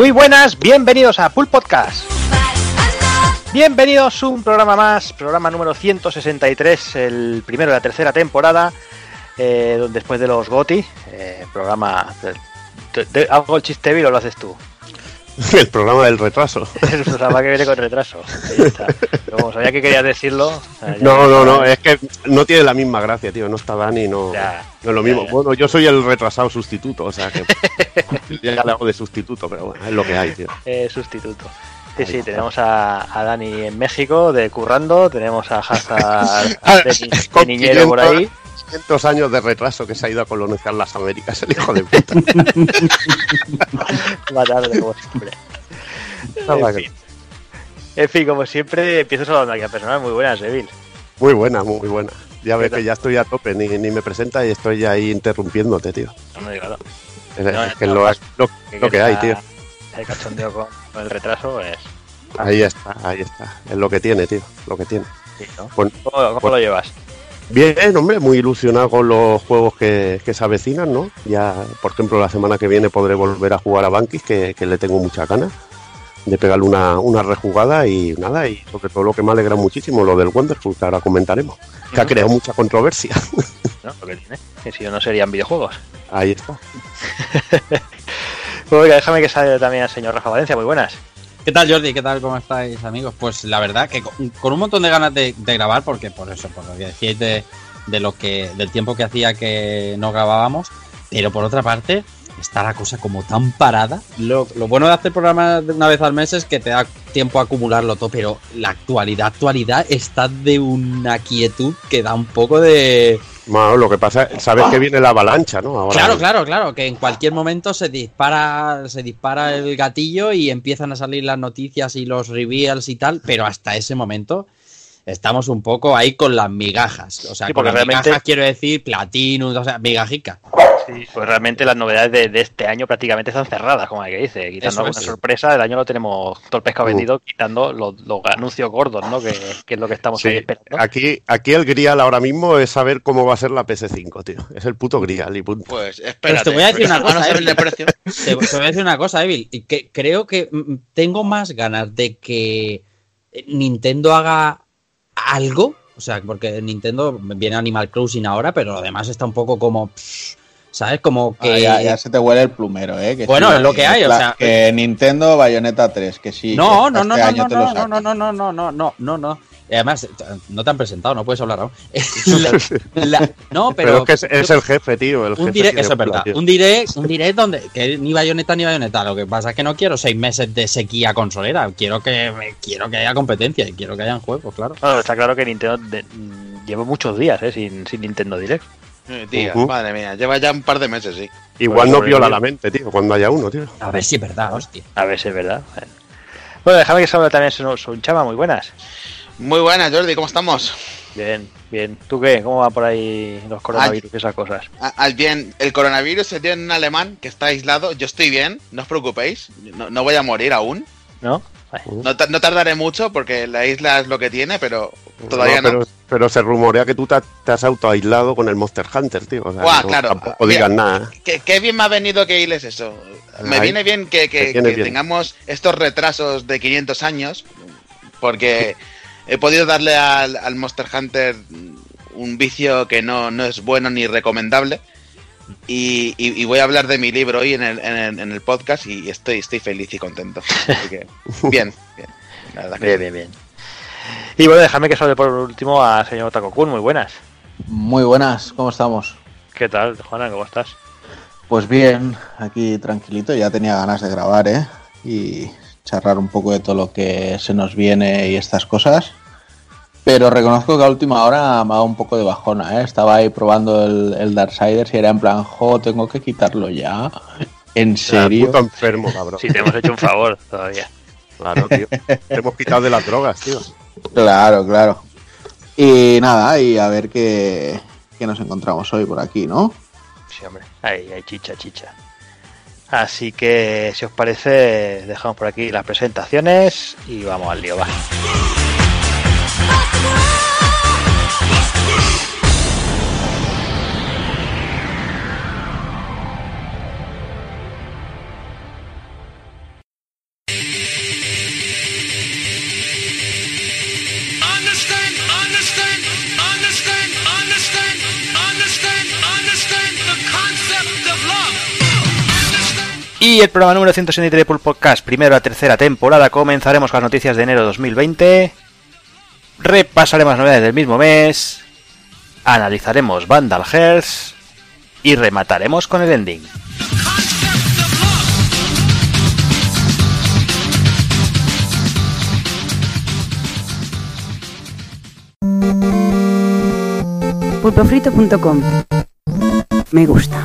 Muy buenas, bienvenidos a Pool Podcast. Bienvenidos a un programa más, programa número 163, el primero de la tercera temporada, después de los GOTY, programa... ¿Hago el chiste vil o lo haces tú? El programa del retraso. Es un programa que viene con retraso. Ahí está. Pero como sabía que querías decirlo... O sea, no, es que no tiene la misma gracia, tío. No está Dani, no es lo mismo. Ya. Bueno, yo soy el retrasado sustituto, o sea que ya le hago de sustituto, pero bueno, es lo que hay, tío. Sustituto. Sí, tenemos a Dani en México, de currando, tenemos a Hazard de niñero por ahí. 500 años de retraso que se ha ido a colonizar las Américas, el hijo de puta. Va tarde, como siempre. En fin, como siempre, empiezo saludando aquí a personas muy buenas, Bill. Muy buena. Ya ves que ya estoy a tope, ni me presenta y estoy ahí interrumpiéndote, tío. No me digas. Es que lo que hay, tío. El cachondeo con el retraso es... Ahí está. Es lo que tiene, tío, lo que tiene. Sí, ¿no? ¿Cómo lo llevas? Bien, hombre, muy ilusionado con los juegos que se avecinan, ¿no? Ya, por ejemplo, la semana que viene podré volver a jugar a Bankis, que le tengo mucha ganas de pegarle una rejugada y nada, y sobre todo lo que me alegra muchísimo, lo del Wonderful, que ahora comentaremos, que ha creado mucha controversia. No, lo que tiene, que si no serían videojuegos. Ahí está. Oiga, déjame que salga también el señor Rafa Valencia, muy buenas. ¿Qué tal, Jordi? ¿Qué tal? ¿Cómo estáis, amigos? Pues la verdad que con un montón de ganas de grabar, porque por lo que decíais del tiempo que hacía que no grabábamos, pero por otra parte está la cosa como tan parada. Lo bueno de hacer programas una vez al mes es que te da tiempo a acumularlo todo, pero la actualidad está de una quietud que da un poco de... Bueno, lo que pasa es, sabes que viene la avalancha, ¿no? Ahora Claro, que en cualquier momento se dispara el gatillo y empiezan a salir las noticias y los reveals y tal, pero hasta ese momento estamos un poco ahí con las migajas. O sea, sí, con las realmente... migajas quiero decir Platinum, o sea, migajica. Sí, pues realmente las novedades de este año prácticamente están cerradas, como hay que dice, quitando alguna sorpresa, el año lo tenemos todo el pescado vendido, quitando los anuncios gordos, ¿no? Que es lo que estamos ahí esperando. Aquí el grial ahora mismo es saber cómo va a ser la PS5, tío. Es el puto grial y punto. Pues espérate. Te voy a decir una cosa, Evil. Te voy a decir una cosa, Evil, y que creo que tengo más ganas de que Nintendo haga algo, o sea, porque Nintendo viene Animal Crossing ahora, pero lo demás está un poco como... ¿Sabes? Como que... ya se te huele el plumero, ¿eh? Que bueno, sí, es lo que hay, o sea... Que Nintendo Bayonetta 3, que sí. No. Y además, no te han presentado, no puedes hablar aún. No, pero es que es el jefe, tío. Eso es verdad. Un direct donde... Que ni Bayonetta. Lo que pasa es que no quiero 6 meses de sequía consolera. Quiero que haya competencia y quiero que hayan juegos, claro. Bueno, está claro que Nintendo lleva muchos días sin Nintendo Direct. Tío, madre mía, lleva ya un par de meses, sí. Igual no viola la mente, tío, cuando haya uno, tío. A ver si es verdad, hostia. A ver si es verdad. Bueno, déjame que salga también su chama, muy buenas. Muy buenas, Jordi, ¿cómo estamos? Bien. ¿Tú qué? ¿Cómo van por ahí los coronavirus y esas cosas? Bien, el coronavirus se dio en un alemán que está aislado. Yo estoy bien, no os preocupéis. No voy a morir aún. ¿No? No tardaré mucho porque la isla es lo que tiene, pero todavía no. Pero se rumorea que tú te has autoaislado con el Monster Hunter, tío. O sea, claro. Tampoco digas nada. Qué bien me ha venido que hiles eso. Me viene bien que tengamos estos retrasos de 500 años, porque he podido darle al Monster Hunter un vicio que no es bueno ni recomendable. Y voy a hablar de mi libro hoy en el podcast y estoy feliz y contento. Así que, bien. La verdad que bien. Y bueno, déjame que salude por último al señor Takokun, muy buenas. Muy buenas, ¿cómo estamos? ¿Qué tal, Juana? ¿Cómo estás? Pues bien, aquí tranquilito, ya tenía ganas de grabar, y charlar un poco de todo lo que se nos viene y estas cosas. Pero reconozco que a última hora me ha dado un poco de bajona, Estaba ahí probando el Darksiders y era en plan, tengo que quitarlo ya. ¿En serio? Puto enfermo, cabrón. Si te hemos hecho un favor todavía. Claro, tío. Te hemos quitado de las drogas, tío. Claro. Y nada, y a ver qué nos encontramos hoy por aquí, ¿no? Sí, hombre. Hay chicha. Así que, si os parece, dejamos por aquí las presentaciones y vamos al lío, va. Y el programa número 163 de Pulp Podcast, primero a tercera temporada, comenzaremos con las noticias de enero de 2020. Repasaremos las novedades del mismo mes. Analizaremos Vandal Hearts. Y remataremos con el ending. Pulpofrito.com. Me gusta.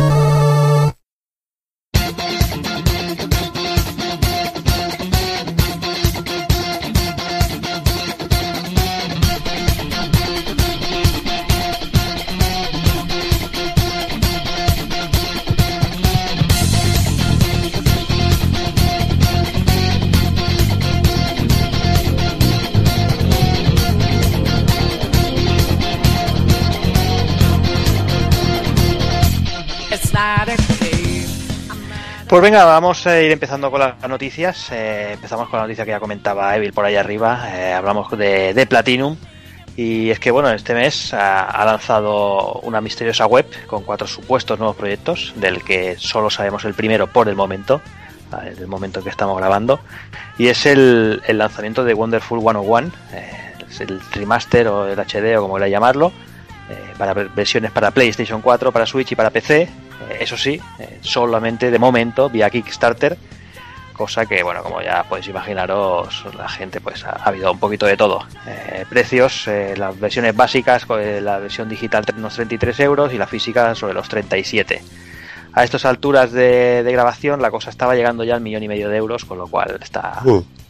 Pues venga, vamos a ir empezando con las noticias. Empezamos con la noticia que ya comentaba Evil por ahí arriba. Hablamos de Platinum. Y es que, bueno, este mes ha lanzado una misteriosa web con 4 supuestos nuevos proyectos, del que solo sabemos el primero por el momento, en el momento en que estamos grabando. Y es el lanzamiento de Wonderful 101, es el remaster o el HD o como queráis llamarlo, para versiones para PlayStation 4, para Switch y para PC. Eso sí, solamente de momento vía Kickstarter, cosa que, bueno, como ya podéis imaginaros, la gente pues ha habido un poquito de todo. Precios, las versiones básicas, la versión digital unos 33 euros y la física sobre los 37. A estas alturas de grabación la cosa estaba llegando ya al 1,5 millón de euros, con lo cual está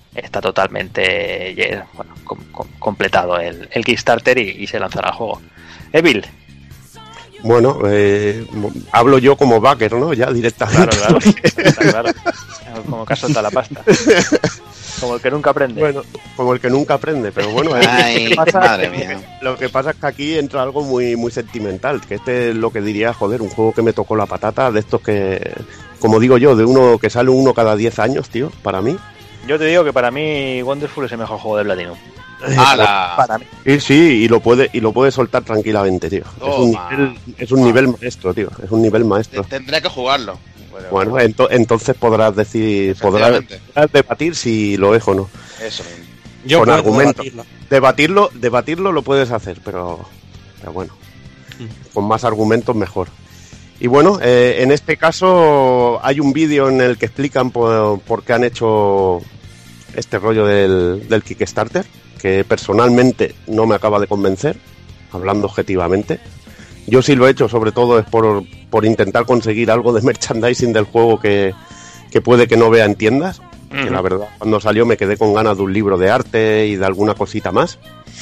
totalmente completado el Kickstarter y se lanzará el juego. Evil. Bueno, hablo yo como backer, ¿no? Ya directamente. Claro, está claro. Como que ha soltado la pasta. Como el que nunca aprende. Bueno, como el que nunca aprende, pero bueno. Ay, madre mía. Lo que pasa es que aquí entra algo muy, muy sentimental, que este es lo que diría, joder, un juego que me tocó la patata, de estos que, como digo yo, de uno que sale uno cada 10 años, tío, para mí. Yo te digo que para mí Wonderful es el mejor juego de Platinum. Para mí. Sí, y lo puede soltar tranquilamente, tío. Es un nivel maestro, tío. Es un nivel maestro. Tendré que jugarlo. Bueno, entonces podrás decir, podrás debatir si lo es o no. Eso mismo. Yo con puedo argumentos. Debatirlo lo puedes hacer, pero bueno, con más argumentos mejor. Y bueno, en este caso hay un vídeo en el que explican por qué han hecho este rollo del Kickstarter, que personalmente no me acaba de convencer, hablando objetivamente. Yo sí lo he hecho, sobre todo es por intentar conseguir algo de merchandising del juego que puede que no vea en tiendas. Que la verdad, cuando salió me quedé con ganas de un libro de arte y de alguna cosita más.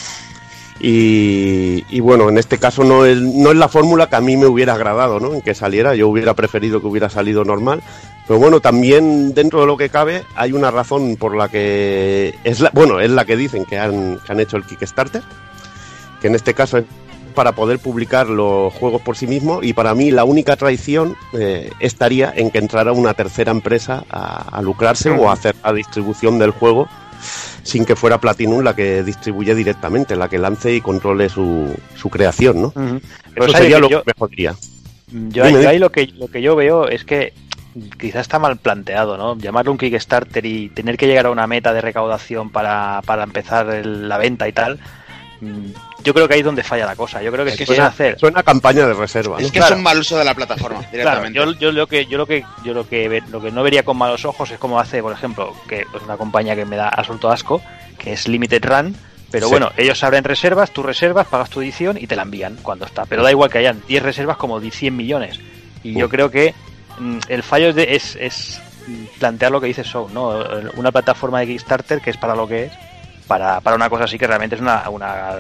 Y bueno, en este caso no es la fórmula que a mí me hubiera agradado, ¿no? En que saliera, yo hubiera preferido que hubiera salido normal. Pero bueno, también dentro de lo que cabe hay una razón por la que es la que dicen que han hecho el Kickstarter, que en este caso es para poder publicar los juegos por sí mismos, y para mí la única traición estaría en que entrara una tercera empresa a lucrarse o a hacer la distribución del juego sin que fuera Platinum la que distribuye directamente, la que lance y controle su creación, ¿no? Eso sería lo que me jodería. Ahí lo que yo veo es que quizás está mal planteado, ¿no? Llamarlo un Kickstarter y tener que llegar a una meta de recaudación para empezar la venta y tal. Yo creo que ahí es donde falla la cosa. Yo creo que suena campaña de reserva, ¿no? Es que es un mal uso de la plataforma directamente. Claro, yo lo que no vería con malos ojos es como hace, por ejemplo, que es una compañía que me da absoluto asco, que es Limited Run. Pero bueno, ellos abren reservas, tú reservas, pagas tu edición y te la envían cuando está. Pero da igual que hayan 10 reservas como 100 millones. Y yo creo que el fallo es plantear lo que dice Show, ¿no? Una plataforma de Kickstarter que es para lo que es, para una cosa así que realmente es una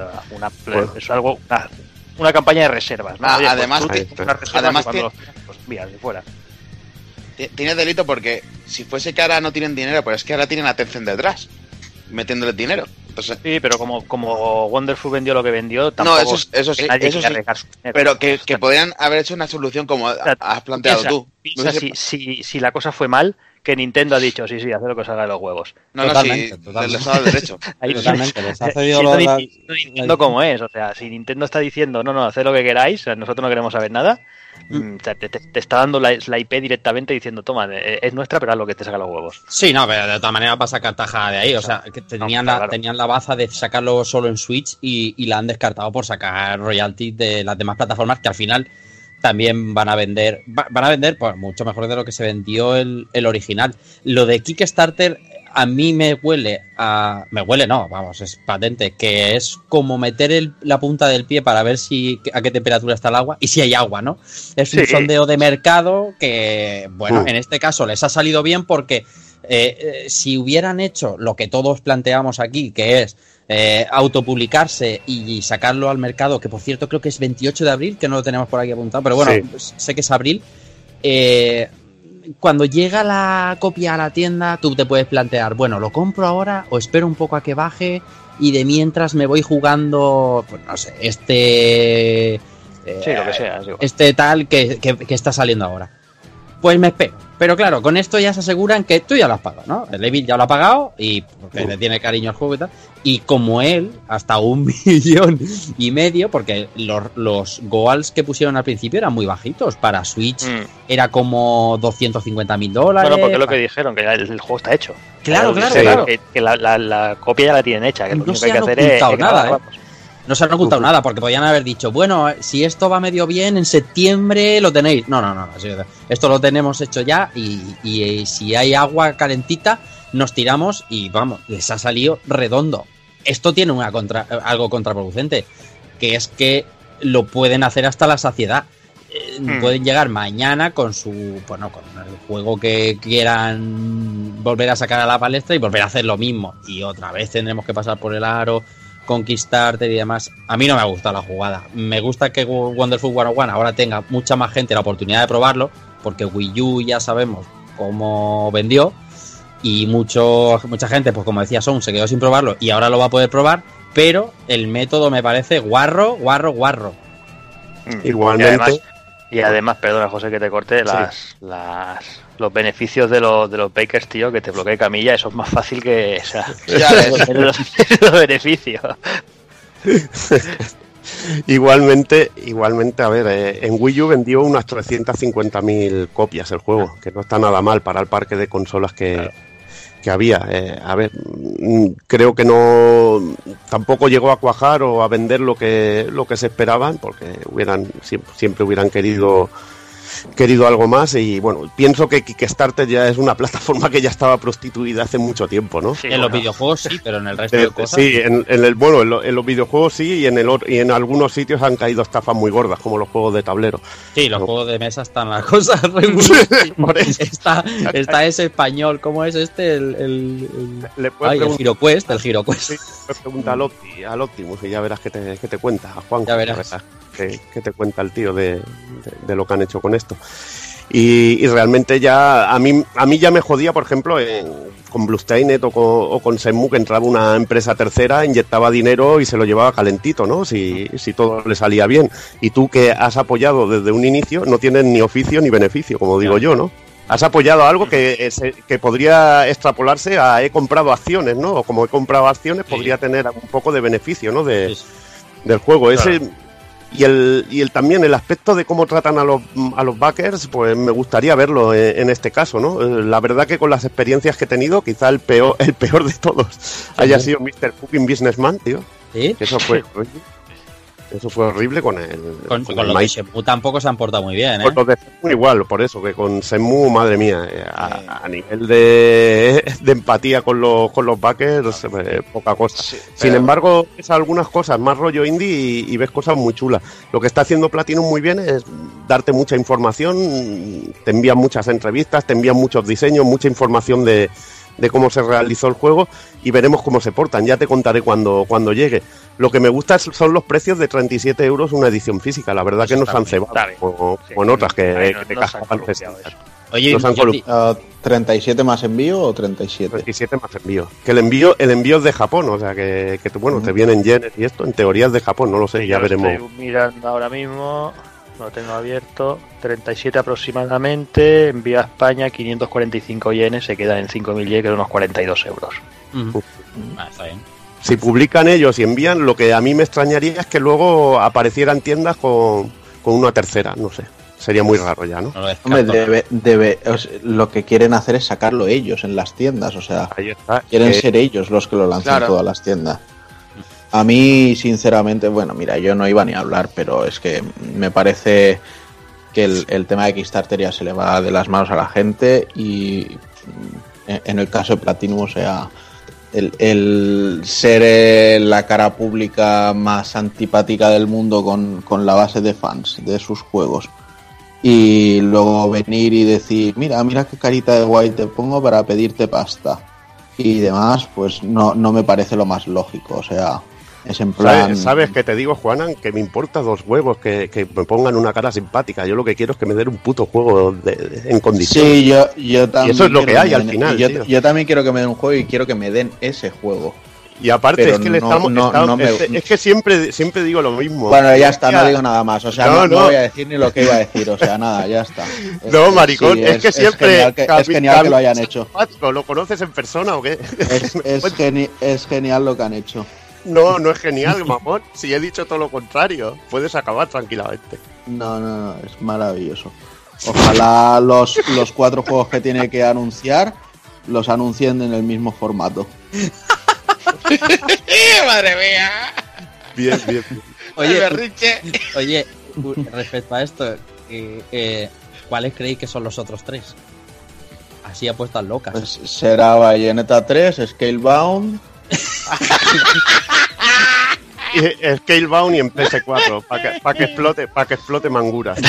campaña de reservas, ¿no? Oye, además, mira, de fuera. Tiene delito porque si fuese que ahora no tienen dinero, pues es que ahora tienen a Tencent detrás, metiéndole dinero. Entonces, sí, pero como Wonderful vendió lo que vendió, tampoco eso sí. Pero que podrían haber hecho una solución como has planteado tú. Piensa si la cosa fue mal, que Nintendo ha dicho, sí, haz lo que salga de los huevos. No, totalmente. Les ha dado derecho. Totalmente, les ha cedido Nintendo como es, o sea, si Nintendo está diciendo, no, haced lo que queráis, nosotros no queremos saber nada, o sea, te está dando la IP directamente diciendo, toma, es nuestra, pero haz lo que te saca los huevos. Sí, no, pero de todas maneras va a sacar taja de ahí, o sea, que tenían la baza de sacarlo solo en Switch y la han descartado por sacar royalties de las demás plataformas que al final también van a vender pues mucho mejor de lo que se vendió el original. Lo de Kickstarter a mí me huele, no, vamos, es patente, que es como meter la punta del pie para ver a qué temperatura está el agua y si hay agua, ¿no? Es un sondeo de mercado que, bueno, en este caso les ha salido bien porque si hubieran hecho lo que todos planteamos aquí, que es autopublicarse y sacarlo al mercado, que por cierto creo que es 28 de abril, que no lo tenemos por aquí apuntado, pero bueno, sé que es abril. Cuando llega la copia a la tienda, tú te puedes plantear, bueno, ¿lo compro ahora o espero un poco a que baje y de mientras me voy jugando, pues no sé, lo que sea, tal que está saliendo ahora? Pues me espero. Pero claro, con esto ya se aseguran que tú ya lo has pagado, ¿no? El Evil ya lo ha pagado y porque le tiene cariño al juego y tal. Y como él, hasta 1,5 millones, porque los goals que pusieron al principio eran muy bajitos. Para Switch era como $250,000. Bueno, porque es lo que dijeron, que el juego está hecho. Claro. Que la copia ya la tienen hecha, que lo único que hay que hacer es nada, no se han ocultado nada, porque podían haber dicho, bueno, si esto va medio bien, en septiembre lo tenéis. No. Esto lo tenemos hecho ya y si hay agua calentita, nos tiramos y vamos, les ha salido redondo. Esto tiene algo contraproducente, que es que lo pueden hacer hasta la saciedad. Pueden llegar mañana con con el juego que quieran volver a sacar a la palestra y volver a hacer lo mismo. Y otra vez tendremos que pasar por el aro, Kickstarter y demás. A mí no me ha gustado la jugada. Me gusta que Wonderful 101 ahora tenga mucha más gente la oportunidad de probarlo, porque Wii U ya sabemos cómo vendió y mucha gente, pues como decía Son, se quedó sin probarlo y ahora lo va a poder probar, pero el método me parece guarro. Igualmente. Y además, perdona José que te corte, los beneficios de los bakers, tío, que te bloquee camilla, eso es más fácil que los beneficios. Igualmente, a ver, en Wii U vendió unas 350.000 copias el juego, que no está nada mal para el parque de consolas que había. A ver, creo que tampoco llegó a cuajar o a vender lo que se esperaban, porque siempre hubieran querido algo más. Y bueno, pienso que Kickstarter ya es una plataforma que ya estaba prostituida hace mucho tiempo, ¿no? Sí, en los videojuegos sí, pero en el resto de cosas. Sí, en los videojuegos sí, y en algunos sitios han caído estafas muy gordas, como los juegos de tablero. Sí, los juegos de mesa están las cosas está ese español, ¿cómo es este? El HeroQuest. Sí, pregunta al Optimus y ya verás que te cuenta, a Juan. Ya verás. Que te cuenta el tío de lo que han hecho con esto. Y realmente ya a mí ya me jodía, por ejemplo, con Bluestainet o con Shenmue, que entraba una empresa tercera, inyectaba dinero y se lo llevaba calentito, ¿no? Si todo le salía bien. Y tú, que has apoyado desde un inicio, no tienes ni oficio ni beneficio, como digo yo, ¿no? Has apoyado algo que podría extrapolarse a he comprado acciones, ¿no? O como he comprado acciones, podría tener un poco de beneficio, ¿no? Del juego. Claro. Y también el aspecto de cómo tratan a los backers, pues me gustaría verlo en este caso, ¿no? La verdad que con las experiencias que he tenido, quizá el peor de todos haya sido Mr. Fucking Businessman, tío. ¿Sí? Eso fue horrible con los de Shenmue tampoco se han portado muy bien, ¿eh? Con los de Shenmue igual, por eso, que con Shenmue, madre mía, a nivel de empatía con los backers, poca cosa. Sí, pero... Sin embargo, ves algunas cosas más rollo indie y ves cosas muy chulas. Lo que está haciendo Platinum muy bien es darte mucha información, te envían muchas entrevistas, te envían muchos diseños, mucha información de cómo se realizó el juego y veremos cómo se portan. Ya te contaré cuando llegue. Lo que me gusta son los precios de 37 euros una edición física. La verdad que no se han cebado como en otras que te cajaban. Oye, ¿37 más envío o 37? 37 más envío. Que el envío es de Japón, o sea que te vienen yenes y esto, en teoría es de Japón, no lo sé, ya veremos. Estoy mirando ahora mismo. lo tengo abierto, 37 aproximadamente, envío a España 545 yenes, se quedan en 5.000 yenes, que son unos 42 euros. Está bien. Si publican ellos y envían, lo que a mí me extrañaría es que luego aparecieran tiendas con una tercera, no sé. Sería muy raro ya, ¿no? Hombre, lo que quieren hacer es sacarlo ellos en las tiendas, o sea, ahí está, quieren ser ellos los que lo lancen todas las tiendas. A mí, sinceramente, bueno, mira, yo no iba ni a hablar, pero es que me parece que el tema de Kickstarter ya se le va de las manos a la gente y en el caso de Platinum, o sea, el ser la cara pública más antipática del mundo con la base de fans de sus juegos y luego venir y decir, mira qué carita de guay te pongo para pedirte pasta y demás, pues no me parece lo más lógico, o sea, es en plan... ¿Sabes qué te digo, Juanan? Que me importa 2 huevos que me pongan una cara simpática. Yo lo que quiero es que me den un puto juego en condiciones. Sí, yo también. Y eso es lo que hay al final. Yo también quiero que me den un juego y quiero que me den ese juego. Y aparte pero es que siempre digo lo mismo. Bueno, ya está, no digo nada más. O sea, no voy a decir ni lo que iba a decir. O sea, nada, ya está. No, maricón, sí, es que siempre... Es genial que lo hayan hecho. ¿Lo conoces en persona o qué? Es genial lo que han hecho. No es genial, mamón. Si he dicho todo lo contrario. Puedes acabar tranquilamente. No, es maravilloso. Ojalá los 4 juegos que tiene que anunciar los anuncien en el mismo formato. ¡Madre mía! Bien. Oye, respecto a esto, ¿cuáles creéis que son los otros 3? Así apuestas locas. Pues será Bayonetta 3, Scalebound... Scalebound y en PS4 para que explote Manguras.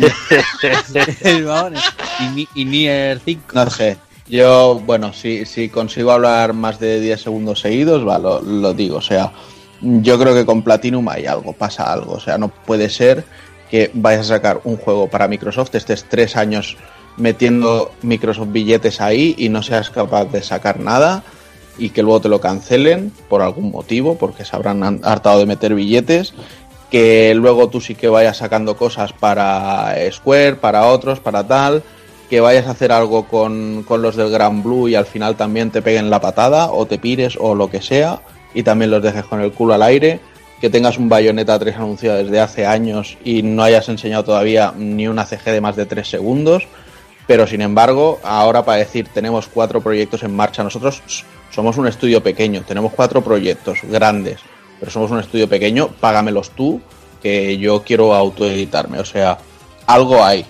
y Nier 5. No sé. Yo, bueno, si consigo hablar más de 10 segundos seguidos, lo digo. O sea, yo creo que con Platinum hay algo, pasa algo. O sea, no puede ser que vayas a sacar un juego para Microsoft, estés 3 años metiendo Microsoft billetes ahí y no seas capaz de sacar nada y que luego te lo cancelen por algún motivo, porque se habrán hartado de meter billetes, que luego tú sí que vayas sacando cosas para Square, para otros, para tal, que vayas a hacer algo con los del Gran Blue y al final también te peguen la patada o te pires o lo que sea y también los dejes con el culo al aire, que tengas un Bayonetta 3 anunciado desde hace años y no hayas enseñado todavía ni una CG de más de 3 segundos, pero sin embargo, ahora para decir tenemos 4 proyectos en marcha, nosotros somos un estudio pequeño, tenemos 4 proyectos grandes, pero somos un estudio pequeño, págamelos tú, que yo quiero autoeditarme, o sea, algo hay.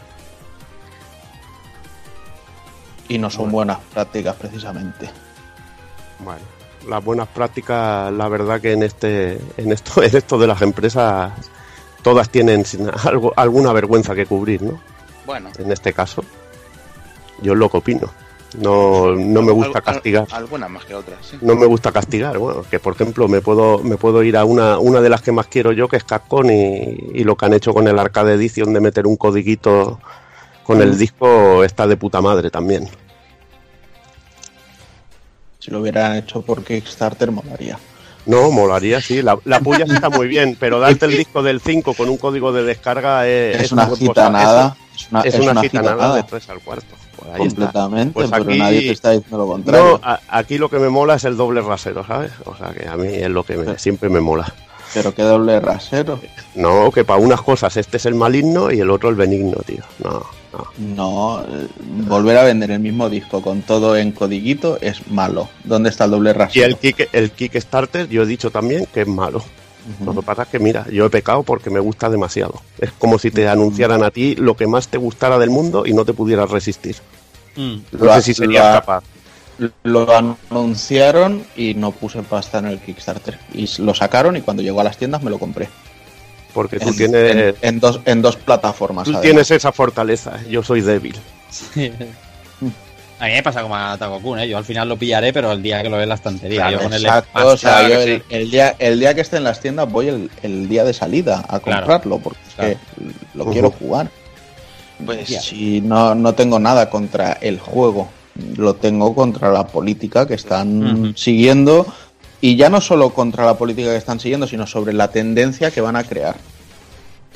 Y no son buenas prácticas precisamente. Bueno, las buenas prácticas, la verdad que en esto de las empresas todas tienen alguna vergüenza que cubrir, ¿no? Bueno. En este caso, yo es lo que opino. No me gusta castigar. Algunas más que otras, sí. No me gusta castigar. Bueno, que por ejemplo me puedo ir a una de las que más quiero yo, que es Capcom, y lo que han hecho con el Arcade Edition de meter un codiguito con el disco está de puta madre también. Si lo hubieran hecho por Kickstarter molaría. No, molaría, sí. La puya está muy bien, pero darte el disco del 5 con un código de descarga es una gitanada. Es una gitanada de 3 al cuarto. Pues ahí completamente, pues pero aquí, nadie te está diciendo lo contrario. No, aquí lo que me mola es el doble rasero, ¿sabes? O sea, que a mí es lo que siempre me mola. ¿Pero qué doble rasero? No, que para unas cosas este es el maligno y el otro el benigno, tío. No, volver a vender el mismo disco con todo en codiguito es malo. ¿Dónde está el doble rasero? Y el Kickstarter yo he dicho también que es malo. Lo que pasa es que, mira, yo he pecado porque me gusta demasiado. Es como si te anunciaran a ti lo que más te gustara del mundo y no te pudieras resistir. No sé si serías capaz. Lo anunciaron y no puse pasta en el Kickstarter. Y lo sacaron y cuando llegó a las tiendas me lo compré. Porque tú tienes... En dos plataformas. Tú tienes esa fortaleza. Yo soy débil. Sí. A mí me pasa como a Taco-kun, ¿eh? Yo al final lo pillaré, pero el día que lo ve en la estantería. Claro, exacto, o sea, yo el día que esté en las tiendas voy el día de salida a comprarlo, porque es que lo quiero jugar. Pues si no tengo nada contra el juego, lo tengo contra la política que están siguiendo, y ya no solo contra la política que están siguiendo, sino sobre la tendencia que van a crear.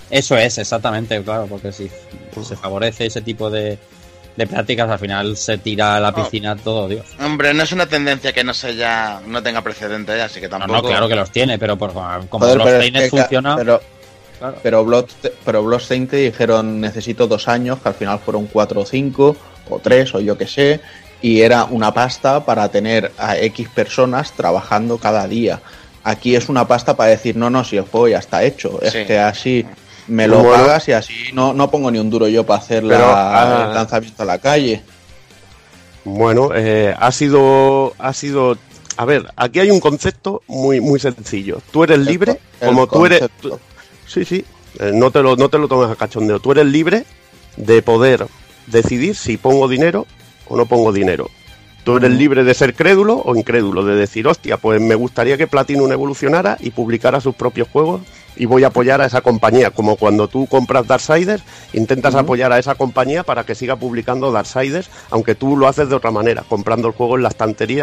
Eso es, exactamente, claro, porque si se favorece ese tipo de prácticas, al final se tira a la piscina todo, Dios. Hombre, no es una tendencia que no tenga precedente, así que tampoco... No, claro que los tiene, pero como Bloodstained funciona... Pero Bloodstained te dijeron necesito 2 años, que al final fueron 4 o 5 o 3 o yo que sé, y era una pasta para tener a X personas trabajando cada día. Aquí es una pasta para decir, no, si el juego ya está hecho, es que así me lo pagas y así no pongo ni un duro yo para hacer el lanzamiento a la calle. Bueno, ha sido... A ver, aquí hay un concepto muy, muy sencillo. Tú eres libre, como tú eres... Sí, no te lo tomes a cachondeo. Tú eres libre de poder decidir si pongo dinero o no pongo dinero. Tú eres libre de ser crédulo o incrédulo, de decir, hostia, pues me gustaría que Platinum evolucionara y publicara sus propios juegos y voy a apoyar a esa compañía. Como cuando tú compras Darksiders, intentas apoyar a esa compañía para que siga publicando Darksiders, aunque tú lo haces de otra manera, comprando el juego en la estantería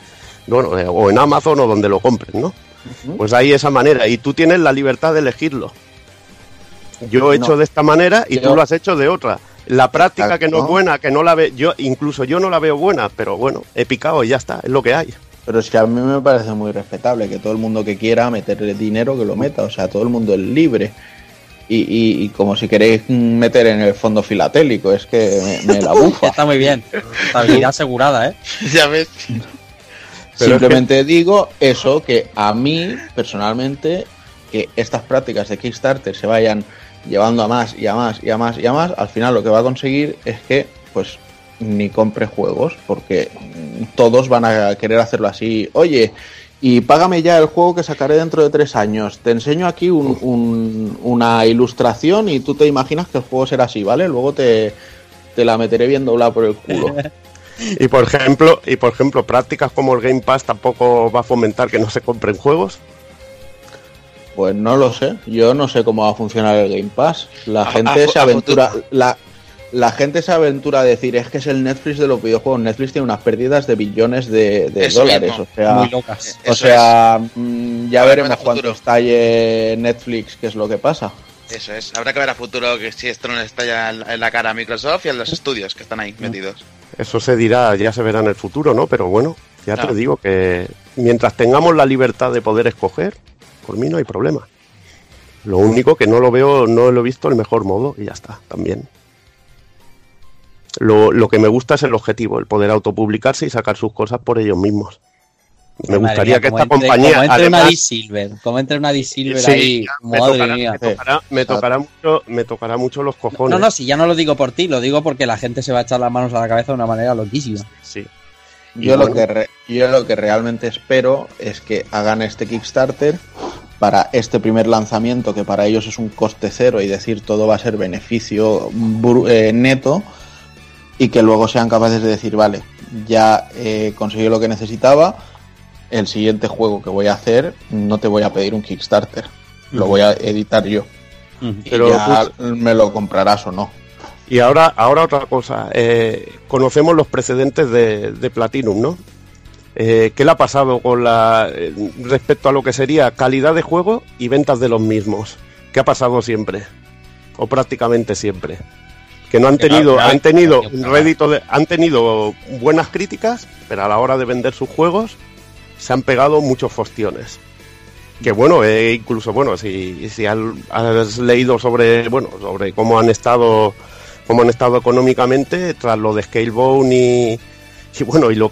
o en Amazon o donde lo compres, ¿no? Pues hay esa manera y tú tienes la libertad de elegirlo. Yo he hecho de esta manera y tú lo has hecho de otra. La práctica que no es buena, que no la veo, yo no la veo buena, pero bueno, he picado y ya está, es lo que hay. Pero es que a mí me parece muy respetable que todo el mundo que quiera meterle dinero que lo meta, o sea, todo el mundo es libre. Y como si queréis meter en el fondo filatélico, es que me la bufa. Está muy bien, estabilidad asegurada, ¿eh? Ya ves. Simplemente digo eso, que a mí, personalmente, que estas prácticas de Kickstarter se vayan llevando a más y a más y a más y a más, al final lo que va a conseguir es que, pues, ni compre juegos, porque todos van a querer hacerlo así. Oye, y págame ya el juego que sacaré dentro de 3 años. Te enseño aquí una ilustración y tú te imaginas que el juego será así, ¿vale? Luego te la meteré bien doblada por el culo. Y por ejemplo, prácticas como el Game Pass tampoco va a fomentar que no se compren juegos. Pues no lo sé, yo no sé cómo va a funcionar el Game Pass. La gente se aventura, la gente se aventura a decir es que es el Netflix de los videojuegos. Netflix tiene unas pérdidas de billones de dólares, mismo. O sea, muy locas. Ya veremos cuando estalle Netflix qué es lo que pasa. Eso es, habrá que ver a futuro que si esto no le estalla en la cara a Microsoft y a los estudios que están ahí metidos. Eso se dirá, ya se verá en el futuro, ¿no? Pero bueno, ya te digo que mientras tengamos la libertad de poder escoger, por mí no hay problema. Lo único que no lo he visto el mejor modo y ya está, también. Lo que me gusta es el objetivo, el poder autopublicarse y sacar sus cosas por ellos mismos. Me gustaría que esta compañía... Como entre una D-Silver, ahí, madre mía. Me tocará mucho los cojones. No, si ya no lo digo por ti, lo digo porque la gente se va a echar las manos a la cabeza de una manera loquísima. Sí. Yo lo que realmente espero es que hagan este Kickstarter para este primer lanzamiento, que para ellos es un coste cero y decir todo va a ser beneficio neto, y que luego sean capaces de decir, vale, ya conseguí lo que necesitaba, el siguiente juego que voy a hacer no te voy a pedir un Kickstarter, lo voy a editar yo. Pero ya me lo comprarás o no. Y ahora otra cosa, conocemos los precedentes de Platinum, ¿no? ¿Qué le ha pasado con respecto a lo que sería calidad de juego y ventas de los mismos? ¿Qué ha pasado siempre? O prácticamente siempre. Que no han tenido un rédito han tenido buenas críticas, pero a la hora de vender sus juegos se han pegado muchos fostiones. Que bueno, incluso si has leído sobre cómo han estado económicamente tras lo de Scalebound y lo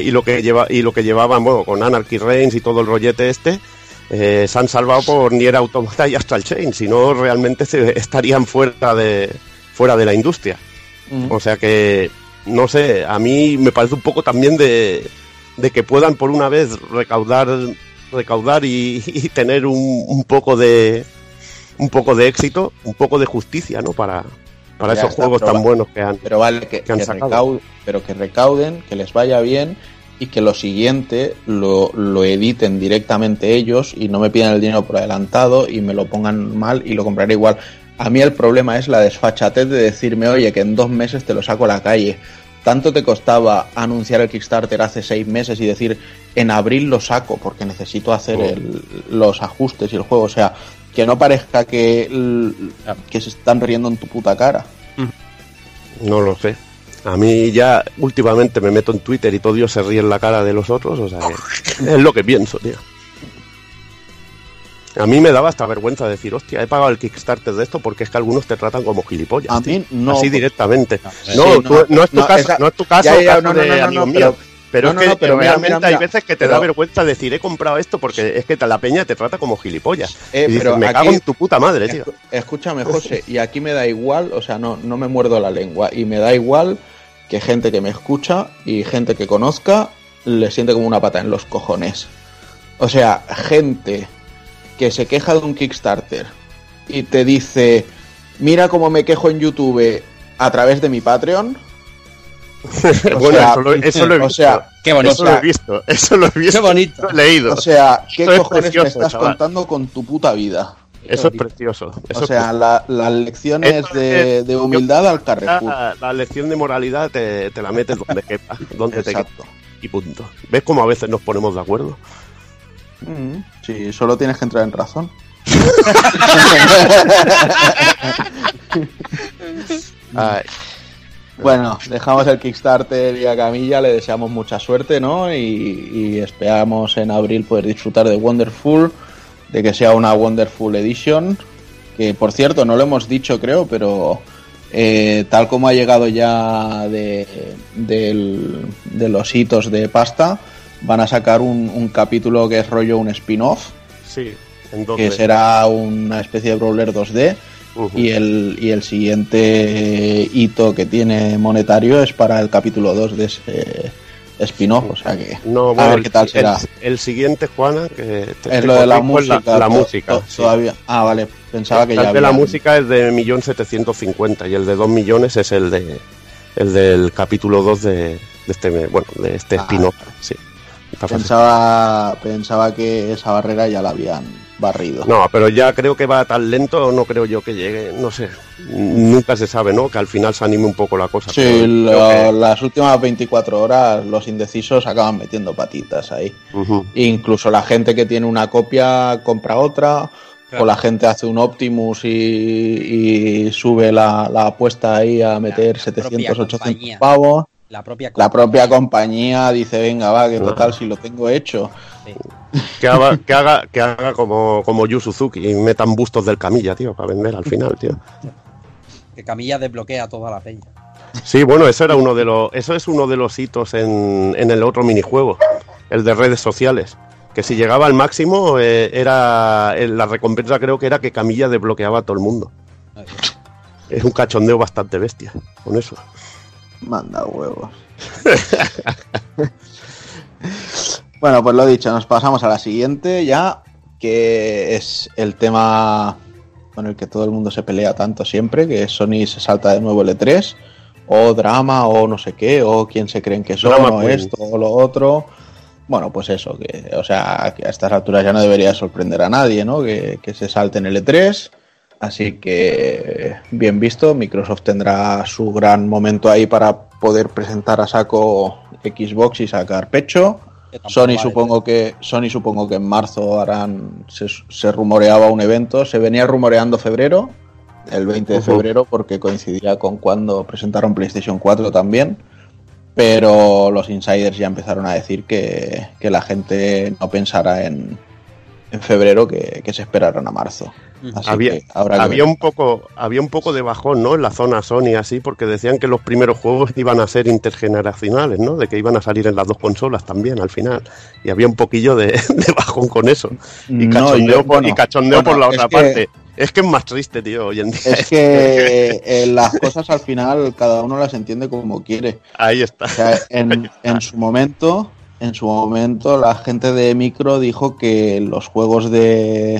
que llevaban con Anarchy Reigns y todo el rollete se han salvado por Nier Automata y Astral Chain, si no realmente estarían fuera de la industria. O sea que no sé, a mí me parece un poco también de que puedan por una vez recaudar y tener un poco de éxito, un poco de justicia, ¿no? Para esos juegos tan buenos que han sacado. Que recauden, que les vaya bien y que lo siguiente lo editen directamente ellos y no me pidan el dinero por adelantado y me lo pongan mal y lo compraré igual. A mí el problema es la desfachatez de decirme, oye, que en 2 meses te lo saco a la calle. Tanto te costaba anunciar el Kickstarter hace 6 meses y decir, en abril lo saco porque necesito hacer los ajustes y el juego. O sea, que no parezca que se están riendo en tu puta cara. No lo sé. A mí ya últimamente me meto en Twitter y todo Dios se ríe en la cara de los otros, o sea que es lo que pienso, tío. A mí me daba hasta vergüenza decir, hostia, he pagado el Kickstarter de esto porque es que algunos te tratan como gilipollas. A mí no. Así directamente. No es tu caso, no es tu caso, pero realmente hay veces que te da vergüenza decir, he comprado esto porque es que la peña te trata como gilipollas. Y dices, me cago en tu puta madre, tío. Escúchame, José, y aquí me da igual, o sea, no me muerdo la lengua, y me da igual que gente que me escucha y gente que conozca le siente como una pata en los cojones. O sea, gente que se queja de un Kickstarter y te dice, mira cómo me quejo en YouTube a través de mi Patreon. Bueno, eso lo he visto. O sea, qué bonito. Eso lo he visto. Qué bonito. Lo he leído. O sea, ¿qué Eso cojones precioso, me estás chaval. contando con tu puta vida? Eso es precioso. O sea, las lecciones de humildad al Carrefour. La lección de moralidad te la metes donde quepa, donde te Exacto. quepa. Y punto. ¿Ves cómo a veces nos ponemos de acuerdo? Sí, solo tienes que entrar en razón. Ay. Bueno, dejamos el Kickstarter y a Camilla le deseamos mucha suerte, ¿no? Y esperamos en abril poder disfrutar de Wonderful, de que sea una Wonderful Edition, que por cierto no lo hemos dicho creo, pero tal como ha llegado ya de los hitos de pasta, van a sacar un capítulo que es rollo un spin-off, Sí, en 2D. que será una especie de brawler 2D. Y el siguiente hito que tiene monetario es para el capítulo 2 de ese spin-off, o sea que a ver qué tal será. El siguiente, Juana, que Es lo de la música. La música, sí. Todavía. Ah, vale, pensaba que ya El de había. la música es de 1.750.000 y el de 2 millones es el del capítulo 2 de este spin-off. Sí. Pensaba que esa barrera ya la habían barrido. No, pero ya creo que va tan lento, no creo yo que llegue, no sé, nunca se sabe, ¿no? Que al final se anime un poco la cosa. Sí, las últimas 24 horas los indecisos acaban metiendo patitas ahí. Incluso la gente que tiene una copia compra otra, claro. O la gente hace un Optimus y sube la apuesta ahí a meter 700, 800 pavos. La propia compañía dice, venga, va, que total, si lo tengo hecho. Sí. Que haga como Yu Suzuki y metan bustos del Camilla, tío, para vender al final, tío. Que Camilla desbloquea toda la peña. Sí, bueno, eso es uno de los hitos en el otro minijuego, el de redes sociales. Que si llegaba al máximo, la recompensa creo que era que Camilla desbloqueaba a todo el mundo. Es un cachondeo bastante bestia con eso. Manda huevos. Bueno, pues lo dicho, nos pasamos a la siguiente ya, que es el tema con el que todo el mundo se pelea tanto siempre, que Sony se salta de nuevo el E3, o drama, o no sé qué, o quién se creen que son, o esto, o lo otro. Bueno, pues eso, que a estas alturas ya no debería sorprender a nadie, ¿no? Que se salten el E3. Así que, bien visto, Microsoft tendrá su gran momento ahí para poder presentar a saco Xbox y sacar pecho. Sony supongo que en marzo harán, se rumoreaba un evento, se venía rumoreando febrero, el 20 de febrero, porque coincidía con cuando presentaron PlayStation 4 también, pero los insiders ya empezaron a decir que la gente no pensara en febrero, que se esperaran a marzo. Así había un poco de bajón, ¿no? En la zona Sony así, porque decían que los primeros juegos iban a ser intergeneracionales, ¿no? De que iban a salir en las dos consolas también al final. Y había un poquillo de bajón con eso. Y cachondeo, por la otra parte. Es que es más triste, tío, hoy en día. Es que las cosas al final cada uno las entiende como quiere. Ahí está. O sea, en su momento la gente de Micro dijo que los juegos de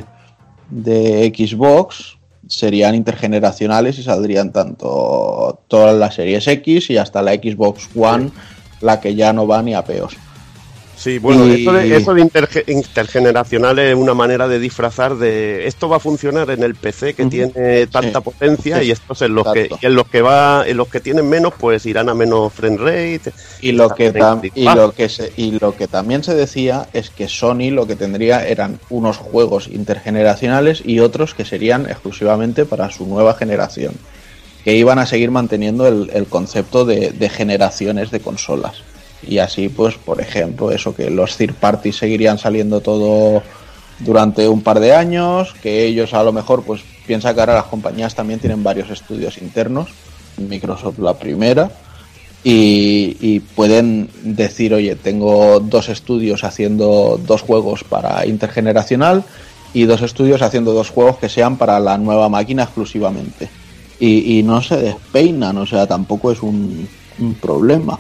Xbox serían intergeneracionales y saldrían tanto todas las series X y hasta la Xbox One, la que ya no va ni a peos. Sí, bueno, eso de intergeneracional es una manera de disfrazar de esto va a funcionar en el PC que tiene tanta potencia y estos en los que tienen menos pues irán a menos frame rate y lo que también se decía es que Sony lo que tendría eran unos juegos intergeneracionales y otros que serían exclusivamente para su nueva generación, que iban a seguir manteniendo el concepto de generaciones de consolas. Y así, pues, por ejemplo, eso, que los third parties seguirían saliendo todo durante un par de años, que ellos a lo mejor, pues, piensa que ahora las compañías también tienen varios estudios internos, Microsoft la primera, y pueden decir, oye, tengo 2 estudios haciendo 2 juegos para intergeneracional y 2 estudios haciendo 2 juegos que sean para la nueva máquina exclusivamente. Y no se despeinan, o sea, tampoco es un problema.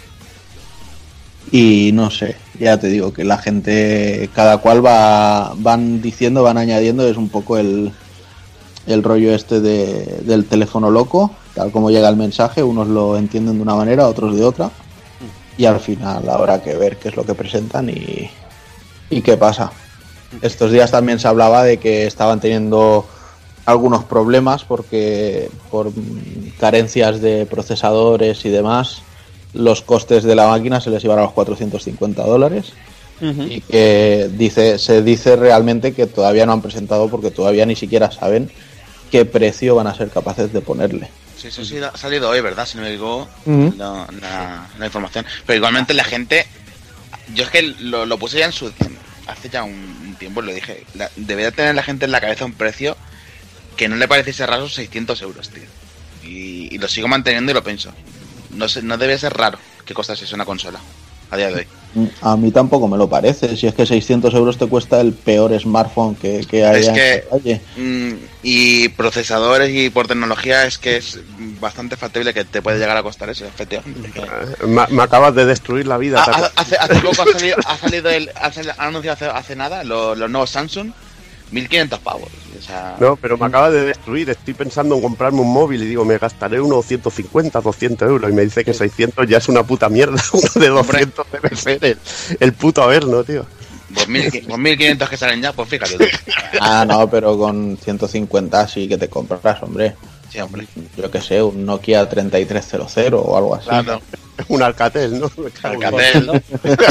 Y no sé, ya te digo que la gente, cada cual van diciendo, van añadiendo, es un poco el rollo este del teléfono loco, tal como llega el mensaje, unos lo entienden de una manera, otros de otra, y al final habrá que ver qué es lo que presentan y qué pasa. Estos días también se hablaba de que estaban teniendo algunos problemas porque por carencias de procesadores y demás, los costes de la máquina se les iban a los $450 y que se dice realmente que todavía no han presentado porque todavía ni siquiera saben qué precio van a ser capaces de ponerle. Sí, eso sí ha salido hoy, ¿verdad? Si no me digo la información. Pero igualmente la gente, yo es que lo puse ya hace ya un tiempo, lo dije, debería tener la gente en la cabeza un precio que no le pareciese raro, 600 euros, tío. Y lo sigo manteniendo y lo pienso. No debe ser raro que costase eso una consola a día de hoy. A mí tampoco me lo parece. Si es que 600 euros te cuesta el peor smartphone que hay. Es que y procesadores y por tecnología es que es bastante factible que te puede llegar a costar eso, efectivamente. Me acabas de destruir la vida. Hace poco ha salido ha anunciado hace nada los nuevos Samsung, 1.500 pavos. O sea, no, pero me acaba de destruir. Estoy pensando en comprarme un móvil y digo, me gastaré unos 150, 200 euros. Y me dice que 600 ya es una puta mierda. Uno de 200 debe ser el puto Averno, tío. Pues 1.500 que salen ya, pues fíjate tú. No, pero con 150 sí que te compras, hombre. Sí, hombre. Yo que sé, un Nokia 3300 o algo así. Claro. Un Alcatel, ¿no? Alcatel, ¿no?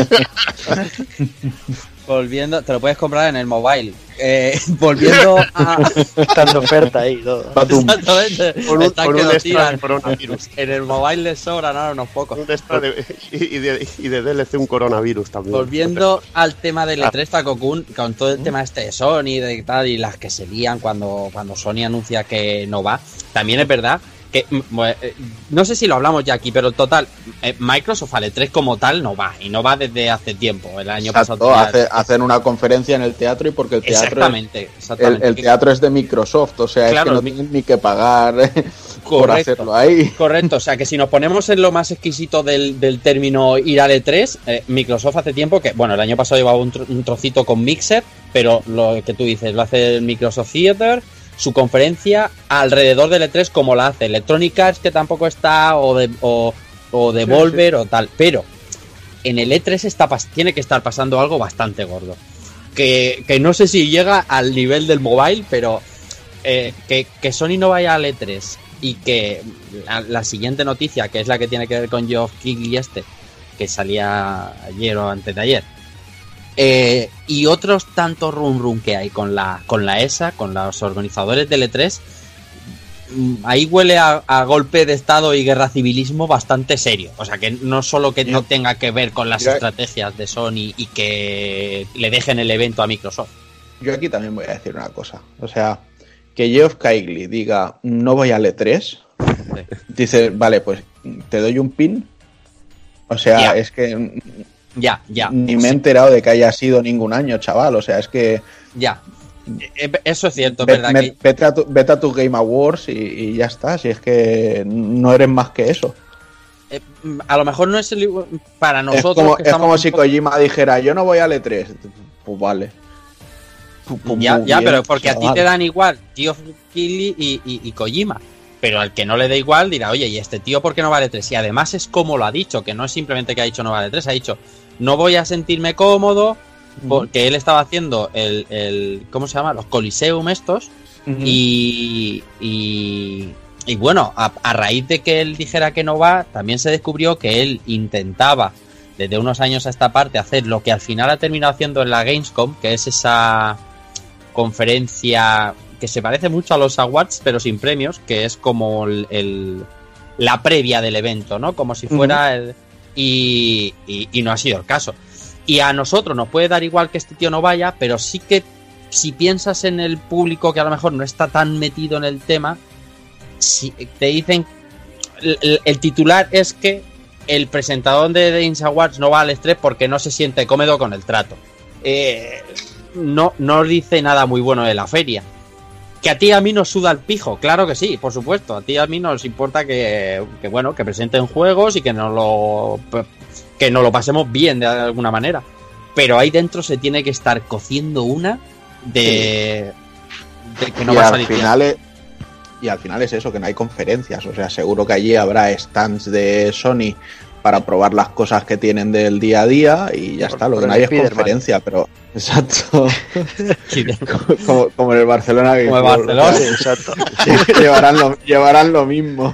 Volviendo, te lo puedes comprar en el mobile. Volviendo a... Están de oferta ahí todo. Exactamente. Con un extra de coronavirus. En el mobile les sobran ahora unos pocos. Un extra y de DLC un coronavirus también. Volviendo al tema del E3 Takokun, con todo el tema este de Sony de tal, y las que se lían cuando Sony anuncia que no va, también es verdad que no sé si lo hablamos ya aquí, pero total, Microsoft al E3 como tal no va, y no va desde hace tiempo. El año pasado hacen una conferencia en el teatro, y porque el teatro exactamente. El teatro es de Microsoft, o sea, claro, es que no tienen ni que pagar por hacerlo ahí. Correcto, o sea que si nos ponemos en lo más exquisito del término ir al E3, Microsoft hace tiempo que, bueno, el año pasado llevaba un trocito con Mixer, pero lo que tú dices, lo hace el Microsoft Theater, su conferencia alrededor del E3 como la hace Electronic Arts, que tampoco está, o Devolver, o tal, pero en el E3 tiene que estar pasando algo bastante gordo, que no sé si llega al nivel del mobile, pero que Sony no vaya al E3 y que la siguiente noticia, que es la que tiene que ver con Geoff Keighley que salía ayer o antes de ayer, y otros tantos run que hay con la ESA, con los organizadores del E3, ahí huele a golpe de estado y guerra civilismo bastante serio. O sea, que no solo que no tenga que ver con las estrategias de Sony y que le dejen el evento a Microsoft. Yo aquí también voy a decir una cosa. O sea, que Geoff Keighley diga no voy al E3, dice, vale, pues te doy un pin. O sea, es que... Ya. Ni me he enterado de que haya sido ningún año, chaval. O sea, es que... Ya. Eso es cierto, ¿verdad? Vete a tu Game Awards y ya está. Si es que no eres más que eso. A lo mejor no es para nosotros. Es como si Kojima dijera, yo no voy al E3. Pues vale. Ya, pero porque chaval, a ti te dan igual Geoff Keighley y Kojima. Pero al que no le dé igual dirá, oye, ¿y este tío por qué no vale 3? Y además es como lo ha dicho, que no es simplemente que ha dicho no vale 3, ha dicho, no voy a sentirme cómodo, porque él estaba haciendo el ¿cómo se llama? Los Coliseum estos, y bueno, a raíz de que él dijera que no va, también se descubrió que él intentaba, desde unos años a esta parte, hacer lo que al final ha terminado haciendo en la Gamescom, que es esa conferencia que se parece mucho a los Awards, pero sin premios, que es como la previa del evento, ¿no? Como si fuera y no ha sido el caso. Y a nosotros nos puede dar igual que este tío no vaya, pero sí que si piensas en el público que a lo mejor no está tan metido en el tema, si te dicen el titular es que el presentador de Games Awards no va al estrés porque no se siente cómodo con el trato. No dice nada muy bueno de la feria. Que a ti y a mí nos suda el pijo, claro que sí, por supuesto. A ti y a mí nos importa que presenten juegos y que nos lo pasemos bien de alguna manera. Pero ahí dentro se tiene que estar cociendo una de que no va a salir bien. Y al final es eso, que no hay conferencias. O sea, seguro que allí habrá stands de Sony para probar las cosas que tienen del día a día y ya está. Lo que no hay es conferencia, pero... Exacto. como en el Barcelona. Como el Barcelona. Exacto. llevarán lo mismo.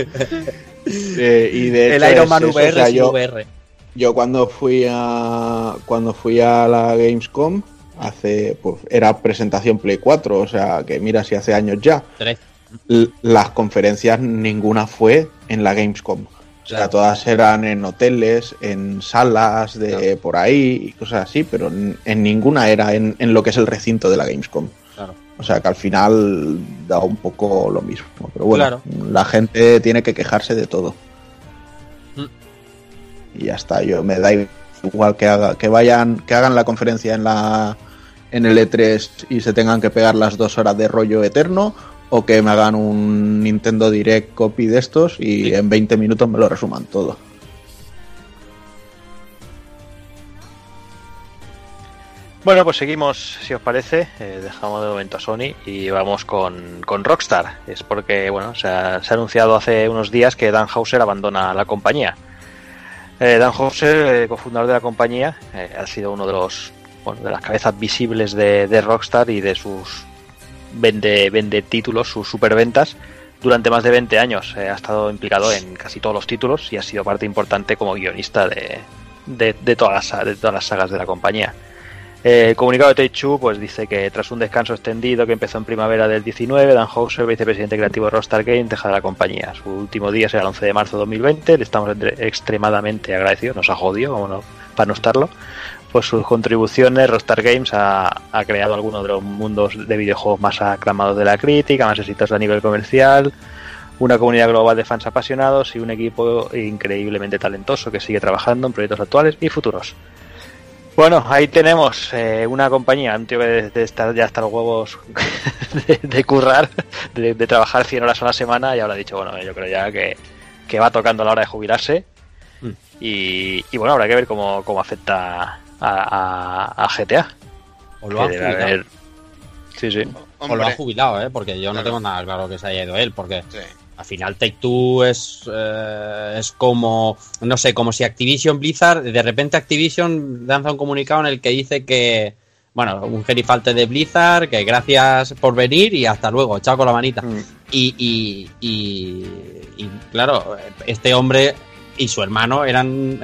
Y de el hecho Iron Man VR, o sea, VR. Yo cuando fui a la Gamescom, era presentación Play 4, o sea, que mira si hace años ya. 3. Las conferencias ninguna fue en la Gamescom. O sea, todas eran en hoteles, en salas de por ahí y cosas así, pero en ninguna era en lo que es el recinto de la Gamescom. Claro. O sea, que al final da un poco lo mismo. Pero bueno, la gente tiene que quejarse de todo. Y ya está, yo me da igual que hagan la conferencia en el E3 y se tengan que pegar las 2 horas de rollo eterno, o que me hagan un Nintendo Direct copy de estos y en 20 minutos me lo resuman todo. Bueno, pues seguimos, si os parece, dejamos de momento a Sony y vamos con Rockstar. Es porque, bueno, se ha anunciado hace unos días que Dan Houser abandona la compañía. Dan Houser, cofundador de la compañía, ha sido uno de las cabezas visibles de Rockstar y de sus vende títulos, sus superventas. Durante más de 20 años ha estado implicado en casi todos los títulos y ha sido parte importante como guionista de todas las sagas de la compañía. El comunicado de Take-Two pues dice que tras un descanso extendido que empezó en primavera del 19, Dan Houser, vicepresidente creativo de Rockstar Games, deja la compañía. Su último día será el 11 de marzo de 2020. Le estamos extremadamente agradecidos, nos ha jodido, para no estarlo, por sus contribuciones. Rockstar Games ha creado algunos de los mundos de videojuegos más aclamados de la crítica, más exitosos a nivel comercial, una comunidad global de fans apasionados y un equipo increíblemente talentoso que sigue trabajando en proyectos actuales y futuros. Bueno, ahí tenemos una compañía, un tío que de estar ya hasta los huevos de currar, de trabajar 100 horas a la semana, y ahora ha dicho, bueno, yo creo ya que va tocando la hora de jubilarse. Y bueno, habrá que ver cómo afecta a GTA. O lo ha jubilado. Sí. O lo ha jubilado, porque yo no tengo nada claro que se haya ido él, porque al final Take-Two es como, no sé, como si Activision Blizzard, de repente Activision lanza un comunicado en el que dice que, bueno, un gerifalte de Blizzard, que gracias por venir y hasta luego, chao con la manita. Y claro, este hombre y su hermano eran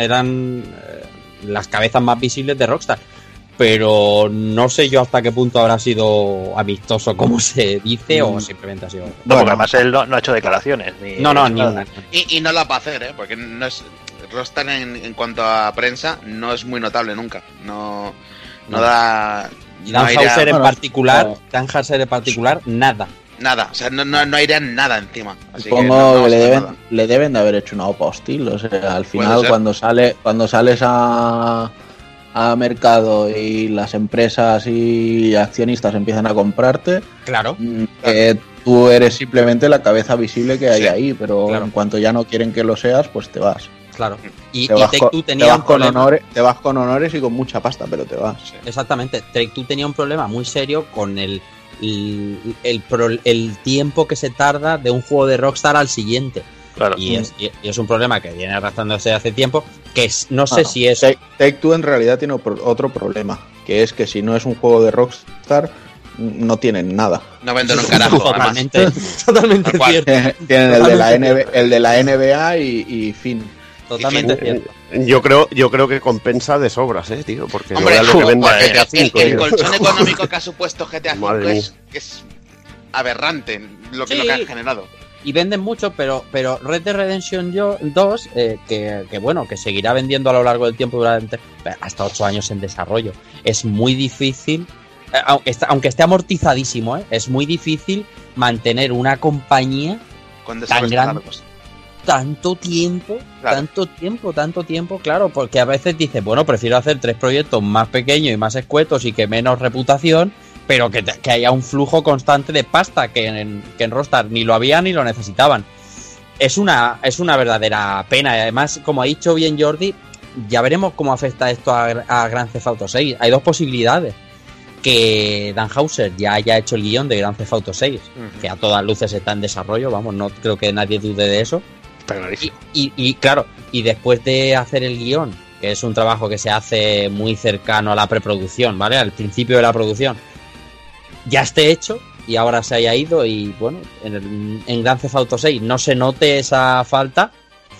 las cabezas más visibles de Rockstar. Pero no sé yo hasta qué punto habrá sido amistoso, como se dice, o simplemente ha sido... No, porque además él no ha hecho declaraciones. Ni una. Y no la va a hacer, porque no es... Rockstar en cuanto a prensa no es muy notable nunca. No da... Y Dan Houser en particular, nada. Nada, o sea, no airean nada encima. Así supongo que le deben de haber hecho una OPA hostil. O sea, al final cuando sales a mercado y las empresas y accionistas empiezan a comprarte, claro, tú eres simplemente la cabeza visible que hay ahí, pero en cuanto ya no quieren que lo seas, pues te vas. Claro. Y Take-Two tenía un problema. Te vas con honores y con mucha pasta, pero te vas. Exactamente. Take-Two tenía un problema muy serio con el tiempo que se tarda de un juego de Rockstar al siguiente. Claro. Y es un problema que viene arrastrándose hace tiempo, que no sé si es... Take-Two en realidad tiene otro problema, que es que si no es un juego de Rockstar, no tienen nada. No venden un carajo. Totalmente cierto. Tienen el de la NBA y fin. Totalmente cierto. Yo creo que compensa de sobras, tío, porque hombre, lo que vende GTA V, el colchón económico que ha supuesto GTA V es aberrante lo que ha generado. Y venden mucho, pero Red Dead Redemption 2, que bueno, que seguirá vendiendo a lo largo del tiempo durante hasta 8 años en desarrollo. Es muy difícil, aunque esté amortizadísimo, es muy difícil mantener una compañía tan grande. Tanto tiempo, claro, porque a veces dices, bueno, prefiero hacer 3 proyectos más pequeños y más escuetos y que menos reputación, pero que haya un flujo constante de pasta que en Rockstar ni lo había ni lo necesitaban. Es una verdadera pena. Y además, como ha dicho bien Jordi, ya veremos cómo afecta esto a Grand Theft Auto 6. Hay dos posibilidades. Que Dan Houser ya haya hecho el guión de Grand Theft Auto 6, que a todas luces está en desarrollo, vamos, no creo que nadie dude de eso. Y claro, y después de hacer el guión, que es un trabajo que se hace muy cercano a la preproducción, ¿vale? Al principio de la producción, ya esté hecho y ahora se haya ido y bueno, en Grand Theft Auto 6 no se note esa falta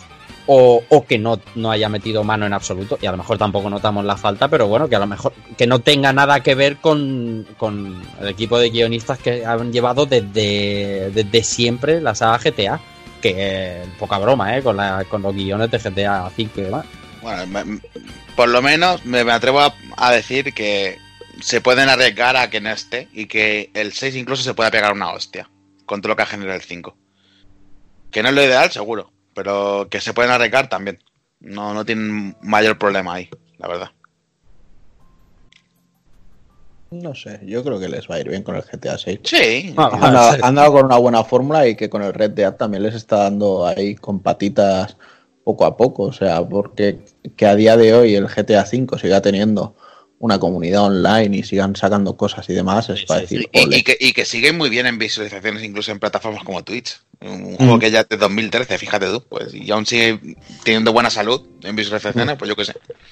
o que no haya metido mano en absoluto, y a lo mejor tampoco notamos la falta, pero bueno, que a lo mejor que no tenga nada que ver con el equipo de guionistas que han llevado desde siempre la saga GTA, que poca broma, con los guiones de GTA 5 y demás. Bueno, por lo menos me atrevo a decir que se pueden arriesgar a que no esté y que el 6 incluso se pueda pegar una hostia con todo lo que ha generado el 5. Que no es lo ideal, seguro, pero que se pueden arriesgar también. No tienen mayor problema ahí, la verdad. No sé, yo creo que les va a ir bien con el GTA 6. Sí. Han dado con una buena fórmula y que con el Red Dead también les está dando ahí con patitas poco a poco. O sea, porque que a día de hoy el GTA 5 siga teniendo una comunidad online y sigan sacando cosas y demás, es para decir... Y que siguen muy bien en visualizaciones, incluso en plataformas como Twitch. Un juego que ya es de 2013, fíjate tú, pues, y aún sigue teniendo buena salud en visualizaciones, pues yo qué sé.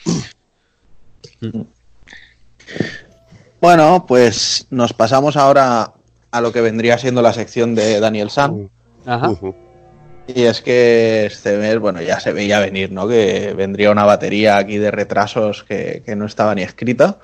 Bueno, pues nos pasamos ahora a lo que vendría siendo la sección de Daniel San. Ajá. Y es que este mes, bueno, ya se veía venir, ¿no? Que vendría una batería aquí de retrasos que no estaba ni escrita.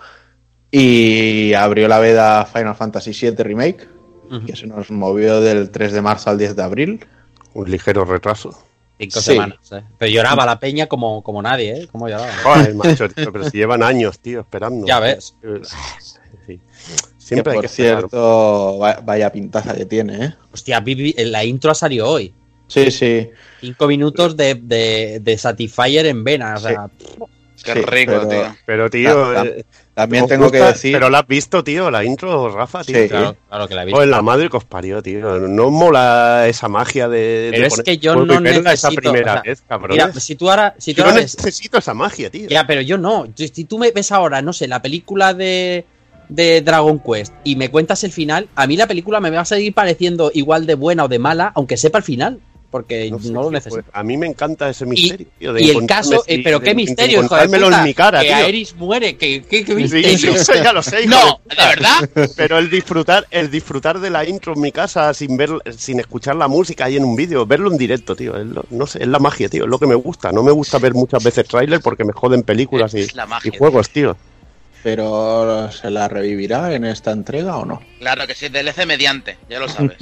Y abrió la veda Final Fantasy VII Remake, que se nos movió del 3 de marzo al 10 de abril. Un ligero retraso. 5 semanas, Pero lloraba la peña como nadie, Como lloraba. Joder, macho, tío, pero si llevan años, tío, esperando. Ya ves. Sí. Siempre que, por cierto, vaya pintaza que tiene, Hostia, la intro ha salido hoy. Sí, sí. 5 minutos de Satisfyer en vena, o sea... Qué rico, tío. Pero, tío... también tengo que decir... Pero la has visto, tío, la intro, Rafa, tío. Sí, claro que la he visto. Pues la madre que os parió, tío. No mola esa magia de... Pero es que yo no necesito... esa primera vez, cabrón. Mira, si tú ahora yo necesito esa magia, tío. Ya, pero yo no. Si tú me ves ahora, no sé, la película de Dragon Quest y me cuentas el final, a mí la película me va a seguir pareciendo igual de buena o de mala, aunque sepa el final. Porque no lo necesito. Pues a mí me encanta ese misterio. Y el caso, pero qué misterio, hijo de puta, en mi cara, que tío. Aerys muere, ¿qué misterio? Sí, eso ya lo sé, hijo no, ¿de verdad? Pero el disfrutar de la intro en mi casa sin escuchar la música ahí en un vídeo, verlo en directo, tío, no sé, es la magia, tío, es lo que me gusta. No me gusta ver muchas veces tráiler porque me joden películas y juegos, tío. ¿Pero se la revivirá en esta entrega o no? Claro que sí, DLC mediante, ya lo sabes.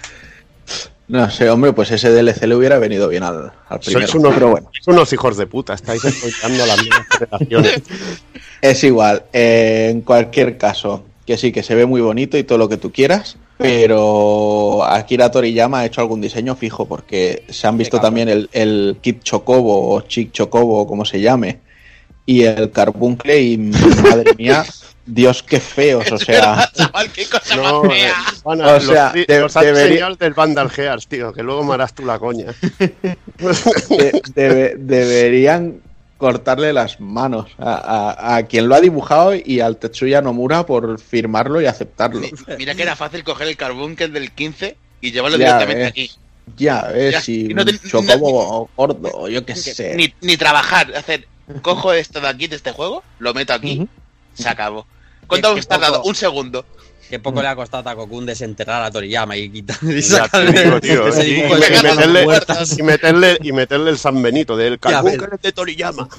No sé, hombre, pues ese DLC le hubiera venido bien al primero. Pero bueno. Son unos hijos de puta, estáis exploitando las mismas generaciones. Es igual, en cualquier caso, que sí, que se ve muy bonito y todo lo que tú quieras, pero Akira Toriyama ha hecho algún diseño fijo, porque se han visto también el Kid Chocobo o Chick Chocobo, como se llame, y el Carbuncle, y madre mía... Dios, qué feos, o sea... Chaval, qué cosa más fea. O sea, los señores del Vandal Hearts, tío, que luego me harás tú la coña. Deberían cortarle las manos a quien lo ha dibujado y al Tetsuya Nomura por firmarlo y aceptarlo. Mira que era fácil coger el Carbuncle del 15 y llevarlo directamente aquí. Ya ves, si no chocobo gordo, yo qué sé. Ni trabajar, cojo esto de aquí, de este juego, lo meto aquí, se acabó. ¿Cuánto hemos tardado? Un segundo. Qué poco le ha costado a Takokun desenterrar a Toriyama y quitar y meterle el San Benito del Carbuncle de Toriyama.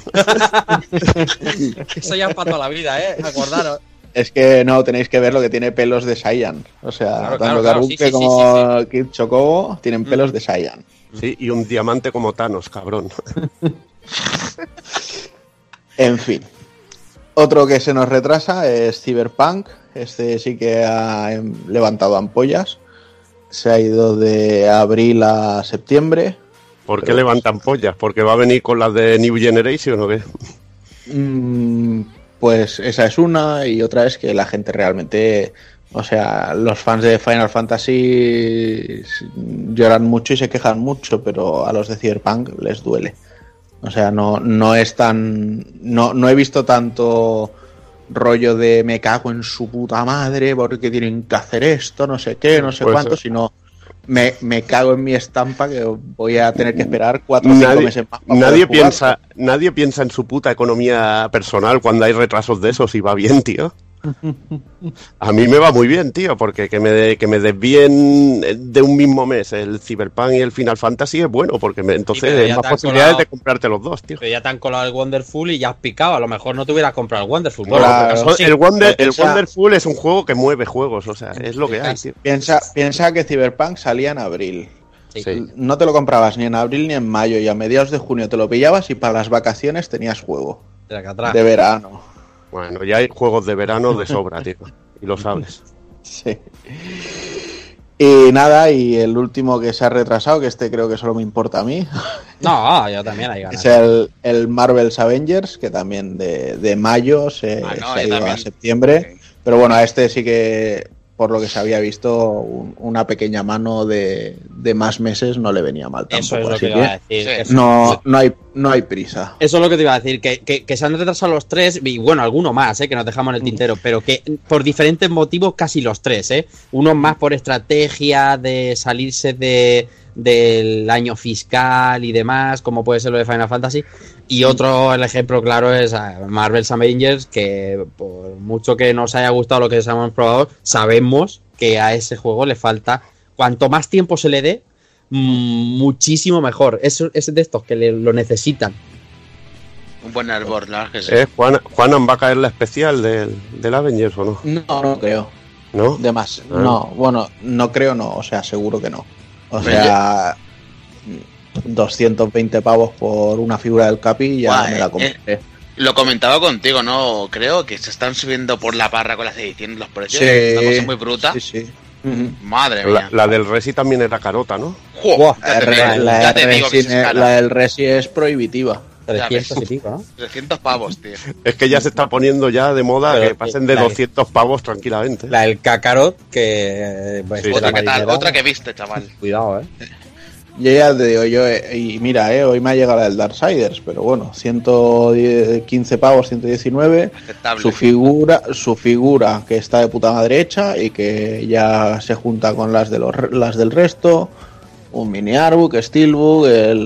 Eso ya es para toda la vida, acordaros. Es que no, tenéis que ver lo que tiene pelos de Saiyan. O sea, tanto Carbuncle como Kid Chocobo tienen pelos de Saiyan. Sí, y un diamante como Thanos, cabrón. En fin. Otro que se nos retrasa es Cyberpunk. Este sí que ha levantado ampollas. Se ha ido de abril a septiembre. ¿Por qué levantan ampollas? ¿Porque va a venir con las de New Generation o qué? Pues esa es una, y otra es que la gente realmente, o sea, los fans de Final Fantasy lloran mucho y se quejan mucho, pero a los de Cyberpunk les duele. O sea, no es tan... No he visto tanto rollo de me cago en su puta madre porque tienen que hacer esto, no sé qué, no sé cuánto, sino me cago en mi estampa que voy a tener que esperar 4 o 5 meses más para nadie piensa en su puta economía personal cuando hay retrasos de esos y va bien, tío. A mí me va muy bien, tío, porque que me desvíen de un mismo mes el Cyberpunk y el Final Fantasy es bueno, porque entonces hay más posibilidades de comprarte los dos, tío. Pero ya te han colado el Wonderful y ya has picado, a lo mejor no te hubieras comprado el Wonderful. Claro, el Wonderful es un juego que mueve juegos, o sea, es lo que hay, tío. Piensa que Cyberpunk salía en abril. Sí. No te lo comprabas ni en abril ni en mayo, y a mediados de junio te lo pillabas y para las vacaciones tenías juego de verano. Bueno, ya hay juegos de verano de sobra, tío. Y lo sabes. Sí. Y nada, y el último que se ha retrasado, que este creo que solo me importa a mí. No, yo también hay ganas. Es el Marvel's Avengers, que también de mayo se ha ido a septiembre. Sí. Pero bueno, a este sí que, por lo que se había visto, una pequeña mano de más meses no le venía mal tampoco. Eso es lo que iba a decir. Sí. No hay prisa. Eso es lo que te iba a decir, que se han retrasado los tres, y bueno, alguno más, que nos dejamos en el tintero, pero que por diferentes motivos casi los tres, uno más por estrategia de salirse del año fiscal y demás, como puede ser lo de Final Fantasy, y otro, el ejemplo claro es Marvel's Avengers, que por mucho que nos haya gustado lo que hemos probado, sabemos que a ese juego le falta, cuanto más tiempo se le dé, muchísimo mejor. Es de estos que lo necesitan. Un buen árbol, la verdad que sí. ¿Juanan va a caer la especial del Avengers o no? No creo. ¿No? De más. No, bueno, no creo, no. O sea, seguro que no. O sea, 220 pavos por una figura del Capi ya me la compré. Lo comentaba contigo, ¿no? Creo que se están subiendo por la parra con las ediciones los precios. Sí, es una cosa muy bruta. Sí. Madre mía. La del Resi también era carota, ¿no? La del Resi es prohibitiva. 300 y pico, ¿no? 300 pavos, tío. Es que ya se está poniendo ya de moda. Pero que pasen de 200 pavos tranquilamente. La del Kakarot, que... Pues, sí, otra que viste, chaval. Cuidado, Yo ya te digo, y mira, hoy me ha llegado la del Darksiders, pero bueno, 115 pavos, 119, su figura que está de puta madre hecha y que ya se junta con las del resto, un mini artbook, steelbook,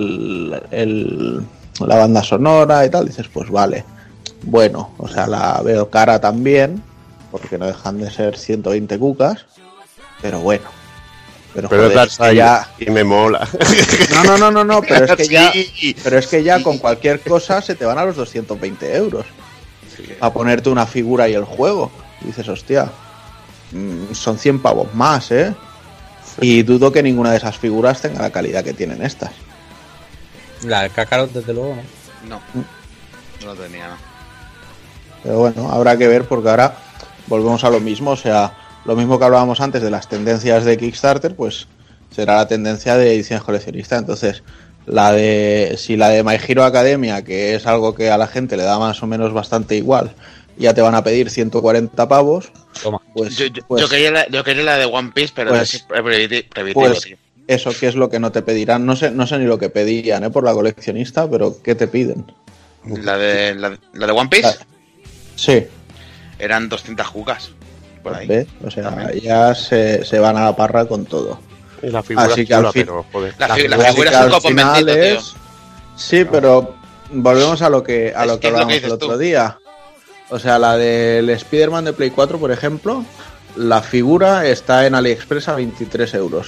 la banda sonora y tal, dices, pues vale, bueno, o sea, la veo cara también, porque no dejan de ser 120 cucas, pero bueno. Pero joder, es ya y me mola. No, pero es que ya con cualquier cosa se te van a los 220 euros a ponerte una figura y el juego. Y dices, hostia, son 100 pavos más, y dudo que ninguna de esas figuras tenga la calidad que tienen estas. La del Kakarot, desde luego, no tenía. Pero bueno, habrá que ver, porque ahora volvemos a lo mismo, o sea, lo mismo que hablábamos antes de las tendencias de Kickstarter, pues será la tendencia de ediciones coleccionistas. Entonces, si la de My Hero Academia, que es algo que a la gente le da más o menos bastante igual, ya te van a pedir 140 pavos. Toma. Pues, yo quería la de One Piece, pero es previsivo. Pues, eso que es lo que no te pedirán. No sé ni lo que pedían por la coleccionista, pero ¿qué te piden? La de One Piece. Sí. Eran 200 jugas. Por ahí. ¿Ves? O sea, ya se van a la parra con todo. Y la figura Así que al fin, pero, joder. La figura es un copo bendito, tío. Sí, pero volvemos a lo que hablábamos el otro día. O sea, la del Spider-Man de Play 4, por ejemplo, la figura está en AliExpress a 23 euros.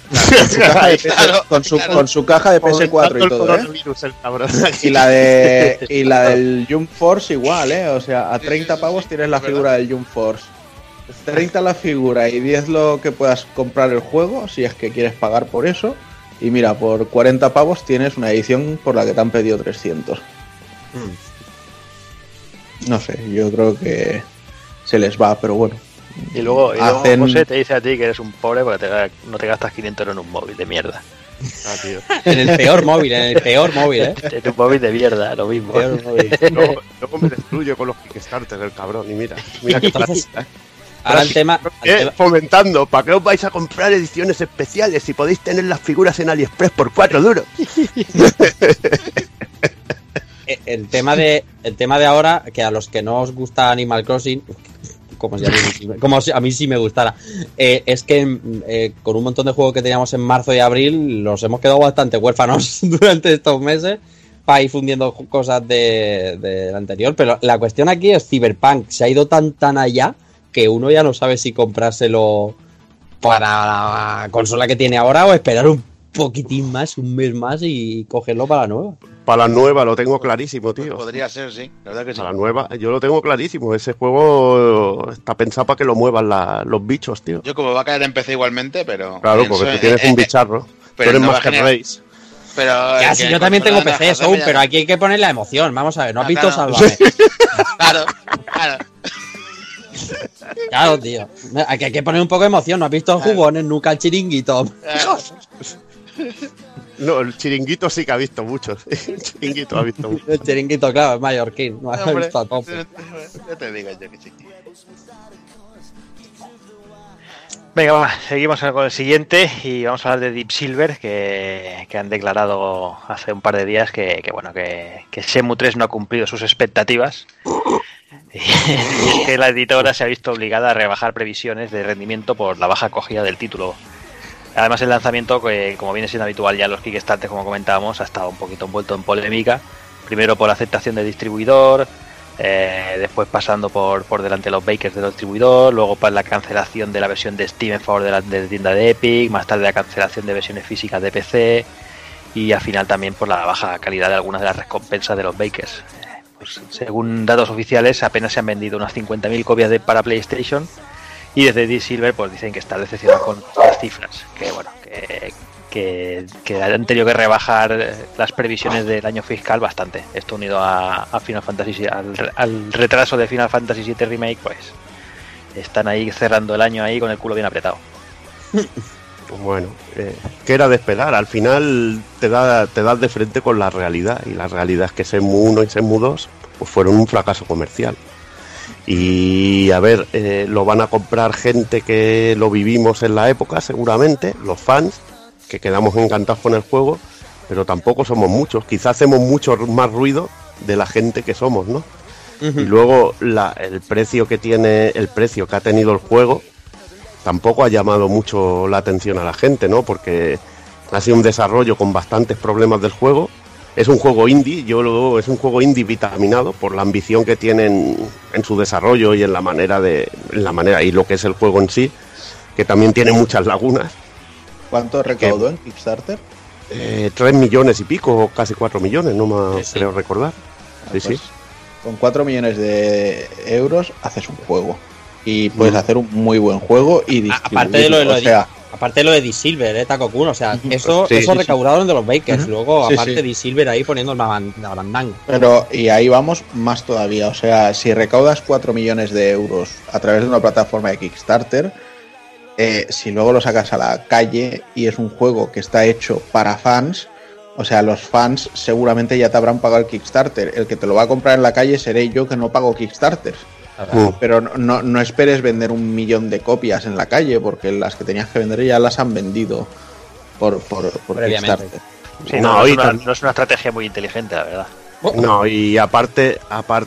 Con su caja de PS4 y todo, y la del Jump Force igual, o sea, a 30 pavos tienes la figura del Jump Force. 30 la figura y 10 lo que puedas comprar el juego, si es que quieres pagar por eso. Y mira, por 40 pavos tienes una edición por la que te han pedido 300. No sé, yo creo que se les va, pero bueno. Y luego José te dice a ti que eres un pobre porque no te gastas 500 euros en un móvil de mierda. Ah, tío. En el peor móvil, En un móvil de mierda, lo mismo. Luego me destruye con los Kickstarter el cabrón. Y mira qué placita. Ahora el tema... Fomentando, ¿para qué os vais a comprar ediciones especiales si podéis tener las figuras en AliExpress por 4 duros? El tema de ahora, que a los que no os gusta Animal Crossing, como si a mí sí me gustara, es que con un montón de juegos que teníamos en marzo y abril, los hemos quedado bastante huérfanos durante estos meses para ir fundiendo cosas del anterior. Pero la cuestión aquí es Cyberpunk. Se ha ido tan allá que uno ya no sabe si comprárselo para la consola que tiene ahora o esperar un poquitín más, un mes más y cogerlo para la nueva. Para la nueva lo tengo clarísimo, tío. Podría ser, sí, la verdad que sí. Para la nueva, yo lo tengo clarísimo. Ese juego está pensado para que lo muevan los bichos, tío. Yo como va a caer en PC igualmente, pero... Claro, porque tú tienes un bicharro. Pero eres más que Race. Pero ya, si yo también tengo PC, pero aquí hay que poner la emoción. Vamos a ver, ¿no has visto Sálvame? Claro. Claro, tío. Hay que poner un poco de emoción. ¿No has visto jugones? Nunca el chiringuito. No, el chiringuito sí que ha visto muchos. El chiringuito ha visto muchos. El chiringuito, claro, es mallorquín. No ha visto a tope. Ya te digo yo que sí. Venga, va, seguimos con el siguiente y vamos a hablar de Deep Silver, que han declarado hace un par de días que Shenmue 3 no ha cumplido sus expectativas. Y es que la editora se ha visto obligada a rebajar previsiones de rendimiento por la baja acogida del título. Además, el lanzamiento, que como viene siendo habitual ya en los Kickstarter, como comentábamos, ha estado un poquito envuelto en polémica. Primero por la aceptación del distribuidor, después pasando por delante de los bakers del distribuidor, luego por la cancelación de la versión de Steam en favor de la tienda de Epic, más tarde la cancelación de versiones físicas de PC y al final también por la baja calidad de algunas de las recompensas de los bakers. Pues, según datos oficiales, apenas se han vendido unas 50.000 copias para PlayStation. Y desde Deep Silver pues dicen que está decepcionado con las cifras, que bueno, que han tenido que rebajar las previsiones del año fiscal bastante. Esto unido a Final Fantasy, al retraso de Final Fantasy VII Remake, pues están ahí cerrando el año ahí con el culo bien apretado. Bueno, ¿qué era de esperar? Al final te das de frente con la realidad, y la realidad es que Shenmue 1 y Shenmue 2 pues fueron un fracaso comercial. Y a ver, lo van a comprar gente que lo vivimos en la época, seguramente, los fans, que quedamos encantados con el juego, pero tampoco somos muchos. Quizás hacemos mucho más ruido de la gente que somos, ¿no? Uh-huh. Y luego el precio que ha tenido el juego tampoco ha llamado mucho la atención a la gente, ¿no? Porque ha sido un desarrollo con bastantes problemas del juego. Es un juego indie, es un juego indie vitaminado por la ambición que tienen en su desarrollo y en la manera y lo que es el juego en sí, que también tiene muchas lagunas. ¿Cuánto recaudó en Kickstarter? 3 millones y pico, casi 4 millones, no me creo recordar. Sí. Con 4 millones de euros haces un juego y puedes hacer un muy buen juego y distribuirlo. Aparte de lo de Deep Silver, Taco-kun, o sea, eso recaudaron de los bakers. Uh-huh. Luego, aparte Deep Silver ahí poniendo la bandanga. Pero, y ahí vamos más todavía. O sea, si recaudas 4 millones de euros a través de una plataforma de Kickstarter, si luego lo sacas a la calle y es un juego que está hecho para fans, o sea, los fans seguramente ya te habrán pagado el Kickstarter. El que te lo va a comprar en la calle seré yo, que no pago Kickstarter. Pero no esperes vender 1 millón de copias en la calle, porque las que tenías que vender ya las han vendido por Kickstarter. Sí, no es una estrategia muy inteligente, la verdad. No, y aparte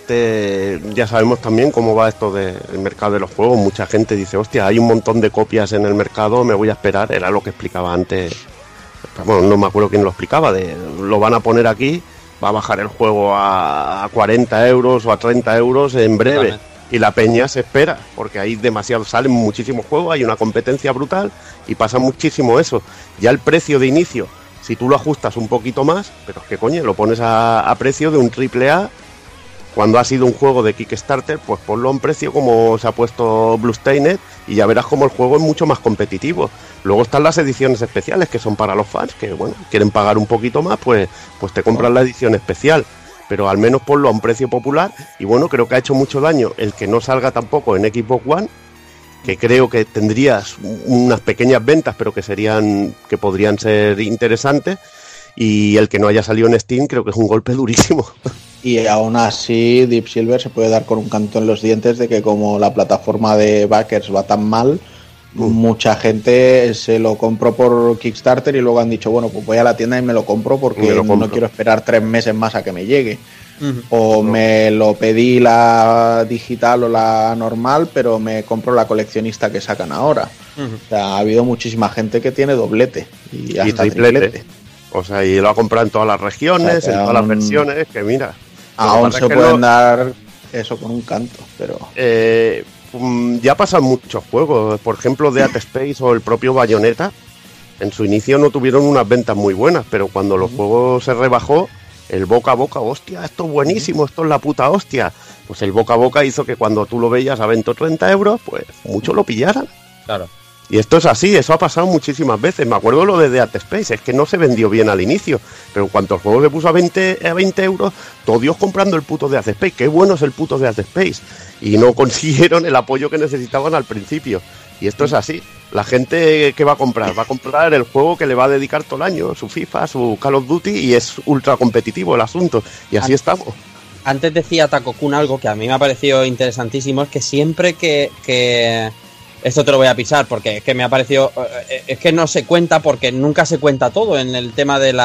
ya sabemos también cómo va esto del mercado de los juegos. Mucha gente dice, hostia, hay un montón de copias en el mercado, me voy a esperar. Era lo que explicaba antes. Bueno, no me acuerdo quién lo explicaba. Lo van a poner aquí, va a bajar el juego a 40 euros o a 30 euros en breve. Vale. Y la peña se espera, porque hay salen muchísimos juegos, hay una competencia brutal y pasa muchísimo eso. Ya el precio de inicio, si tú lo ajustas un poquito más, pero es que coño, lo pones a precio de un AAA, cuando ha sido un juego de Kickstarter, pues ponlo a un precio como se ha puesto Bloodstained y ya verás como el juego es mucho más competitivo. Luego están las ediciones especiales, que son para los fans, que bueno, quieren pagar un poquito más, pues te compran la edición especial. Pero al menos ponlo a un precio popular. Y bueno, creo que ha hecho mucho daño el que no salga tampoco en Xbox One, que creo que tendrías unas pequeñas ventas, pero que podrían ser interesantes. Y el que no haya salido en Steam creo que es un golpe durísimo. Y aún así Deep Silver se puede dar con un canto en los dientes de que como la plataforma de backers va tan mal, mucha gente se lo compró por Kickstarter y luego han dicho, bueno, pues voy a la tienda y me lo compro porque no quiero esperar 3 meses más a que me llegue. Me lo pedí la digital o la normal, pero me compro la coleccionista que sacan ahora. O sea, ha habido muchísima gente que tiene doblete y hasta triplete. O sea, y lo ha comprado en todas las regiones, en todas las versiones, que mira. Aún se pueden dar eso con un canto, pero... ya pasan muchos juegos, por ejemplo Dead Space o el propio Bayonetta, en su inicio no tuvieron unas ventas muy buenas, pero cuando los juegos se rebajó, el boca a boca, hostia, esto es buenísimo, esto es la puta hostia, pues el boca a boca hizo que cuando tú lo veías a 20 o 30 euros, pues muchos lo pillaran. Claro. Y esto es así, eso ha pasado muchísimas veces. Me acuerdo lo de Dead Space, es que no se vendió bien al inicio, pero cuando el juego se puso a 20 euros, todo Dios comprando el puto Dead Space. Qué bueno es el puto Dead Space. Y no consiguieron el apoyo que necesitaban al principio. Y esto es así. La gente que va a comprar el juego que le va a dedicar todo el año, su FIFA, su Call of Duty, y es ultra competitivo el asunto. Y así estamos. Antes decía Takokun algo que a mí me ha parecido interesantísimo, es que siempre que esto te lo voy a pisar porque es que me ha parecido, es que no se cuenta porque nunca se cuenta todo en el tema de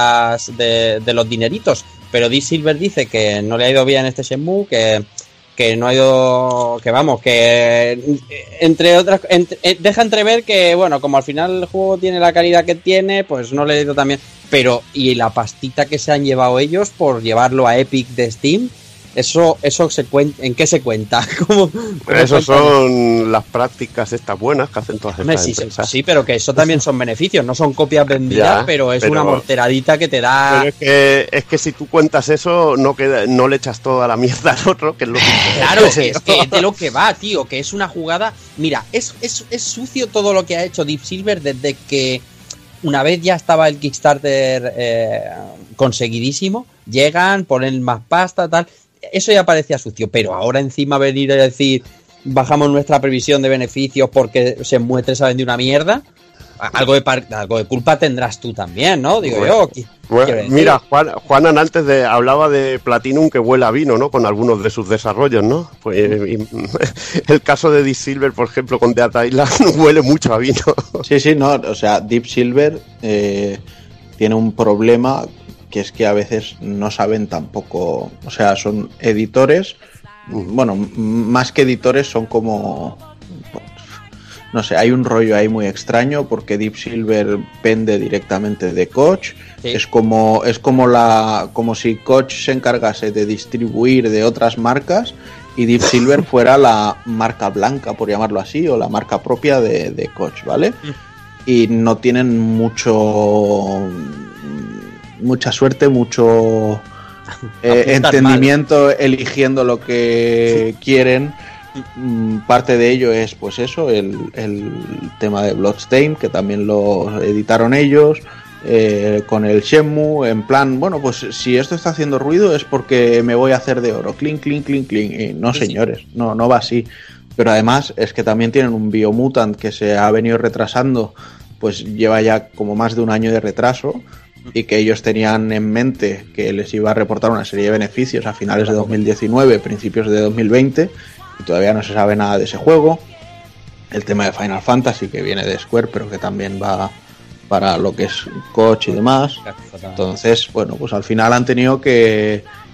los dineritos, pero Deep Silver dice que no le ha ido bien este Shenmue, que no ha ido, que vamos, que entre otras, deja entrever que bueno, como al final el juego tiene la calidad que tiene, pues no le ha ido tan bien, pero y la pastita que se han llevado ellos por llevarlo a Epic de Steam, Eso se cuenta, ¿en qué se cuenta? ¿Cómo eso son las prácticas estas buenas que hacen todas estas empresas. Sí, pero que eso también son beneficios, no son copias vendidas, pero una morteradita que te da. Pero es que si tú cuentas eso, no le echas toda la mierda al otro, que es lo que claro, es que de lo que va, tío, que es una jugada. Mira, es sucio todo lo que ha hecho Deep Silver desde que una vez ya estaba el Kickstarter conseguidísimo, llegan, ponen más pasta, tal. Eso ya parecía sucio, pero ahora encima venir a decir bajamos nuestra previsión de beneficios porque Shenmue 3 ha vendido una mierda, algo de culpa tendrás tú también, ¿no? Digo bueno, yo. Bueno, mira, Juanan antes hablaba de Platinum que huele a vino, ¿no? Con algunos de sus desarrollos, ¿no? Pues el caso de Deep Silver, por ejemplo, con Dead Island huele mucho a vino. Sí, no, o sea, Deep Silver tiene un problema que es que a veces no saben tampoco, o sea, son editores, bueno, más que editores son como, no sé, hay un rollo ahí muy extraño porque Deep Silver vende directamente de Koch, sí. es como si Koch se encargase de distribuir de otras marcas y Deep Silver fuera la marca blanca, por llamarlo así, o la marca propia de Koch, ¿vale? Y no tienen mucha suerte, mucho entendimiento mal. Eligiendo lo que quieren. Parte de ello es pues eso, el tema de Bloodstained, que también lo editaron ellos, con el Shenmue, en plan, bueno, pues si esto está haciendo ruido es porque me voy a hacer de oro, clink, clink, clink, clink, y no, señores, no va así. Pero además es que también tienen un Biomutant que se ha venido retrasando, pues lleva ya como más de un año de retraso, y que ellos tenían en mente que les iba a reportar una serie de beneficios a finales de 2019, principios de 2020, y todavía no se sabe nada de ese juego. El tema de Final Fantasy, que viene de Square, pero que también va para lo que es Koch y demás. Entonces, bueno, pues al final han tenido que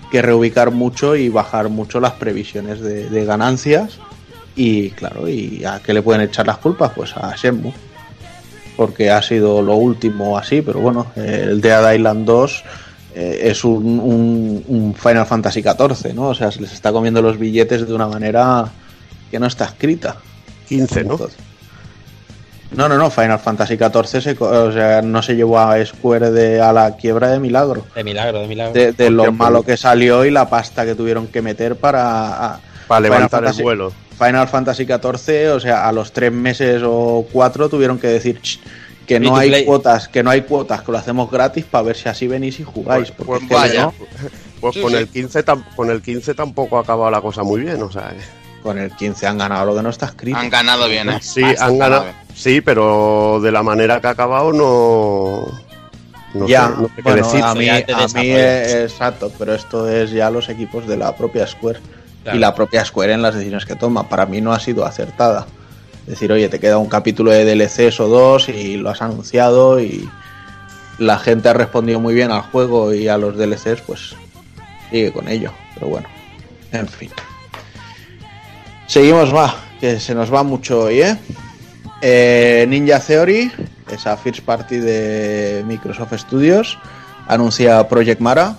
que reubicar mucho y bajar mucho las previsiones de ganancias. Y claro, ¿y a qué le pueden echar las culpas? Pues a Shenmue, porque ha sido lo último así, pero bueno, el Dead Island 2 es un Final Fantasy XIV, ¿no? O sea, se les está comiendo los billetes de una manera que no está escrita. 15, ¿no? No, Final Fantasy XIV o sea, no se llevó a Square a la quiebra de milagro. De milagro. De lo malo que salió y la pasta que tuvieron que meter para levantar el vuelo. Final Fantasy XIV, o sea, a los 3 meses o 4 tuvieron que decir que no hay cuotas, que lo hacemos gratis para ver si así venís y jugáis. Pues vaya. ¿No? Pues sí, con el 15 tampoco ha acabado la cosa muy bien, o sea. Con el 15 han ganado lo que no está escrito. Han ganado bien, ¿eh? Sí, han ganado. Sí, pero de la manera que ha acabado no sé qué decir. A mí exacto, pero esto es ya los equipos de la propia Square. Claro. Y la propia Square en las decisiones que toma. Para mí no ha sido acertada. Decir, oye, te queda un capítulo de DLCs o 2 y lo has anunciado y la gente ha respondido muy bien al juego y a los DLCs, pues sigue con ello. Pero bueno, en fin. Seguimos, que se nos va mucho hoy, Ninja Theory, esa first party de Microsoft Studios, anuncia Project Mara.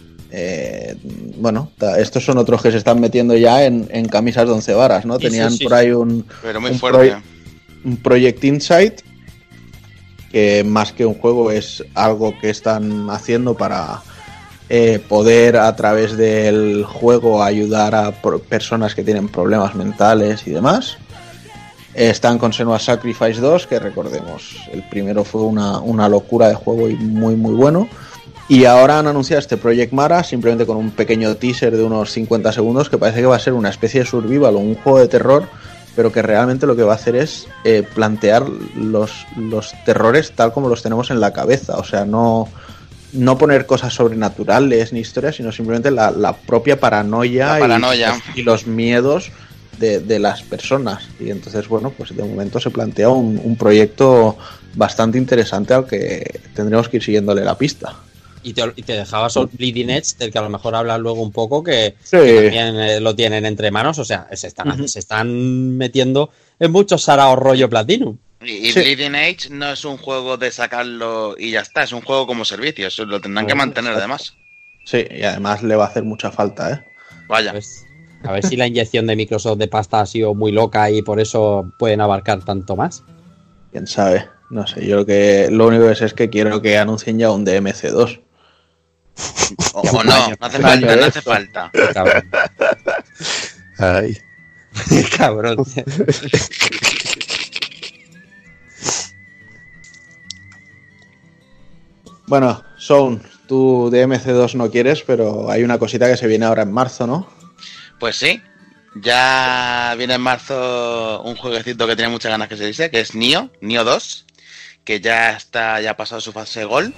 Estos son otros que se están metiendo ya en camisas de 11 varas, ¿no? Tenían por ahí un Project Insight, que más que un juego es algo que están haciendo para poder a través del juego ayudar a personas que tienen problemas mentales y demás. Están con Senua's Sacrifice 2, que recordemos, el primero fue una locura de juego y muy muy bueno. Y ahora han anunciado este Project Mara simplemente con un pequeño teaser de unos 50 segundos que parece que va a ser una especie de survival o un juego de terror, pero que realmente lo que va a hacer es plantear los terrores tal como los tenemos en la cabeza. O sea, no poner cosas sobrenaturales ni historias, sino simplemente la propia paranoia. Y los miedos de las personas. Y entonces, bueno, pues de momento se plantea un proyecto bastante interesante al que tendremos que ir siguiéndole la pista. Y te dejaba solo Bleeding Edge, del que a lo mejor hablas luego un poco, que también lo tienen entre manos. O sea, se están metiendo en muchos saraos rollo Platinum. Y Bleeding Edge no es un juego de sacarlo y ya está, es un juego como servicio, eso lo tendrán que mantener además. Sí, y además le va a hacer mucha falta, Vaya. A ver si la inyección de Microsoft de pasta ha sido muy loca y por eso pueden abarcar tanto más. Quién sabe, no sé, yo lo único que sé es que quiero que anuncien ya un DMC2. O no hace falta. Cabrón. Ay. Cabrón. Bueno, Sound, tú de MC2 no quieres, pero hay una cosita que se viene ahora en marzo, ¿no? Pues sí, ya viene en marzo un jueguecito que tiene muchas ganas que se dice, que es Nioh 2, que ya ha pasado su fase Gold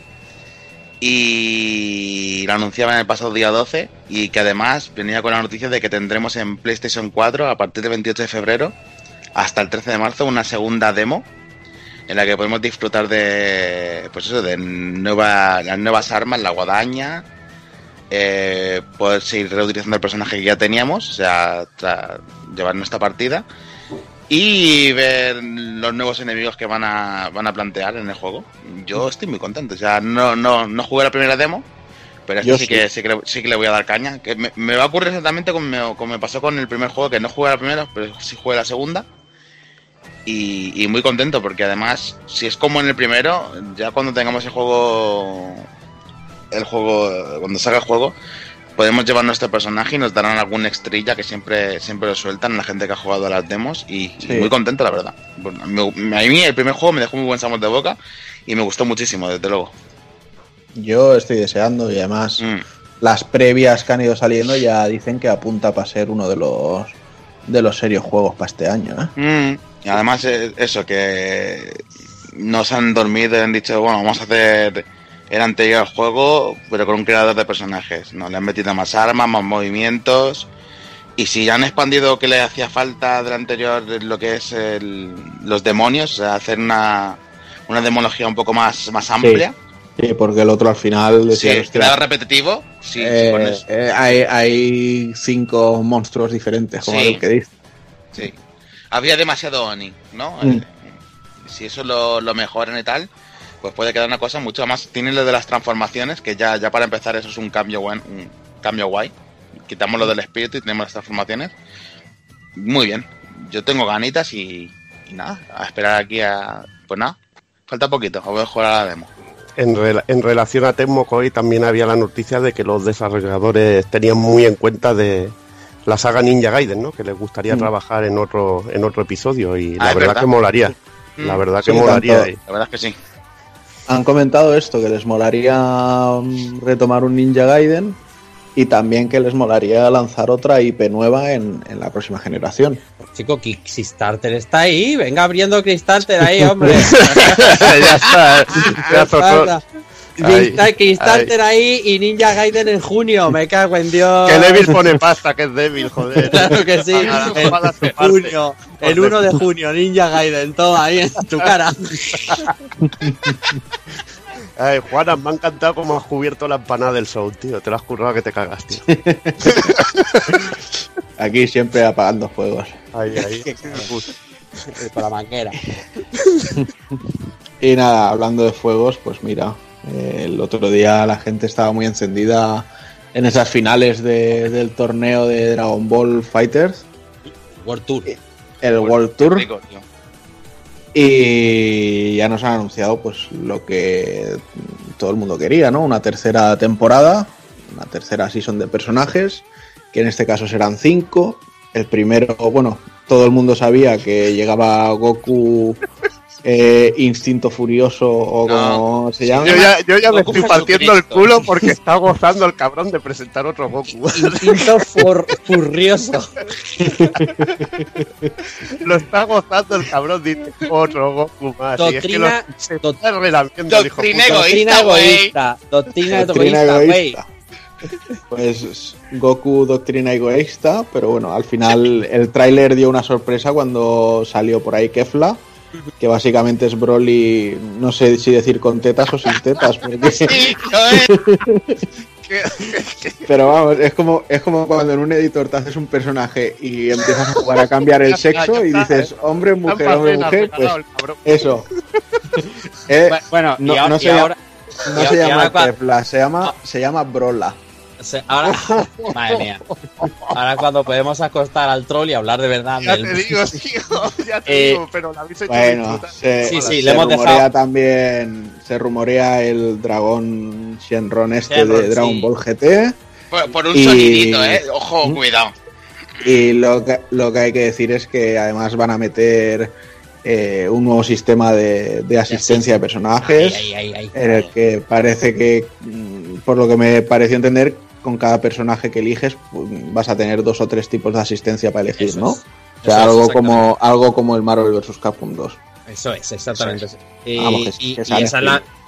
y lo anunciaban el pasado día 12 y que además venía con la noticia de que tendremos en PlayStation 4 a partir del 28 de febrero hasta el 13 de marzo una segunda demo en la que podemos disfrutar de las nuevas armas, la guadaña, poder seguir reutilizando el personaje que ya teníamos, o sea, llevar nuestra partida y ver los nuevos enemigos que van a plantear en el juego. Yo estoy muy contento, o sea, no jugué la primera demo, pero sí que le voy a dar caña, que me va a ocurrir exactamente como me pasó con el primer juego, que no jugué la primera, pero sí jugué la segunda. Y muy contento porque además, si es como en el primero, ya cuando tengamos el juego, cuando salga el juego, podemos llevar nuestro personaje y nos darán alguna estrella que siempre lo sueltan la gente que ha jugado a las demos y muy contento, la verdad. Bueno, a mí el primer juego me dejó muy buen sabor de boca y me gustó muchísimo, desde luego. Yo estoy deseando y además las previas que han ido saliendo ya dicen que apunta para ser uno de los serios juegos para este año, Y además eso, que no se han dormido y han dicho, bueno, vamos a hacer el anterior juego, pero con un creador de personajes, ¿no? Le han metido más armas, más movimientos, y si ya han expandido que le hacía falta del anterior lo que es los demonios, o sea, hacer una demología un poco más amplia, Sí, porque el otro al final... Sí, quedaba repetitivo. Sí, si pones... hay 5 monstruos diferentes, como el que dice. Sí. Había demasiado Oni, ¿no? Si eso lo mejoran y tal, pues puede quedar una cosa mucho más. Tienen lo de las transformaciones, que ya para empezar eso es un cambio guay. Quitamos lo del espíritu y tenemos las transformaciones. Muy bien. Yo tengo ganitas y nada, a esperar aquí a... Pues nada, falta poquito, os voy a jugar a la demo. En relación a Tecmo Koei también había la noticia de que los desarrolladores tenían muy en cuenta de la saga Ninja Gaiden, ¿no? Que les gustaría trabajar en otro episodio y la verdad que molaría. La verdad que molaría. La verdad es que sí. Han comentado esto, que les molaría retomar un Ninja Gaiden y también que les molaría lanzar otra IP nueva en la próxima generación. Chico, Kickstarter está ahí, venga abriendo Kickstarter ahí, hombre. Ya está. Kickstarter ahí y Ninja Gaiden en junio, me cago en Dios. Que débil pone pasta, que es débil, joder. Claro que sí, el 1 de junio, Ninja Gaiden, todo ahí en tu cara. Ay, Juana, me ha encantado cómo has cubierto la empanada del show, tío. Te lo has currado que te cagas, tío. Aquí siempre apagando fuegos. Ahí. Con la manguera. Y nada, hablando de fuegos, pues mira, el otro día la gente estaba muy encendida en esas finales del torneo de Dragon Ball Fighters. World Tour. El World Tour. Rico, tío. Y ya nos han anunciado pues lo que todo el mundo quería, ¿no? Una tercera temporada, una tercera season de personajes, que en este caso serán 5. El primero, bueno, todo el mundo sabía que llegaba Goku Instinto Furioso o como se llama. Yo ya me estoy partiendo el culo porque está gozando el cabrón de presentar otro Goku. Instinto furioso. Lo está gozando el cabrón, dice otro Goku más. Doctrina egoísta, güey. Pues Goku doctrina egoísta, pero bueno, al final el tráiler dio una sorpresa cuando salió por ahí Kefla, que básicamente es Broly, no sé si decir con tetas o sin tetas, porque... Sí, pero vamos, es como cuando en un editor te haces un personaje y empiezas a jugar a cambiar el sexo y dices hombre, mujer, pues eso. Bueno, no se llama Kefla, se llama Brola. Ahora, madre mía. Ahora cuando podemos acostar al troll y hablar de verdad. Ya te digo, tío, pero la habéis hecho. Bueno, le hemos dejado también. Se rumorea el dragón Shenron de Dragon Ball GT. Por un sonidito, ojo, cuidado. Y lo que hay que decir es que además van a meter un nuevo sistema de asistencia de personajes, en el que parece que, por lo que me pareció entender, con cada personaje que eliges vas a tener 2 o 3 tipos de asistencia para elegir, ¿no? O sea, algo como el Marvel vs. Capcom 2. Eso es, exactamente. Y esa es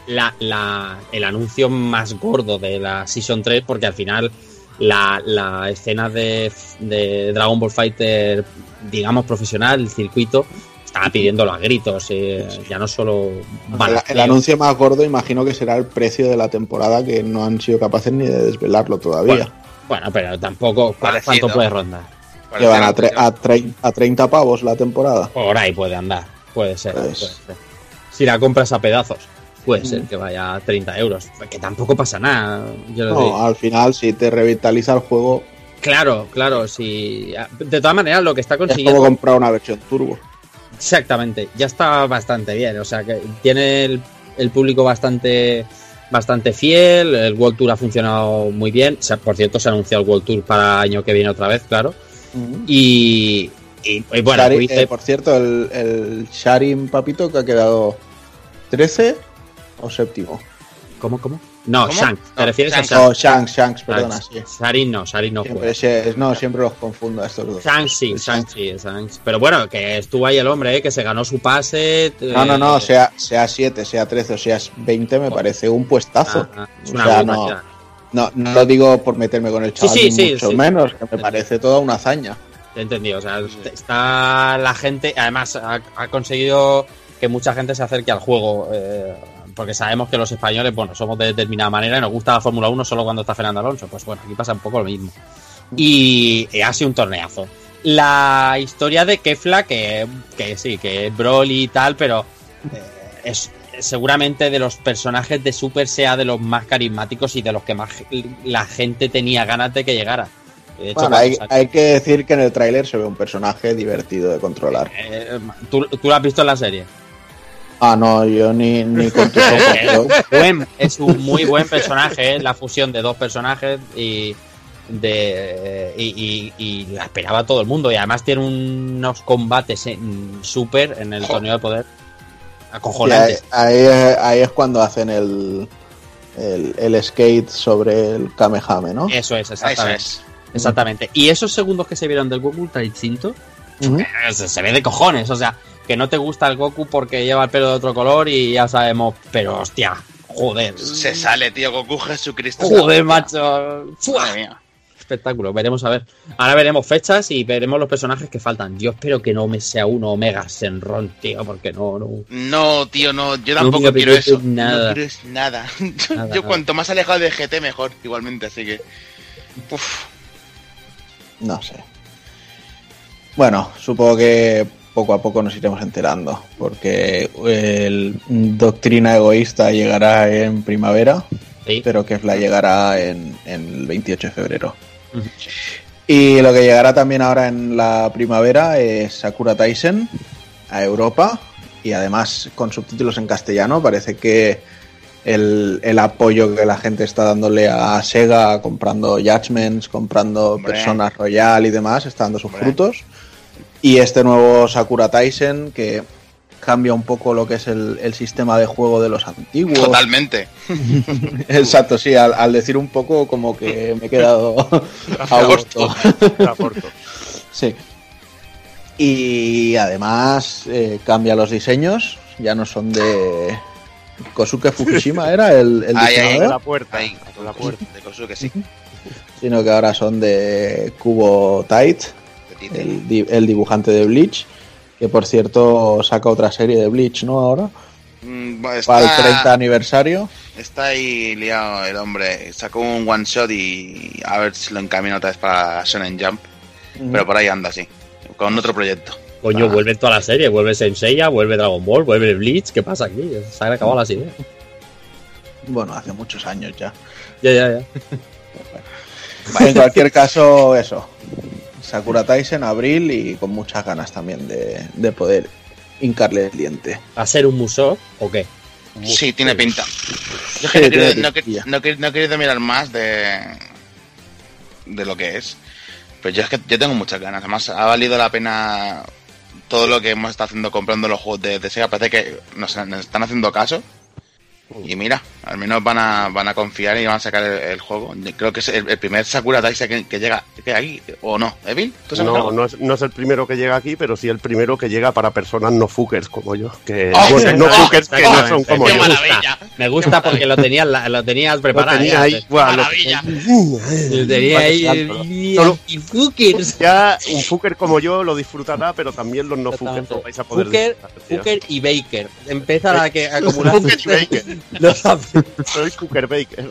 el anuncio más gordo de la Season 3, porque al final la escena de Dragon Ball Fighter, digamos profesional, el circuito, estaba pidiéndolo a gritos, ya no solo... El anuncio más gordo imagino que será el precio de la temporada, que no han sido capaces ni de desvelarlo todavía. Bueno, pero tampoco... ¿Cuánto puede rondar? Que van a 30 pavos la temporada. Por ahí puede andar, puede ser. Si la compras a pedazos, puede ser que vaya a 30 euros, que tampoco pasa nada. Al final, si te revitaliza el juego... Claro, sí. De todas maneras, lo que está consiguiendo... Es como comprar una versión turbo. Exactamente, ya está bastante bien, o sea que tiene el público bastante fiel, el World Tour ha funcionado muy bien, o sea, por cierto se ha anunciado el World Tour para el año que viene otra vez, claro, y bueno, por cierto, el Sharin Papito, que ha quedado 13 o 7º. ¿Cómo? No, Shanks, ¿te refieres a Shanks? Shanks, perdona, sí. Sharin no juega. Siempre los confundo a estos dos. Shanks sí. Pero bueno, que estuvo ahí el hombre, que se ganó su pase. No, sea 7, sea 13 o sea 20, me parece un puestazo. Es una no lo digo por meterme con el chaval, mucho menos, que me parece toda una hazaña. Te he entendido, o sea, está la gente, además ha conseguido que mucha gente se acerque al juego porque sabemos que los españoles, bueno, somos de determinada manera y nos gusta la Fórmula 1 solo cuando está Fernando Alonso. Pues bueno, aquí pasa un poco lo mismo. Y ha sido un torneazo. La historia de Kefla, que sí, que es Broly y tal, pero es seguramente de los personajes de Super sea de los más carismáticos y de los que más la gente tenía ganas de que llegara. De hecho, bueno, hay que decir que en el tráiler se ve un personaje divertido de controlar. ¿Tú lo has visto en la serie? Ah, no, yo ni con tus ojos. Es un muy buen personaje, la fusión de dos personajes y la esperaba todo el mundo. Y además tiene unos combates súper en el torneo de poder acojonantes. Ahí es cuando hacen el skate sobre el Kamehame, ¿no? Eso es, exactamente. Exactamente. Y esos segundos que se vieron del Goku Ultra Instinto, se ve de cojones. O sea, que no te gusta el Goku porque lleva el pelo de otro color y ya sabemos, pero hostia, joder. Se sale, tío, Goku Jesucristo. Joder, macho. Madre mía. Espectáculo, veremos a ver. Ahora veremos fechas y veremos los personajes que faltan. Yo espero que no me sea uno Omega Shenron, tío, porque no. No, tío, no. Yo tampoco quiero eso. Nada. No quiero nada. Yo cuanto más alejado de GT mejor, igualmente, así que. Uf. No sé. Bueno, supongo que poco a poco nos iremos enterando, porque el Doctrina Egoísta llegará en primavera, sí, pero Kefla llegará en el 28 de febrero. Y lo que llegará también ahora en la primavera es Sakura Taisen a Europa, y además con subtítulos en castellano. Parece que el apoyo que la gente está dándole a Sega, comprando Judgments, comprando Persona Royal y demás, está dando sus frutos. Y este nuevo Sakura Taisen, que cambia un poco lo que es el sistema de juego de los antiguos. Totalmente. Exacto, sí, al decir un poco como que me he quedado a gusto. Sí. Y además cambia los diseños, ya no son de Kosuke Fukushima, era el diseñador. De la puerta. De Kosuke, sí. Sino que ahora son de Kubo Tite, el dibujante de Bleach, que por cierto saca otra serie de Bleach, ¿no? Ahora para el 30 aniversario. Está ahí liado el hombre. Sacó un one shot y a ver si lo encamina otra vez para Shonen Jump. Pero por ahí anda, sí, con otro proyecto. Coño, vuelve toda la serie, vuelve Senseiya, vuelve Dragon Ball, vuelve Bleach. ¿Qué pasa aquí? Se han acabado las ideas. Bueno, hace muchos años ya. Ya. En cualquier caso, eso. Sakura Taisen, abril, y con muchas ganas también de poder hincarle el diente. ¿Va a ser un Musou o qué? Sí, tiene pinta. Yo es que no he querido mirar más de lo que es. Pero yo es que yo tengo muchas ganas. Además, ha valido la pena todo lo que hemos estado haciendo comprando los juegos de Sega. Parece que nos están haciendo caso. Y mira, al menos van a confiar y van a sacar el juego. Creo que es el primer Sakura Taisen que llega aquí, ¿o no? ¿Evil? No es el primero que llega aquí, pero sí el primero que llega para personas no fuckers como yo. Que no fuckers que no son como yo. Me gusta porque lo tenías preparado. Lo tenía ahí. Maravilla. Lo tenía ahí. Y fuckers. Ya un fucker como yo lo disfrutará, pero también los no fuckers lo vais a poder Fucker y Baker. Empiezan a acumular. Fucker y Baker. Soy Cooker Baker.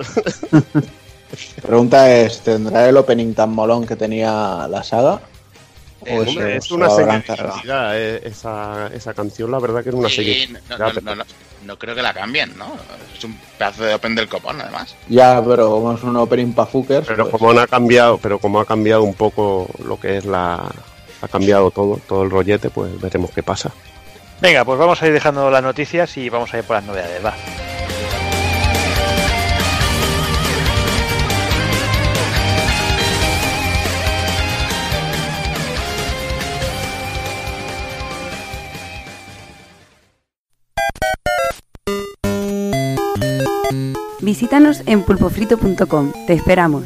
Pregunta es, ¿tendrá el opening tan molón que tenía la saga? Es una señalidad esa canción, la verdad que era una serie. No creo que la cambien, ¿no? Es un pedazo de open del copón, además. Ya, pero como es un opening pa' fuckers. Pero pues, como ha cambiado un poco lo que es ha cambiado todo el rollete, pues veremos qué pasa. Venga, pues vamos a ir dejando las noticias y vamos a ir por las novedades, va. Visítanos en pulpofrito.com. Te esperamos.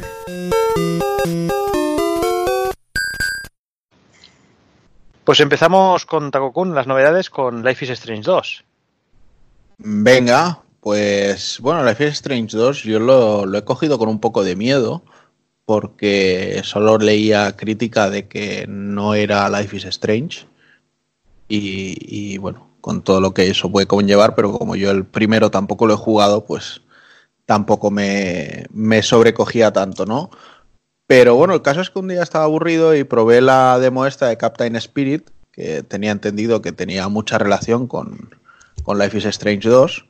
Pues empezamos con Takokun, las novedades con Life is Strange 2. Venga, pues bueno, Life is Strange 2 yo lo he cogido con un poco de miedo, porque solo leía crítica de que no era Life is Strange y bueno, todo lo que eso puede conllevar, pero como yo el primero tampoco lo he jugado, pues tampoco me sobrecogía tanto, ¿no? Pero bueno, el caso es que un día estaba aburrido y probé la demo esta de Captain Spirit, que tenía entendido que tenía mucha relación con Life is Strange 2.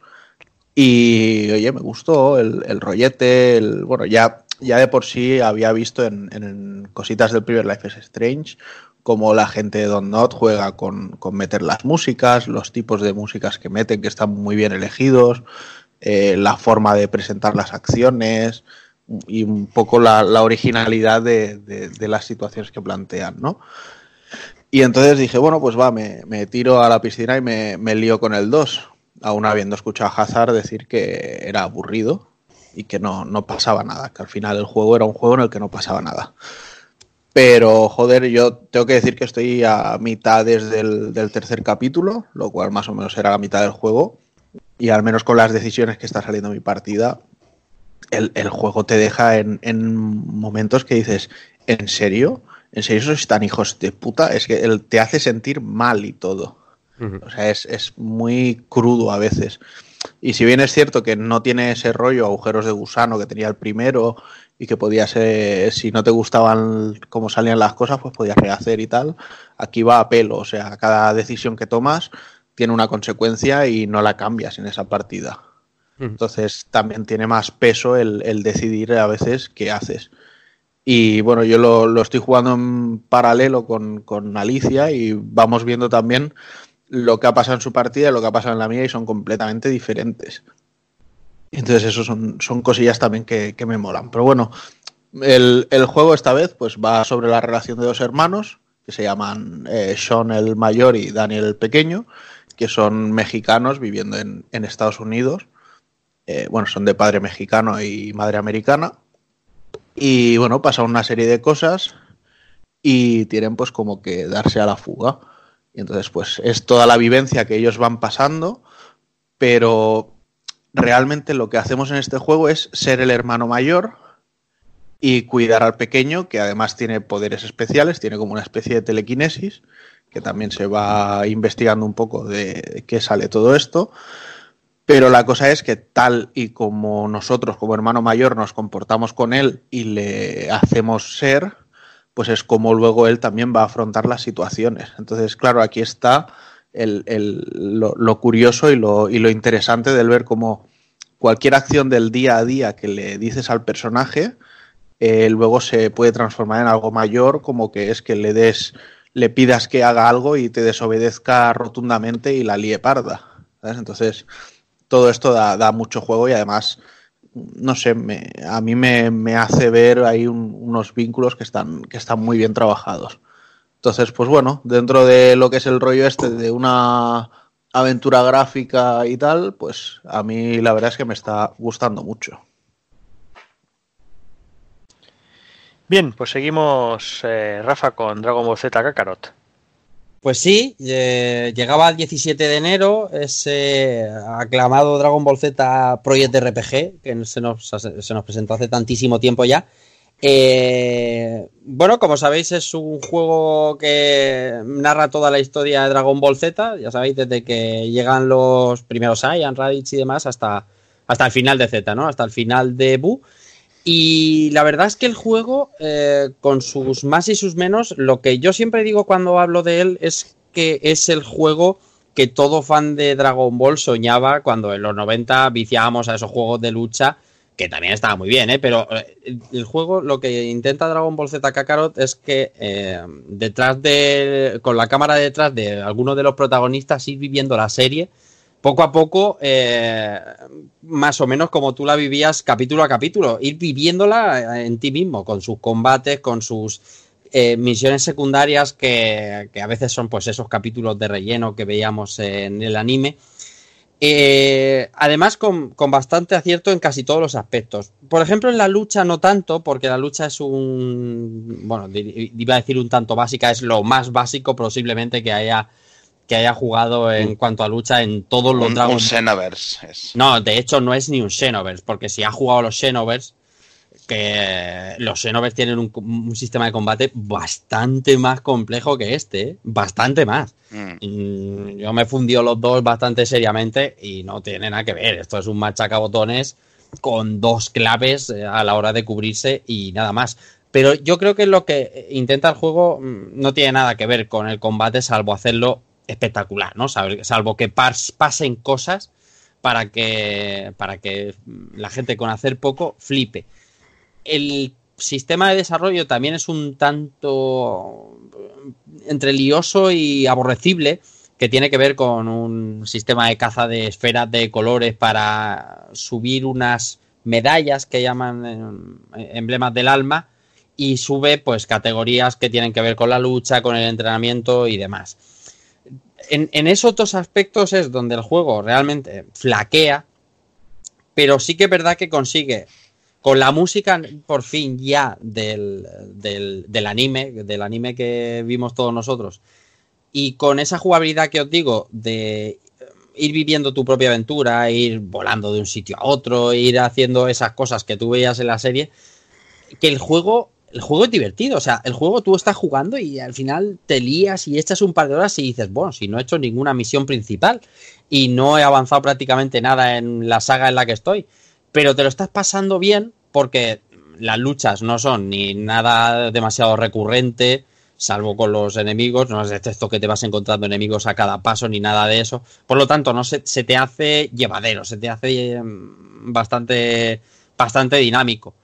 Y oye, me gustó el rollete, bueno, ya de por sí había visto en cositas del primer Life is Strange como la gente de Don't Nod juega con meter las músicas, los tipos de músicas que meten, que están muy bien elegidos, la forma de presentar las acciones y un poco la originalidad de las situaciones que plantean, ¿no? Y entonces dije, bueno, pues va, me tiro a la piscina y me lío con el 2, aún habiendo escuchado a Hazard decir que era aburrido y que no pasaba nada, que al final el juego era un juego en el que no pasaba nada. Pero, joder, yo tengo que decir que estoy a mitad desde el tercer capítulo, lo cual más o menos era la mitad del juego, y al menos con las decisiones que está saliendo mi partida, el juego te deja en momentos que dices, ¿en serio? ¿En serio sois tan hijos de puta? Es que él te hace sentir mal y todo. O sea, es muy crudo a veces. Y si bien es cierto que no tiene ese rollo agujeros de gusano que tenía el primero y que podía ser, si no te gustaban cómo salían las cosas, pues podías rehacer y tal, aquí va a pelo. O sea, cada decisión que tomas tiene una consecuencia y no la cambias en esa partida. Entonces también tiene más peso el decidir a veces qué haces. Y bueno, yo lo estoy jugando en paralelo con Alicia y vamos viendo también lo que ha pasado en su partida y lo que ha pasado en la mía y son completamente diferentes. Entonces eso son cosillas también que me molan. Pero bueno, el juego esta vez pues va sobre la relación de dos hermanos que se llaman Sean el mayor y Daniel el pequeño, que son mexicanos viviendo en Estados Unidos. Bueno, son de padre mexicano y madre americana. Y bueno, pasa una serie de cosas y tienen pues como que darse a la fuga. Y entonces pues es toda la vivencia que ellos van pasando, pero realmente lo que hacemos en este juego es ser el hermano mayor y cuidar al pequeño, que además tiene poderes especiales, tiene como una especie de telequinesis, que también se va investigando un poco de qué sale todo esto. Pero la cosa es que tal y como nosotros como hermano mayor nos comportamos con él y le hacemos ser, pues es como luego él también va a afrontar las situaciones. Entonces, claro, aquí está lo curioso y lo interesante del ver cómo cualquier acción del día a día que le dices al personaje luego se puede transformar en algo mayor, como que es que le pidas que haga algo y te desobedezca rotundamente y la líe parda, ¿sabes? Entonces todo esto da mucho juego y además, no sé, a mí me hace ver ahí unos vínculos que están muy bien trabajados. Entonces, pues bueno, dentro de lo que es el rollo este de una aventura gráfica y tal, pues a mí la verdad es que me está gustando mucho. Bien, pues seguimos, Rafa, con Dragon Ball Z Kakarot. Pues sí, llegaba el 17 de enero ese aclamado Dragon Ball Z Project RPG, que se nos presentó hace tantísimo tiempo ya. Bueno, como sabéis, es un juego que narra toda la historia de Dragon Ball Z, ya sabéis, desde que llegan los primeros Saiyan, Raditz y demás hasta el final de Z, ¿no? Hasta el final de Buu. Y la verdad es que el juego, con sus más y sus menos, lo que yo siempre digo cuando hablo de él es que es el juego que todo fan de Dragon Ball soñaba cuando en los 90 viciábamos a esos juegos de lucha, que también estaba muy bien, pero el juego, lo que intenta Dragon Ball Z Kakarot es que con la cámara detrás de algunos de los protagonistas ir viviendo la serie poco a poco, más o menos como tú la vivías capítulo a capítulo, ir viviéndola en ti mismo, con sus combates, con sus misiones secundarias que a veces son pues esos capítulos de relleno que veíamos en el anime. Además con bastante acierto en casi todos los aspectos. Por ejemplo, en la lucha no tanto, porque la lucha es bueno, iba a decir un tanto básica, es lo más básico posiblemente que haya jugado en cuanto a lucha en todos los Dragon Ball. Un Xenoverse es. No, de hecho no es ni un Xenoverse, porque si ha jugado los Xenoverse, que los Xenoverse tienen un sistema de combate bastante más complejo que este, bastante más. Yo me fundió los dos bastante seriamente y no tiene nada que ver. Esto es un machacabotones con 2 claves a la hora de cubrirse y nada más. Pero yo creo que lo que intenta el juego no tiene nada que ver con el combate, salvo hacerlo espectacular, ¿no? Salvo que pasen cosas para que la gente con hacer poco flipe. El sistema de desarrollo también es un tanto entre lioso y aborrecible, que tiene que ver con un sistema de caza de esferas de colores para subir unas medallas que llaman emblemas del alma, y sube pues categorías que tienen que ver con la lucha, con el entrenamiento y demás. En esos 2 aspectos es donde el juego realmente flaquea, pero sí que es verdad que consigue, con la música por fin ya del anime que vimos todos nosotros, y con esa jugabilidad que os digo de ir viviendo tu propia aventura, ir volando de un sitio a otro, ir haciendo esas cosas que tú veías en la serie, que el juego es divertido. O sea, el juego tú estás jugando y al final te lías y echas un par de horas y dices, bueno, si no he hecho ninguna misión principal y no he avanzado prácticamente nada en la saga en la que estoy, pero te lo estás pasando bien porque las luchas no son ni nada demasiado recurrente, salvo con los enemigos, no es esto que te vas encontrando enemigos a cada paso ni nada de eso. Por lo tanto, no se te hace llevadero, se te hace bastante dinámico.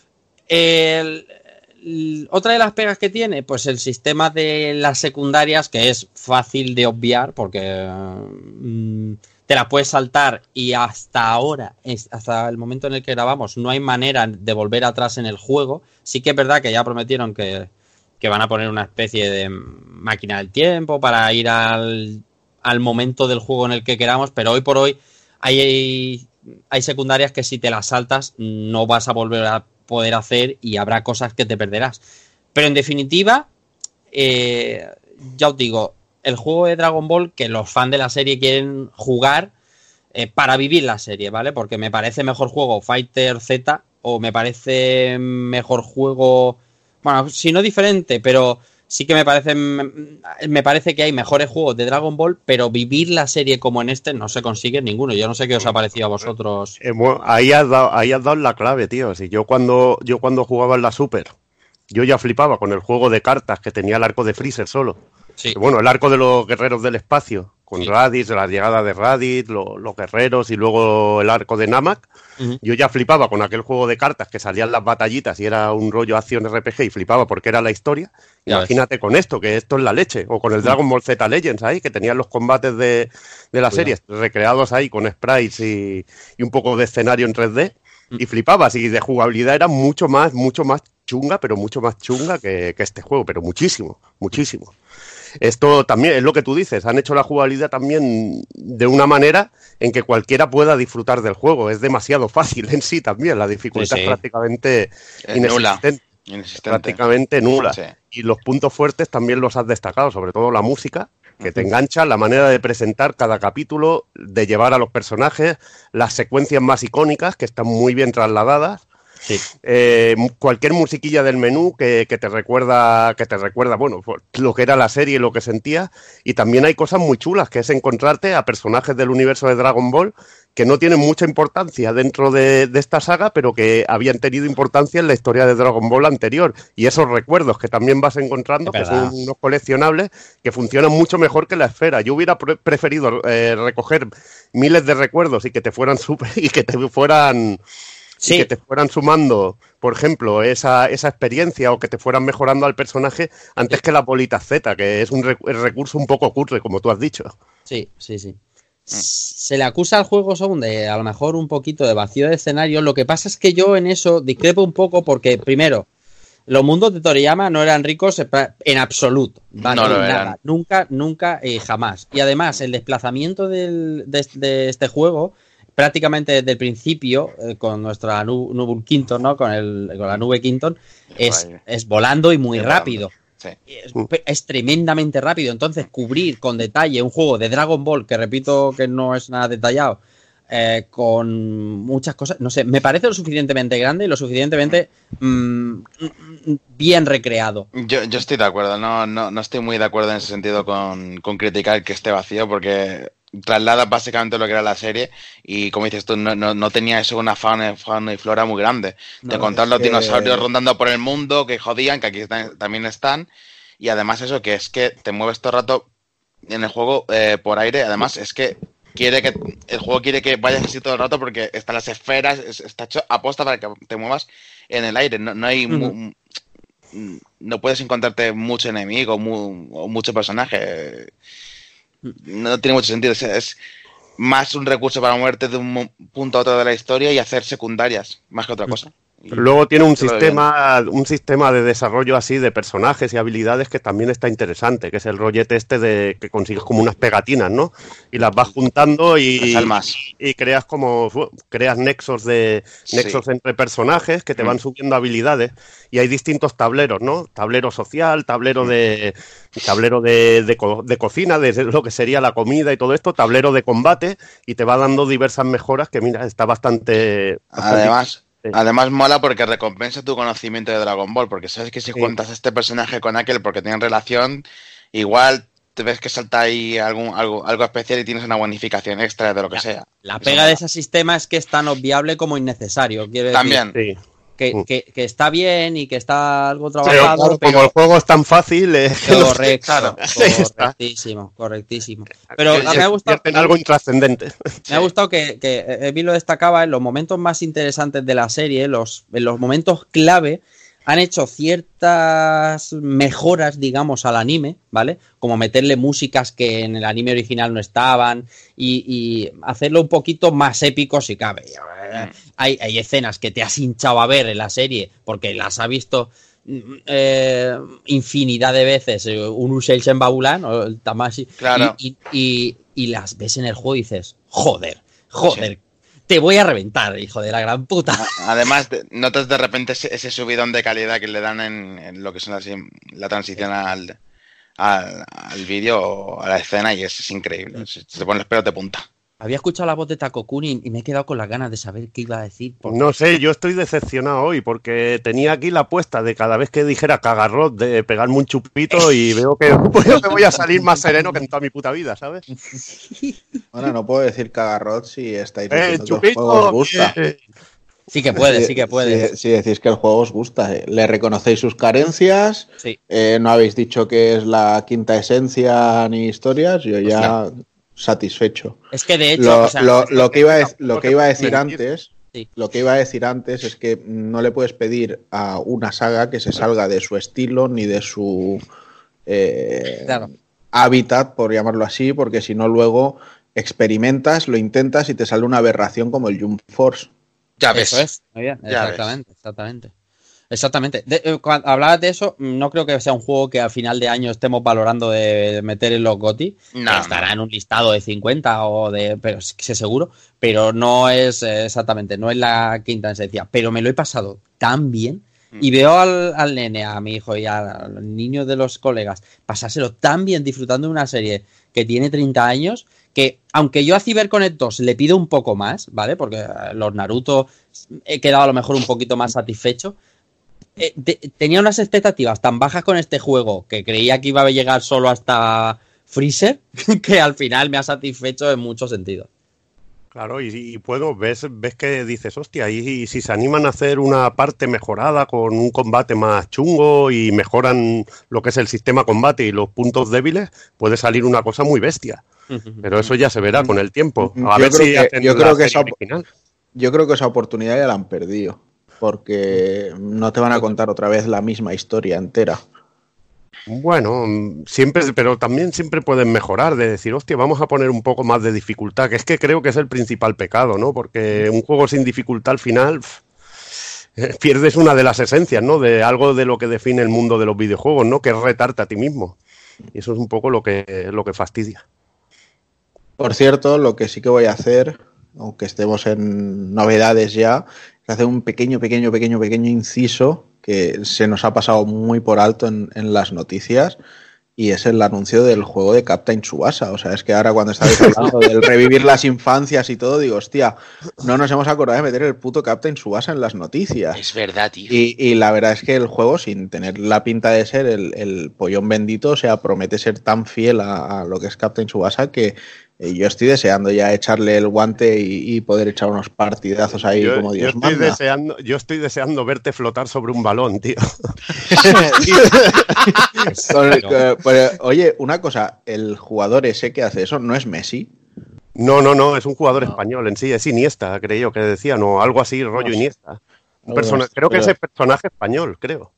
Otra de las pegas que tiene, pues el sistema de las secundarias, que es fácil de obviar porque te la puedes saltar, y hasta ahora, hasta el momento en el que grabamos, no hay manera de volver atrás en el juego. Sí que es verdad que ya prometieron que van a poner una especie de máquina del tiempo para ir al momento del juego en el que queramos, pero hoy por hoy hay secundarias que si te las saltas no vas a volver a poder hacer y habrá cosas que te perderás. Pero en definitiva, ya os digo, el juego de Dragon Ball que los fans de la serie quieren jugar para vivir la serie, ¿vale? Porque me parece mejor juego Fighter Z, o me parece mejor juego, bueno, si no diferente, pero sí que me parece que hay mejores juegos de Dragon Ball, pero vivir la serie como en este no se consigue en ninguno. Yo no sé qué os ha parecido a vosotros. Ahí has dado la clave, tío. Si yo cuando jugaba en la Super, yo ya flipaba con el juego de cartas que tenía el arco de Freezer solo. Sí. Bueno, el arco de los guerreros del espacio, con sí. Raditz, la llegada de Raditz, los guerreros, y luego el arco de Namek. Yo ya flipaba con aquel juego de cartas que salían las batallitas y era un rollo acción RPG, y flipaba porque era la historia. Imagínate con esto, que esto es la leche. O con el Dragon Ball Z Legends ahí, que tenían los combates de la serie recreados ahí con sprites y un poco de escenario en 3D. Y flipabas, y de jugabilidad era mucho más chunga, pero mucho más chunga que este juego, pero muchísimo. Esto también es lo que tú dices, han hecho la jugabilidad también de una manera en que cualquiera pueda disfrutar del juego. Es demasiado fácil en sí también, la dificultad es prácticamente inexistente. Prácticamente nula. Sí. Y los puntos fuertes también los has destacado, sobre todo la música, que te engancha, la manera de presentar cada capítulo, de llevar a los personajes, las secuencias más icónicas que están muy bien trasladadas. Sí. Cualquier musiquilla del menú que te recuerda, bueno, lo que era la serie y lo que sentía. Y también hay cosas muy chulas, que es encontrarte a personajes del universo de Dragon Ball que no tienen mucha importancia dentro de esta saga, pero que habían tenido importancia en la historia de Dragon Ball anterior. Y esos recuerdos que también vas encontrando, que son unos coleccionables que funcionan mucho mejor que la esfera. Yo hubiera preferido recoger miles de recuerdos y que te fueran y que te fueran... Sí. Y que te fueran sumando, por ejemplo, esa experiencia, o que te fueran mejorando al personaje antes que las bolitas Z, que es un recurso un poco cutre, como tú has dicho. Sí. Se le acusa al juego Sound de a lo mejor un poquito de vacío de escenario. Lo que pasa es que yo en eso discrepo un poco porque, primero, los mundos de Toriyama no eran ricos en absoluto. ¿Vale? No lo eran. Nunca y jamás. Y además, el desplazamiento de este juego... prácticamente desde el principio, con nuestra nube Quinton, ¿no? Con la nube Quinton, es volando y muy rápido. Sí. Es tremendamente rápido. Entonces, cubrir con detalle un juego de Dragon Ball, que repito que no es nada detallado, con muchas cosas, no sé, me parece lo suficientemente grande y lo suficientemente bien recreado. Yo estoy de acuerdo, no estoy muy de acuerdo en ese sentido con criticar que esté vacío, porque traslada básicamente lo que era la serie y, como dices tú, no tenía eso, una fauna y flora muy grande. Te contar los dinosaurios rondando por el mundo que jodían, que aquí también están, y además eso, que es que te mueves todo el rato en el juego por aire. Además es que el juego quiere que vayas así todo el rato porque están las esferas, está hecho aposta para que te muevas en el aire. No hay no puedes encontrarte mucho enemigo o mucho personaje. No tiene mucho sentido. Es más un recurso para moverte de un punto a otro de la historia y hacer secundarias, más que otra cosa. Luego tiene un sistema de desarrollo así de personajes y habilidades que también está interesante, que es el rollete de que consigues como unas pegatinas, ¿no? Y las vas juntando y creas nexos entre personajes que te van subiendo habilidades, y hay distintos tableros, ¿no? Tablero social, tablero de cocina, de lo que sería la comida y todo esto, tablero de combate, y te va dando diversas mejoras que, mira, está bastante Además mola porque recompensa tu conocimiento de Dragon Ball, porque sabes que si juntas a este personaje con aquel porque tienen relación, igual te ves que salta ahí algo especial y tienes una bonificación extra de lo que sea. La pega de ese sistema es que es tan obviable como innecesario. También. Decir, que está bien y que está algo trabajado. Pero como el juego es tan fácil, correctísimo. Pero me ha gustado algo intrascendente. Me ha gustado que Evil lo destacaba en los momentos más interesantes de la serie, en los momentos clave. Han hecho ciertas mejoras, digamos, al anime, ¿vale? Como meterle músicas que en el anime original no estaban y hacerlo un poquito más épico si cabe. Hay escenas que te has hinchado a ver en la serie porque las ha visto infinidad de veces un Ushelsen Babulan o el Tamashi, claro. y las ves en el juego y dices, joder, sí. Te voy a reventar, hijo de la gran puta. Además, notas de repente ese subidón de calidad que le dan en lo que son la transición al vídeo o a la escena, y es increíble. Se te pone los pelos de punta. Había escuchado la voz de Takokuni y me he quedado con las ganas de saber qué iba a decir. No sé, yo estoy decepcionado hoy porque tenía aquí la apuesta de cada vez que dijera Cagarrot de pegarme un chupito y veo que me voy a salir más sereno que en toda mi puta vida, ¿sabes? Bueno, no puedo decir Cagarrot si estáis diciendo que el juego os gusta. Sí que puede. Si decís que el juego os gusta, le reconocéis sus carencias, sí. No habéis dicho que es la quinta esencia ni historias, yo ya... satisfecho. Es que de hecho lo que iba a decir antes es que no le puedes pedir a una saga que se salga de su estilo ni de su hábitat, por llamarlo así, porque si no luego experimentas, lo intentas y te sale una aberración como el Jump Force. Ya ves. Eso es. Exactamente. Cuando hablabas de eso, no creo que sea un juego que a final de año estemos valorando de meter en los GOTY. Estará en un listado de 50 pero es que seguro, pero no es exactamente, no es la quinta esencia. Pero me lo he pasado tan bien y veo al nene, a mi hijo y a los niños de los colegas pasárselo tan bien disfrutando de una serie que tiene 30 años que, aunque yo a CyberConnect 2 le pido un poco más, ¿vale? Porque los Naruto he quedado a lo mejor un poquito más satisfecho. Tenía unas expectativas tan bajas con este juego que creía que iba a llegar solo hasta Freezer que al final me ha satisfecho en muchos sentidos. Claro, y ves que dices, hostia, y si se animan a hacer una parte mejorada con un combate más chungo y mejoran lo que es el sistema combate y los puntos débiles, puede salir una cosa muy bestia. Pero eso ya se verá con el tiempo. Yo creo que esa oportunidad ya la han perdido, porque no te van a contar otra vez la misma historia entera. Bueno, pero también siempre pueden mejorar, de decir, hostia, vamos a poner un poco más de dificultad, que es que creo que es el principal pecado, ¿no? Porque un juego sin dificultad al final pierdes una de las esencias, ¿no? De algo de lo que define el mundo de los videojuegos, ¿no? Que es retarte a ti mismo. Y eso es un poco lo que fastidia. Por cierto, lo que sí que voy a hacer, aunque estemos en novedades ya, es hacer un pequeño inciso que se nos ha pasado muy por alto en las noticias, y es el anuncio del juego de Captain Tsubasa. O sea, es que ahora cuando estabais hablando del revivir las infancias y todo, digo, hostia, no nos hemos acordado de meter el puto Captain Tsubasa en las noticias. Es verdad, tío. Y la verdad es que el juego, sin tener la pinta de ser el pollón bendito, o sea, promete ser tan fiel a lo que es Captain Tsubasa que yo estoy deseando ya echarle el guante y poder echar unos partidazos ahí como Dios manda. Yo estoy deseando verte flotar sobre un balón, tío. Oye, una cosa, el jugador ese que hace eso no es Messi. No, es un jugador español en sí, es Iniesta, creo yo que decía, no, algo así, rollo Iniesta. Creo que es el personaje español, creo.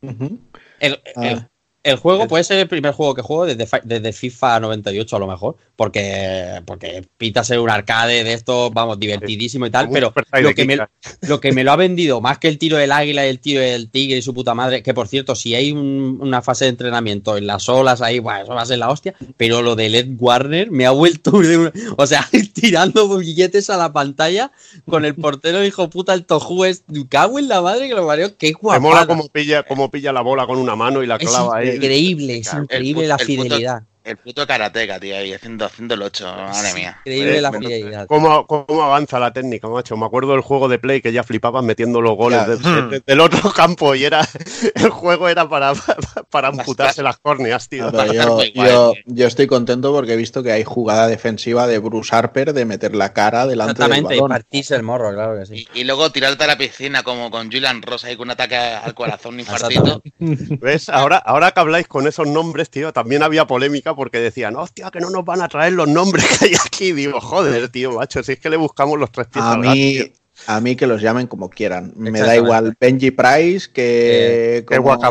El juego puede ser el primer juego que juego desde FIFA 98 a lo mejor, porque pinta ser un arcade de esto, vamos, divertidísimo y tal, pero lo que me lo ha vendido, más que el tiro del águila y el tiro del tigre y su puta madre, que por cierto, si hay una fase de entrenamiento en las olas ahí, bueno, eso va a ser la hostia, pero lo de Ed Warner me ha vuelto, o sea, tirando billetes a la pantalla con el portero hijo puta, el Toju, cago en la madre que lo parió, qué guapada. Me mola como pilla la bola con una mano y la clava ahí. Increíble, es increíble la fidelidad. El puto karateka, tío, ahí haciendo el 8, madre mía. Increíble la fidelidad. ¿Cómo avanza la técnica, macho? Me acuerdo del juego de Play que ya flipaban metiendo los goles del otro campo y el juego era para amputarse las córneas, tío. Yo estoy contento porque he visto que hay jugada defensiva de Bruce Harper de meter la cara delante del balón. Exactamente, y partirse el morro, claro que sí. Y luego tirarte a la piscina como con Julian Ross ahí con un ataque al corazón, un infartito. ¿Ves? Ahora que habláis con esos nombres, tío, también había polémica porque decían, hostia, que no nos van a traer los nombres que hay aquí. Digo, joder, tío, macho, si es que le buscamos los tres pies al gato. A mí que los llamen como quieran. Me da igual Benji Price que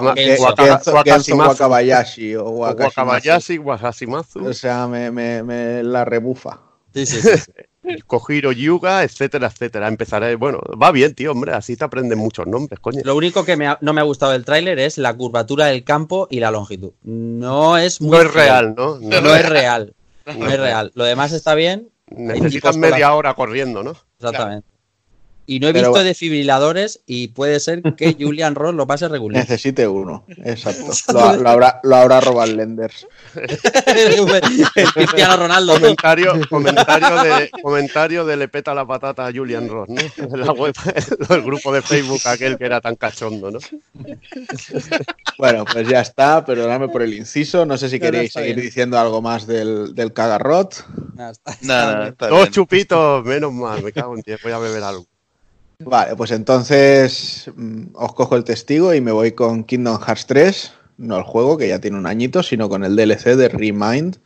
Wakabayashi o Wakashimazu. O sea, me la rebufa. Sí. Kojiro Yuga, etcétera, etcétera. Empezaré, bueno, va bien, tío, hombre, así te aprenden muchos nombres, coño. Lo único que no me ha gustado del tráiler es la curvatura del campo y la longitud. No es real, ¿no? No es real. No es real. Lo demás está bien. Necesitas media hora corriendo, ¿no? Exactamente. Y no he visto desfibriladores y puede ser que Julian Ross lo pase regular. Necesite uno, exacto. Lo habrá robado el Lenders. El Cristiano Ronaldo. Comentario de le peta la patata a Julian Ross, ¿no? En la web, el grupo de Facebook aquel que era tan cachondo, ¿no? Bueno, pues ya está, perdonadme por el inciso. No sé si queréis seguir diciendo algo más del Cagarrot. No, Dos chupitos, menos mal, me cago en ti, voy a beber algo. Vale, pues entonces os cojo el testigo y me voy con Kingdom Hearts 3, no el juego que ya tiene un añito, sino con el DLC de Remind.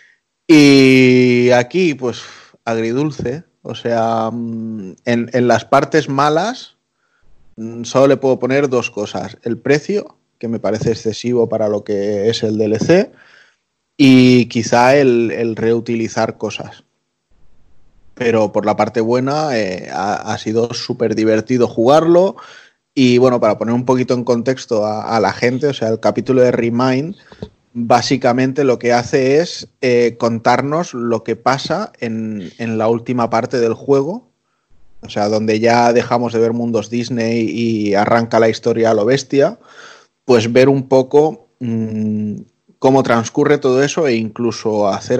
Y aquí, pues, agridulce, o sea, en las partes malas solo le puedo poner dos cosas: el precio, que me parece excesivo para lo que es el DLC, y quizá el reutilizar cosas. Pero por la parte buena ha sido súper divertido jugarlo. Y bueno, para poner un poquito en contexto a la gente, o sea, el capítulo de Remind básicamente lo que hace es contarnos lo que pasa en la última parte del juego, o sea, donde ya dejamos de ver mundos Disney y arranca la historia a lo bestia, pues ver un poco cómo transcurre todo eso e incluso hacer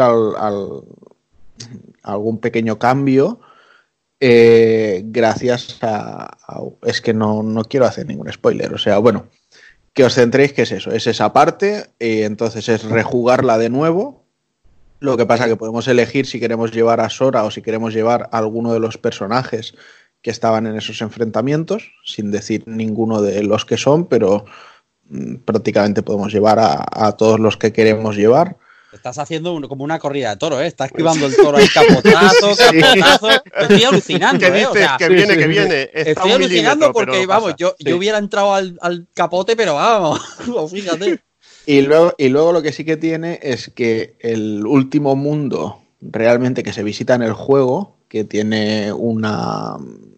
algún pequeño cambio gracias a... Es que no quiero hacer ningún spoiler, o sea, bueno, que os centréis que es eso, es esa parte, entonces es rejugarla de nuevo. Lo que pasa que podemos elegir si queremos llevar a Sora o si queremos llevar a alguno de los personajes que estaban en esos enfrentamientos, sin decir ninguno de los que son, pero prácticamente podemos llevar a todos los que queremos llevar. Estás haciendo como una corrida de toro, ¿eh? Estás esquivando el toro ahí, capotazo. Estoy alucinando, ¿Qué dices? O sea, que viene. Estoy alucinando porque, vamos, yo hubiera entrado al capote, pero vamos, fíjate. Y luego lo que sí que tiene es que el último mundo realmente que se visita en el juego, que tiene una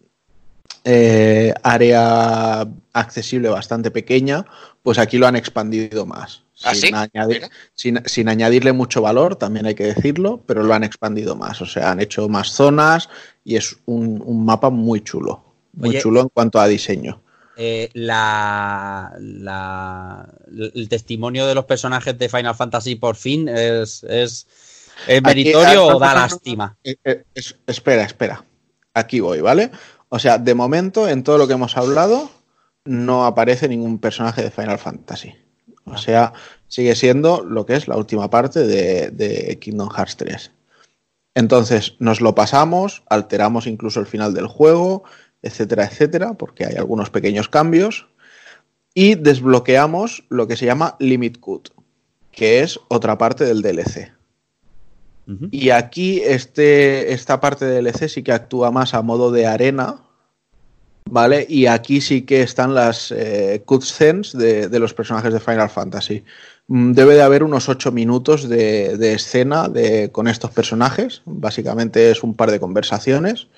área accesible bastante pequeña, pues aquí lo han expandido más. Sin añadirle mucho valor, también hay que decirlo, pero lo han expandido más. O sea, han hecho más zonas y es un mapa muy chulo. Muy chulo en cuanto a diseño. el testimonio de los personajes de Final Fantasy por fin es meritorio o da lástima. Espera. Aquí voy, ¿vale? O sea, de momento, en todo lo que hemos hablado, no aparece ningún personaje de Final Fantasy. O sea, sigue siendo lo que es la última parte de Kingdom Hearts 3. Entonces, nos lo pasamos, alteramos incluso el final del juego, etcétera, etcétera, porque hay algunos pequeños cambios, y desbloqueamos lo que se llama Limit Cut, que es otra parte del DLC. Uh-huh. Y aquí esta parte del DLC sí que actúa más a modo de arena, ¿vale? Y aquí sí que están las cutscenes de los personajes de Final Fantasy. Debe de haber unos 8 minutos de escena con estos personajes. Básicamente es un par de conversaciones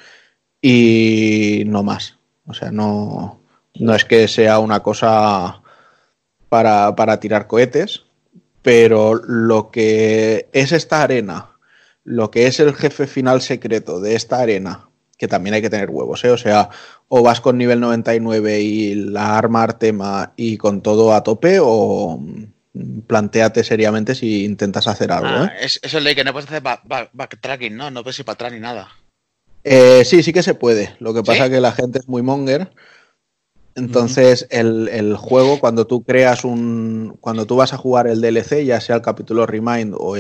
y no más. O sea, no es que sea una cosa para tirar cohetes, pero lo que es esta arena, lo que es el jefe final secreto de esta arena, que también hay que tener huevos, ¿eh? O sea, o vas con nivel 99 y la arma Artema y con todo a tope, o plantéate seriamente si intentas hacer algo, ¿eh? Eso es de que no puedes hacer backtracking, ¿no? No puedes ir para atrás ni nada. Sí que se puede. Lo que pasa es que la gente es muy monger. Entonces, el juego, cuando tú vas a jugar el DLC, ya sea el capítulo Remind o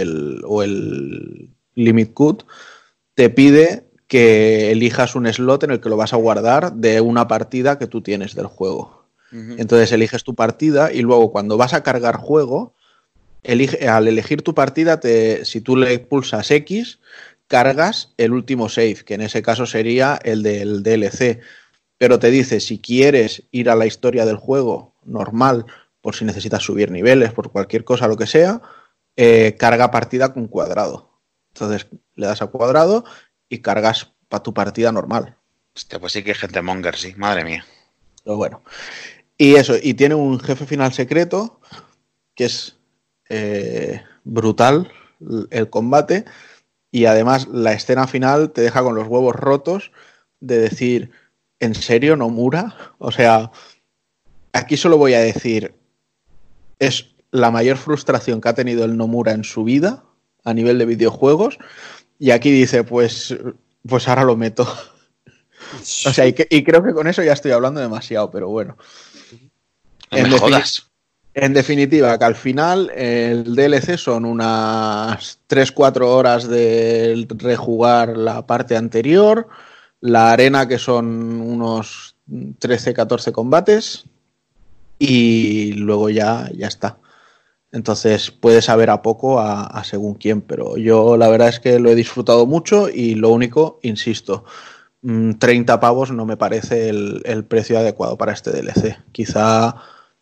el Limit Cut, te pide que elijas un slot en el que lo vas a guardar de una partida que tú tienes del juego. Uh-huh. Entonces eliges tu partida y luego cuando vas a cargar juego, al elegir tu partida, si tú le pulsas X, cargas el último save, que en ese caso sería el del DLC. Pero te dice, si quieres ir a la historia del juego normal, por si necesitas subir niveles, por cualquier cosa, lo que sea, carga partida con cuadrado. Entonces le das a cuadrado y cargas para tu partida normal. Hostia, pues sí que hay gente monger, sí, madre mía. Pero bueno. Y eso, y tiene un jefe final secreto, que es brutal el combate, y además la escena final te deja con los huevos rotos de decir, ¿en serio Nomura? O sea, aquí solo voy a decir, es la mayor frustración que ha tenido el Nomura en su vida a nivel de videojuegos, y aquí dice, pues ahora lo meto. O sea, y creo que con eso ya estoy hablando demasiado, pero bueno. En definitiva, que al final el DLC son unas 3-4 horas de rejugar la parte anterior, la arena que son unos 13-14 combates y luego ya está. Entonces puede saber a poco a según quién, pero yo la verdad es que lo he disfrutado mucho y lo único, insisto, 30 pavos no me parece el precio adecuado para este DLC. Quizá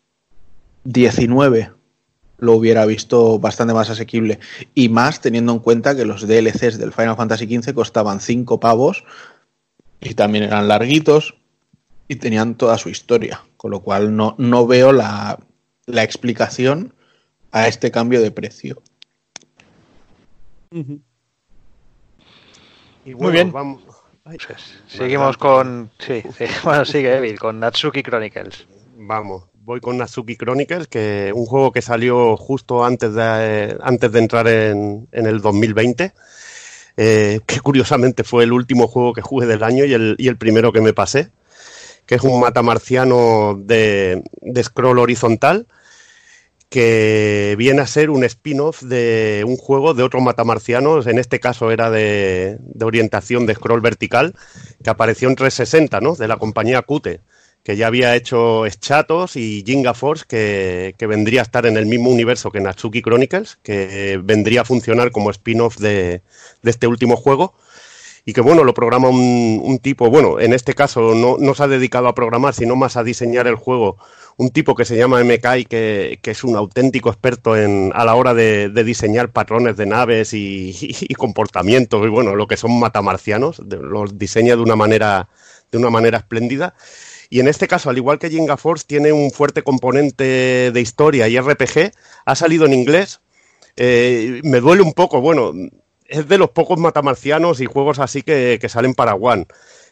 19 lo hubiera visto bastante más asequible, y más teniendo en cuenta que los DLCs del Final Fantasy XV costaban 5 pavos y también eran larguitos y tenían toda su historia, con lo cual no veo la explicación a este cambio de precio. Uh-huh. Y bueno, muy bien, vamos. Seguimos con... Sí, bueno, sigue Evil, con Natsuki Chronicles. Vamos, voy con Natsuki Chronicles, que un juego que salió justo antes de entrar en el 2020, que curiosamente fue el último juego que jugué del año y el primero que me pasé, que es un matamarciano de scroll horizontal, que viene a ser un spin-off de un juego de otros matamarcianos, en este caso era de orientación de scroll vertical, que apareció en 360, ¿no? De la compañía Qute, que ya había hecho Shatos y Ginga Force, que vendría a estar en el mismo universo que Natsuki Chronicles, que vendría a funcionar como spin-off de este último juego. Y que, bueno, lo programa un tipo, bueno, en este caso no se ha dedicado a programar, sino más a diseñar el juego, un tipo que se llama MKI, que es un auténtico experto a la hora de diseñar patrones de naves y comportamientos, y bueno, lo que son matamarcianos, los diseña de una manera espléndida. Y en este caso, al igual que Ginga Force, tiene un fuerte componente de historia y RPG, ha salido en inglés, me duele un poco, bueno... Es de los pocos matamarcianos y juegos así que salen para One.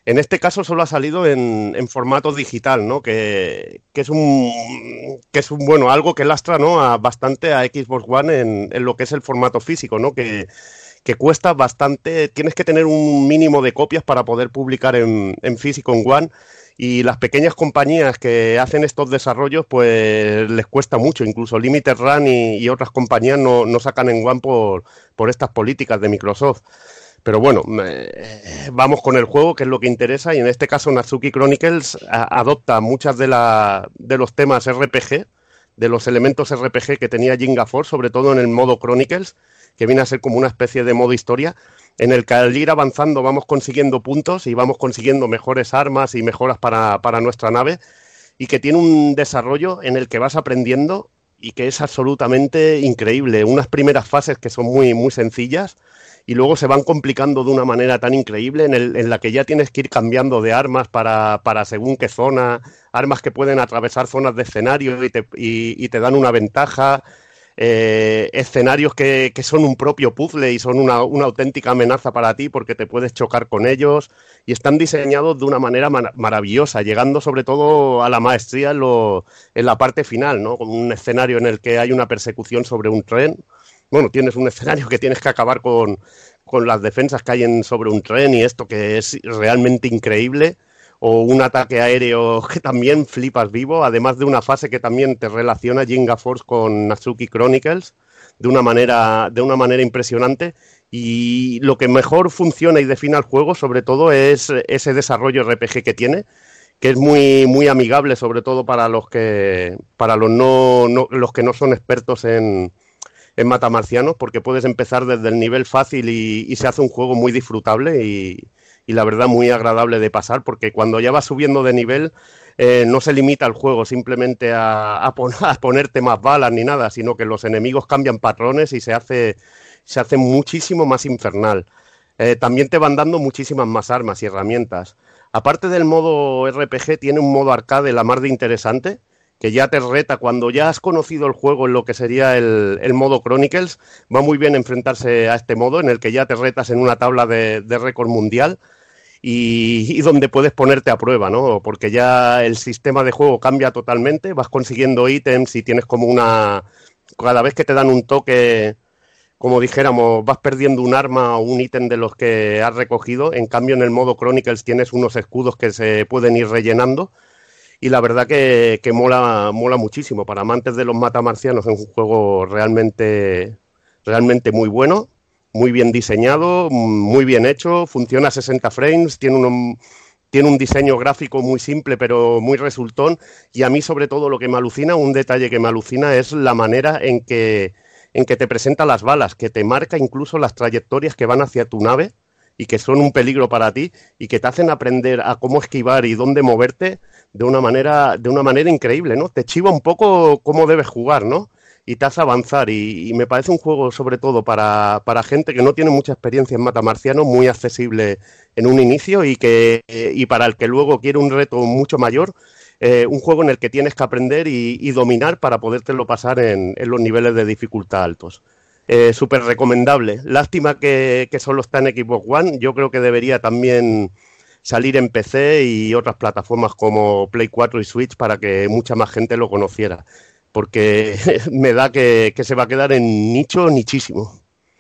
En este caso solo ha salido en formato digital, ¿no? Que es un bueno, algo que lastra, ¿no? Bastante a Xbox One en lo que es el formato físico, ¿no? Que cuesta bastante, tienes que tener un mínimo de copias para poder publicar en físico en One, y las pequeñas compañías que hacen estos desarrollos pues les cuesta mucho, incluso Limited Run y otras compañías no sacan en One por estas políticas de Microsoft. Pero bueno, vamos con el juego, que es lo que interesa, y en este caso Natsuki Chronicles adopta muchas de los temas RPG, de los elementos RPG que tenía Ginga Force, sobre todo en el modo Chronicles, que viene a ser como una especie de modo historia, en el que al ir avanzando vamos consiguiendo puntos y vamos consiguiendo mejores armas y mejoras para nuestra nave, y que tiene un desarrollo en el que vas aprendiendo y que es absolutamente increíble. Unas primeras fases que son muy, muy sencillas, y luego se van complicando de una manera tan increíble en la que ya tienes que ir cambiando de armas para según qué zona, armas que pueden atravesar zonas de escenario y te dan una ventaja, escenarios que son un propio puzzle y son una auténtica amenaza para ti porque te puedes chocar con ellos, y están diseñados de una manera maravillosa, llegando sobre todo a la maestría en la parte final, ¿no? Con un escenario en el que hay una persecución sobre un tren. Bueno, tienes un escenario que tienes que acabar con las defensas que hay sobre un tren, y esto que es realmente increíble, o un ataque aéreo que también flipas vivo, además de una fase que también te relaciona Ginga Force con Natsuki Chronicles de una manera impresionante. Y lo que mejor funciona y define al juego, sobre todo, es ese desarrollo RPG que tiene, que es muy, muy amigable, sobre todo para los que no son expertos en matamarcianos, porque puedes empezar desde el nivel fácil y se hace un juego muy disfrutable y la verdad muy agradable de pasar, porque cuando ya vas subiendo de nivel no se limita el juego simplemente a ponerte más balas ni nada, sino que los enemigos cambian patrones y se hace muchísimo más infernal. También te van dando muchísimas más armas y herramientas. Aparte del modo RPG, tiene un modo arcade la mar de interesante, que ya te reta cuando ya has conocido el juego en lo que sería el modo Chronicles. Va muy bien enfrentarse a este modo en el que ya te retas en una tabla de récord mundial y donde puedes ponerte a prueba, ¿no? Porque ya el sistema de juego cambia totalmente, vas consiguiendo ítems y tienes como cada vez que te dan un toque, como dijéramos, vas perdiendo un arma o un ítem de los que has recogido. En cambio, en el modo Chronicles tienes unos escudos que se pueden ir rellenando. Y la verdad que mola muchísimo. Para amantes de los matamarcianos es un juego realmente muy bueno, muy bien diseñado, muy bien hecho, funciona a 60 frames, tiene un diseño gráfico muy simple pero muy resultón, y a mí sobre todo lo que me alucina, un detalle que me alucina, es la manera en que te presenta las balas, que te marca incluso las trayectorias que van hacia tu nave y que son un peligro para ti y que te hacen aprender a cómo esquivar y dónde moverte de una manera increíble, ¿no? Te chiva un poco cómo debes jugar, ¿no? Y te hace avanzar, y me parece un juego sobre todo para gente que no tiene mucha experiencia en matamarciano, muy accesible en un inicio y para el que luego quiere un reto mucho mayor, un juego en el que tienes que aprender y dominar para podértelo pasar en los niveles de dificultad altos. Súper recomendable. Lástima que solo está en Xbox One. Yo creo que debería también salir en PC y otras plataformas como Play 4 y Switch para que mucha más gente lo conociera, porque me da que se va a quedar en nichísimo.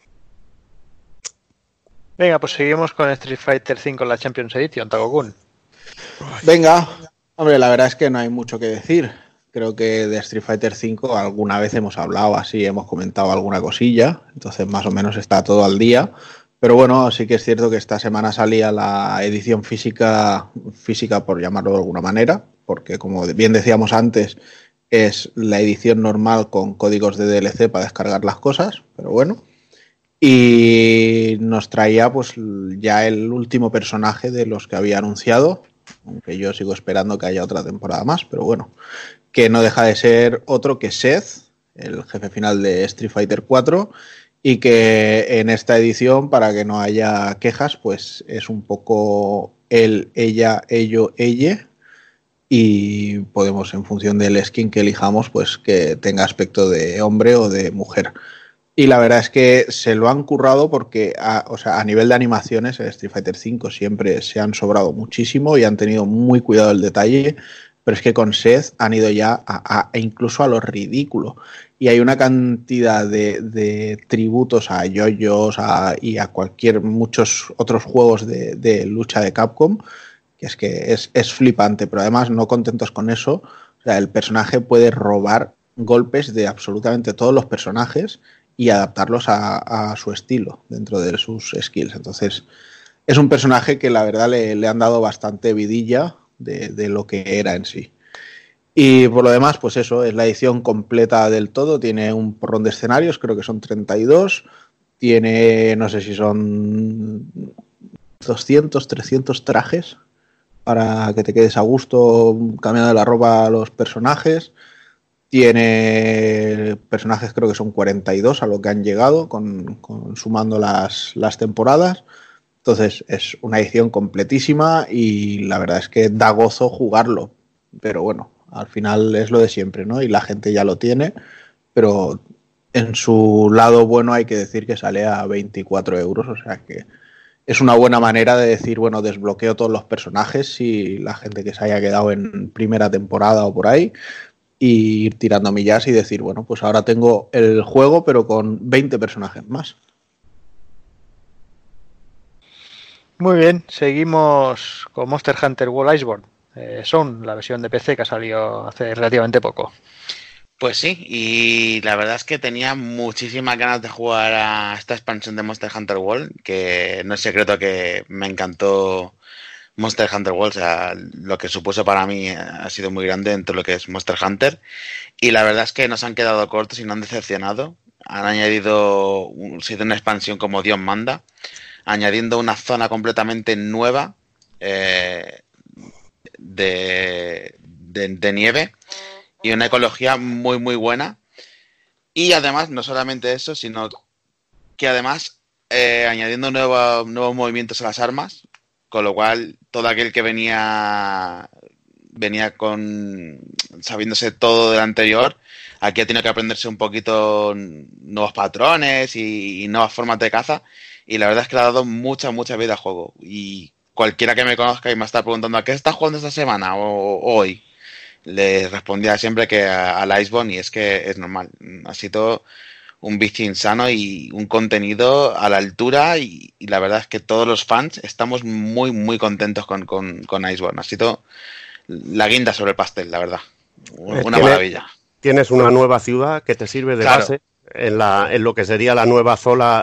Venga, pues seguimos con Street Fighter V en la Champions Edition, Tago-kun. Venga, hombre, la verdad es que no hay mucho que decir. Creo que de Street Fighter V alguna vez hemos hablado así, hemos comentado alguna cosilla, entonces más o menos está todo al día. Pero bueno, sí que es cierto que esta semana salía la edición física por llamarlo de alguna manera, porque como bien decíamos antes, es la edición normal con códigos de DLC para descargar las cosas, pero bueno. Y nos traía pues ya el último personaje de los que había anunciado, aunque yo sigo esperando que haya otra temporada más, pero bueno, que no deja de ser otro que Seth, el jefe final de Street Fighter 4, y que en esta edición, para que no haya quejas, pues es un poco él, ella, ello, ella, y podemos, en función del skin que elijamos, pues que tenga aspecto de hombre o de mujer. Y la verdad es que se lo han currado porque, a nivel de animaciones, en Street Fighter V siempre se han sobrado muchísimo y han tenido muy cuidado el detalle, pero es que con Seth han ido ya incluso a lo ridículo. Y hay una cantidad de tributos a JoJo's y a muchos otros juegos de lucha de Capcom, que es flipante, pero además no contentos con eso, o sea, el personaje puede robar golpes de absolutamente todos los personajes y adaptarlos a su estilo dentro de sus skills. Entonces, es un personaje que la verdad le han dado bastante vidilla de lo que era en sí. Y por lo demás, pues eso, es la edición completa del todo. Tiene un porrón de escenarios, creo que son 32. Tiene, no sé si son 200, 300 trajes para que te quedes a gusto cambiando la ropa a los personajes. Tiene personajes, creo que son 42 a lo que han llegado, sumando las temporadas. Entonces es una edición completísima y la verdad es que da gozo jugarlo. Pero bueno, al final es lo de siempre, ¿no? Y la gente ya lo tiene, pero en su lado bueno hay que decir que sale a 24 euros, o sea que es una buena manera de decir, bueno, desbloqueo todos los personajes y la gente que se haya quedado en primera temporada o por ahí, y ir tirando millas y decir, bueno, pues ahora tengo el juego pero con 20 personajes más. Muy bien, seguimos con Monster Hunter World Iceborne. Son la versión de PC que ha salido hace relativamente poco. Pues sí, y la verdad es que tenía muchísimas ganas de jugar a esta expansión de Monster Hunter World, que no es secreto que me encantó Monster Hunter World, o sea, lo que supuso para mí ha sido muy grande dentro de lo que es Monster Hunter, y la verdad es que no se han quedado cortos y no han decepcionado. Han añadido, sido una expansión como Dios manda, añadiendo una zona completamente nueva de nieve y una ecología muy muy buena. Y además, no solamente eso, sino que además añadiendo nuevos movimientos a las armas, con lo cual todo aquel que venía sabiéndose todo del anterior, aquí ha tenido que aprenderse un poquito nuevos patrones y nuevas formas de caza, y la verdad es que le ha dado mucha vida al juego. Y cualquiera que me conozca y me está preguntando ¿a qué estás jugando esta semana o hoy?, le respondía siempre que al Iceborne, y es que es normal. Ha sido un vicio insano y un contenido a la altura, y la verdad es que todos los fans estamos muy contentos con Iceborne. Ha sido la guinda sobre el pastel, la verdad. Una maravilla. Tienes una nueva ciudad que te sirve de base en lo que sería la nueva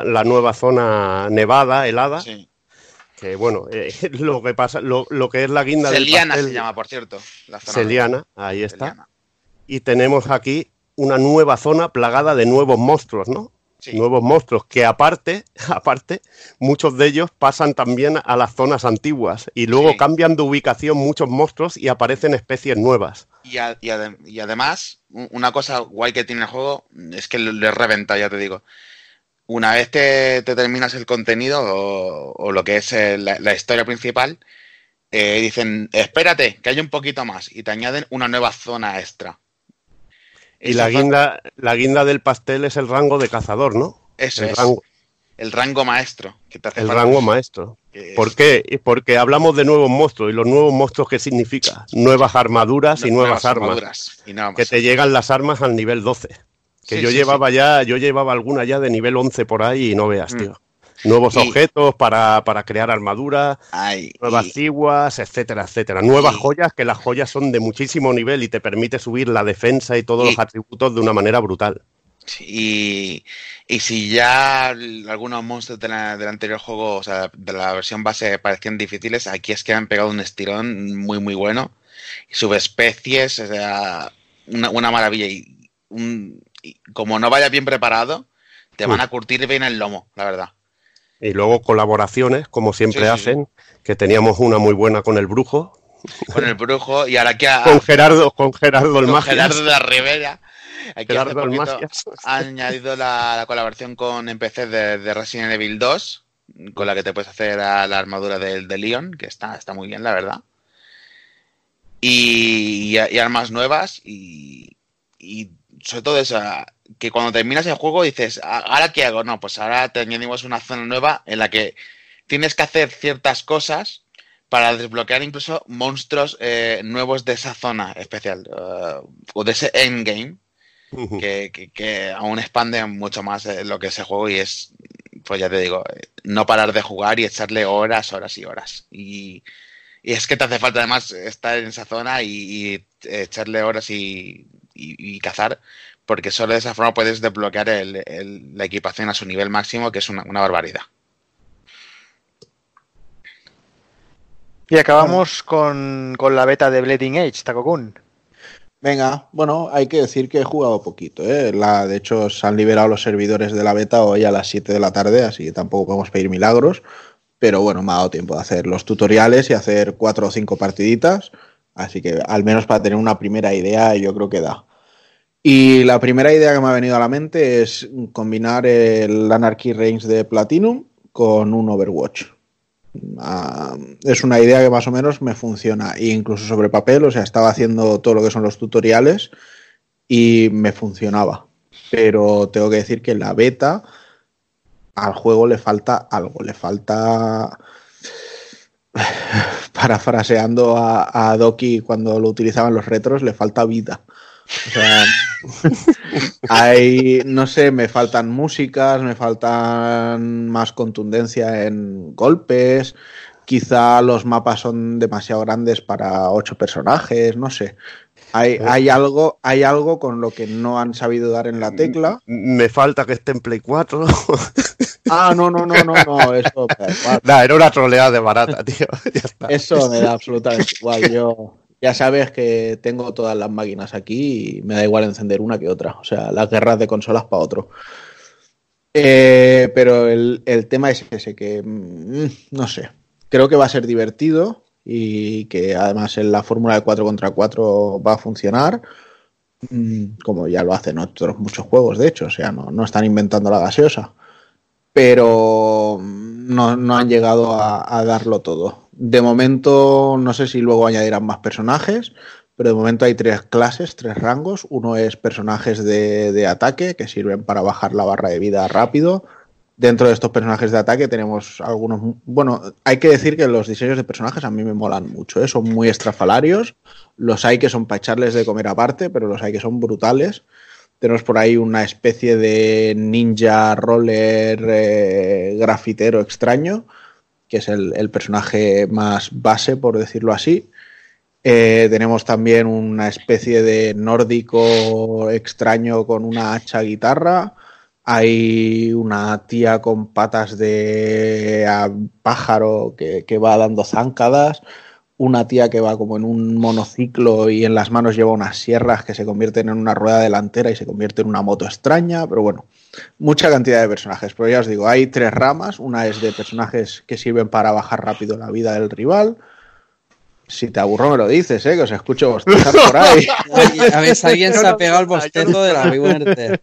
zona nevada, helada. Sí. Que bueno, lo que pasa, lo que es la guinda Seliana del pastel, se llama, por cierto. La zona Seliana, ahí está. Seliana. Y tenemos aquí una nueva zona plagada de nuevos monstruos, ¿no? Sí. Nuevos monstruos que aparte, muchos de ellos pasan también a las zonas antiguas y luego cambian de ubicación muchos monstruos y aparecen especies nuevas. Y además, una cosa guay que tiene el juego es que le reventa, ya te digo. Una vez te terminas el contenido o lo que es la historia principal, dicen, espérate, que hay un poquito más, y te añaden una nueva zona extra. Y la guinda del pastel es el rango de cazador, ¿no? Eso es. El rango maestro. Que te hace el rango maestro. ¿Por qué? Porque hablamos de nuevos monstruos. ¿Y los nuevos monstruos qué significa? Nuevas armaduras y nuevas armas. Y nada más. Que te llegan las armas al nivel 12. Que yo llevaba alguna ya de nivel 11 por ahí y no veas, tío. Nuevos objetos para crear armaduras, nuevas ciguas, etcétera. Nuevas joyas, que las joyas son de muchísimo nivel y te permite subir la defensa y todos los atributos de una manera brutal. Y si ya algunos monstruos del anterior juego, o sea, de la versión base, parecían difíciles, aquí es que han pegado un estirón muy bueno. Y subespecies, o sea, una maravilla. Y como no vaya bien preparado, te van a curtir bien el lomo, la verdad. Y luego colaboraciones, como siempre hacen, que teníamos una muy buena con el Brujo. Con el Brujo, y ahora que con Gerardo el Magias. Gerardo de la Rivera. Aquí hace poquito ha añadido la colaboración con NPC de Resident Evil 2, con la que te puedes hacer a la armadura de Leon, que está muy bien, la verdad. Y armas nuevas, y sobre todo eso, que cuando terminas el juego dices, ¿ahora qué hago? No, pues ahora te añadimos una zona nueva en la que tienes que hacer ciertas cosas para desbloquear incluso monstruos nuevos de esa zona especial, o de ese endgame, que aún expande mucho más lo que es el juego y es, pues ya te digo, no parar de jugar y echarle horas, horas y horas. Y es que te hace falta además estar en esa zona y echarle horas y cazar, porque solo de esa forma puedes desbloquear la equipación a su nivel máximo, que es una barbaridad. Y acabamos con la beta de Bleeding Edge, Takokun. Venga, bueno, hay que decir que he jugado poquito, ¿eh? De hecho, se han liberado los servidores de la beta hoy a las 7 de la tarde, así que tampoco podemos pedir milagros. Pero bueno, me ha dado tiempo de hacer los tutoriales y hacer 4 o 5 partiditas. Así que al menos para tener una primera idea yo creo que da. Y la primera idea que me ha venido a la mente es combinar el Anarchy Reigns de Platinum con un Overwatch. Es una idea que más o menos me funciona, e incluso sobre papel, o sea, estaba haciendo todo lo que son los tutoriales y me funcionaba. Pero tengo que decir que la beta al juego le falta algo, le falta, parafraseando a Doki cuando lo utilizaban los retros, le falta vida. O sea, no sé, me faltan músicas, me faltan más contundencia en golpes, quizá los mapas son demasiado grandes para 8 personajes, no sé. Hay algo con lo que no han sabido dar en la tecla. Me falta que esté en Play 4. No, eso era una troleada de barata, tío. Ya está. Eso me da absolutamente igual. Yo ya sabes que tengo todas las máquinas aquí y me da igual encender una que otra. O sea, las guerras de consolas para otro. Pero el tema es ese, que no sé. Creo que va a ser divertido y que además en la fórmula de 4 contra 4 va a funcionar, como ya lo hacen otros muchos juegos, de hecho. O sea, no están inventando la gaseosa. Pero no han llegado a darlo todo. De momento, no sé si luego añadirán más personajes, pero de momento hay 3 clases, 3 rangos. Uno es personajes de ataque, que sirven para bajar la barra de vida rápido. Dentro de estos personajes de ataque tenemos algunos... Bueno, hay que decir que los diseños de personajes a mí me molan mucho, ¿eh? Son muy estrafalarios. Los hay que son para echarles de comer aparte, pero los hay que son brutales. Tenemos por ahí una especie de ninja roller grafitero extraño, que es el personaje más base, por decirlo así. Tenemos también una especie de nórdico extraño con una hacha guitarra. Hay una tía con patas de pájaro que va dando zancadas. Una tía que va como en un monociclo y en las manos lleva unas sierras que se convierten en una rueda delantera y se convierte en una moto extraña. Pero bueno, mucha cantidad de personajes. Pero ya os digo, hay 3 ramas. Una es de personajes que sirven para bajar rápido la vida del rival. Si te aburro me lo dices, que os escucho bostezar por ahí. A ver si alguien se ha pegado el bostezo de la muerte.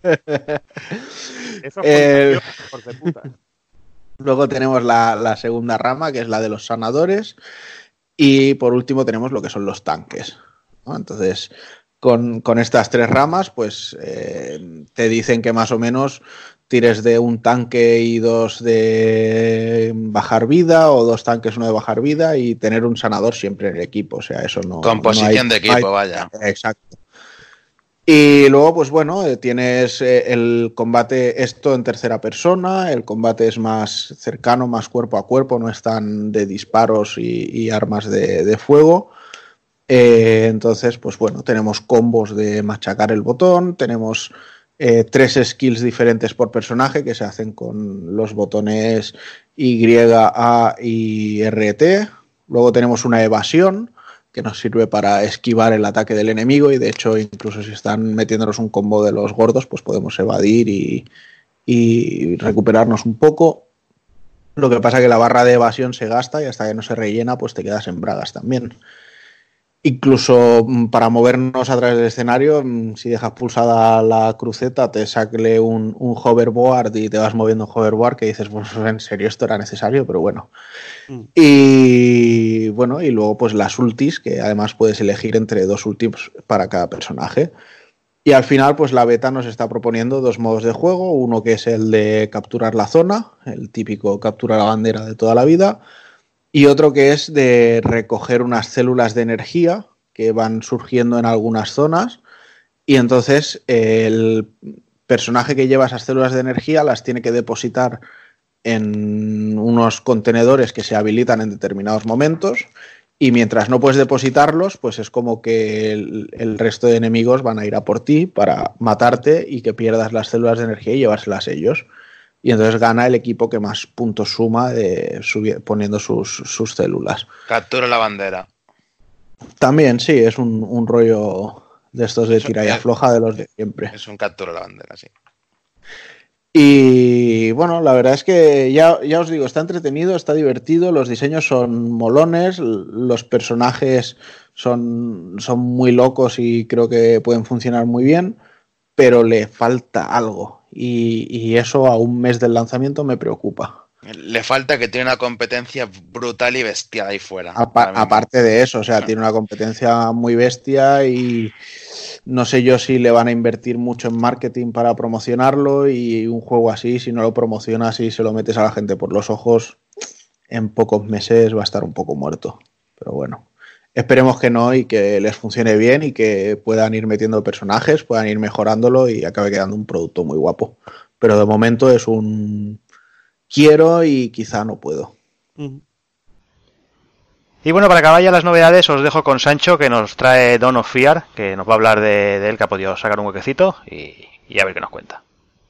Eso es por de puta. Luego tenemos la segunda rama, que es la de los sanadores. Y por último tenemos lo que son los tanques, ¿no? Entonces, con estas 3 ramas, pues te dicen que más o menos tires de un tanque y 2 de bajar vida, o 2 tanques, 1 de bajar vida, y tener un sanador siempre en el equipo. O sea, eso no... Composición de equipo, vaya. Exacto. Y luego, pues bueno, tienes el combate, esto en tercera persona, el combate es más cercano, más cuerpo a cuerpo, no es tan de disparos y armas de fuego. Entonces, pues bueno, tenemos combos de machacar el botón, tenemos 3 skills diferentes por personaje que se hacen con los botones Y, A y RT. Luego tenemos una evasión, que nos sirve para esquivar el ataque del enemigo, y de hecho incluso si están metiéndonos un combo de los gordos, pues podemos evadir y recuperarnos un poco. Lo que pasa es que la barra de evasión se gasta y hasta que no se rellena pues te quedas en bragas también. Incluso para movernos a través del escenario, si dejas pulsada la cruceta, te sacle un hoverboard y te vas moviendo en hoverboard, que dices, pues en serio esto era necesario, pero bueno. Y bueno, y luego pues las ultis, que además puedes elegir entre 2 ultis para cada personaje. Y al final, pues la beta nos está proponiendo 2 modos de juego, uno que es el de capturar la zona, el típico captura la bandera de toda la vida, y otro que es de recoger unas células de energía que van surgiendo en algunas zonas, y entonces el personaje que lleva esas células de energía las tiene que depositar en unos contenedores que se habilitan en determinados momentos, y mientras no puedes depositarlos, pues es como que el resto de enemigos van a ir a por ti para matarte y que pierdas las células de energía y llevárselas ellos. Y entonces gana el equipo que más puntos suma poniendo sus células. Captura la bandera. También, sí, es un rollo de estos de tira y afloja de los de siempre. Es un captura la bandera, sí. Y bueno, la verdad es que ya os digo, está entretenido, está divertido, los diseños son molones, los personajes son muy locos y creo que pueden funcionar muy bien, pero le falta algo y eso a un mes del lanzamiento me preocupa. Le falta que tiene una competencia brutal y bestial ahí fuera. Aparte de eso, o sea, tiene una competencia muy bestia y no sé yo si le van a invertir mucho en marketing para promocionarlo, y un juego así, si no lo promocionas y se lo metes a la gente por los ojos, en pocos meses va a estar un poco muerto. Pero bueno, esperemos que no y que les funcione bien y que puedan ir metiendo personajes, puedan ir mejorándolo y acabe quedando un producto muy guapo. Pero de momento es un quiero y quizá no puedo. Y bueno, para acabar ya las novedades, os dejo con Sancho, que nos trae Dawn of Fear, que nos va a hablar de él, que ha podido sacar un huequecito y a ver qué nos cuenta.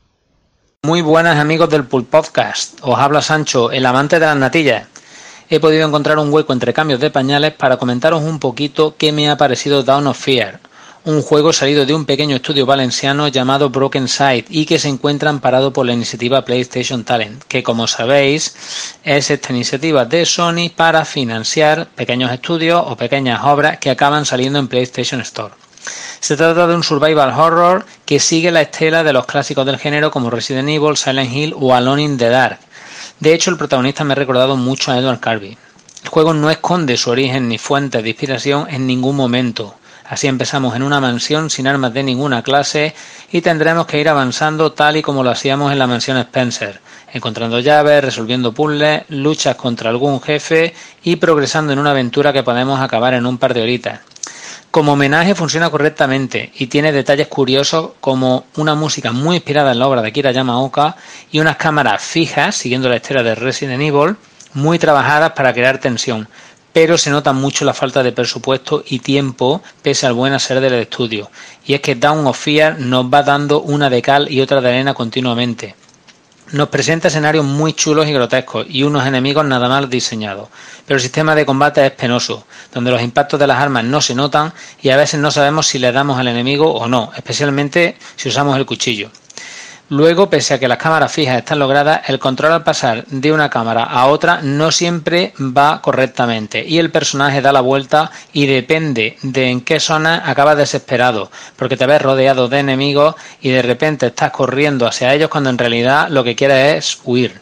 Muy buenas amigos del Pulp Podcast, os habla Sancho, el amante de las natillas. He podido encontrar un hueco entre cambios de pañales para comentaros un poquito qué me ha parecido Dawn of Fear, un juego salido de un pequeño estudio valenciano llamado Broken Sight y que se encuentra amparado por la iniciativa PlayStation Talent, que como sabéis es esta iniciativa de Sony para financiar pequeños estudios o pequeñas obras que acaban saliendo en PlayStation Store. Se trata de un survival horror que sigue la estela de los clásicos del género como Resident Evil, Silent Hill o Alone in the Dark. De hecho, el protagonista me ha recordado mucho a Edward Carby. El juego no esconde su origen ni fuentes de inspiración en ningún momento. Así empezamos en una mansión sin armas de ninguna clase y tendremos que ir avanzando tal y como lo hacíamos en la mansión Spencer, encontrando llaves, resolviendo puzzles, luchas contra algún jefe y progresando en una aventura que podemos acabar en un par de horitas. Como homenaje funciona correctamente y tiene detalles curiosos como una música muy inspirada en la obra de Akira Yamaoka y unas cámaras fijas siguiendo la estela de Resident Evil, muy trabajadas para crear tensión, pero se nota mucho la falta de presupuesto y tiempo pese al buen hacer del estudio, y es que Dawn of Fear nos va dando una de cal y otra de arena continuamente. Nos presenta escenarios muy chulos y grotescos y unos enemigos nada mal diseñados, pero el sistema de combate es penoso, donde los impactos de las armas no se notan y a veces no sabemos si le damos al enemigo o no, especialmente si usamos el cuchillo. Luego, pese a que las cámaras fijas están logradas, el control al pasar de una cámara a otra no siempre va correctamente y el personaje da la vuelta y depende de en qué zona acabas desesperado, porque te ves rodeado de enemigos y de repente estás corriendo hacia ellos cuando en realidad lo que quieres es huir.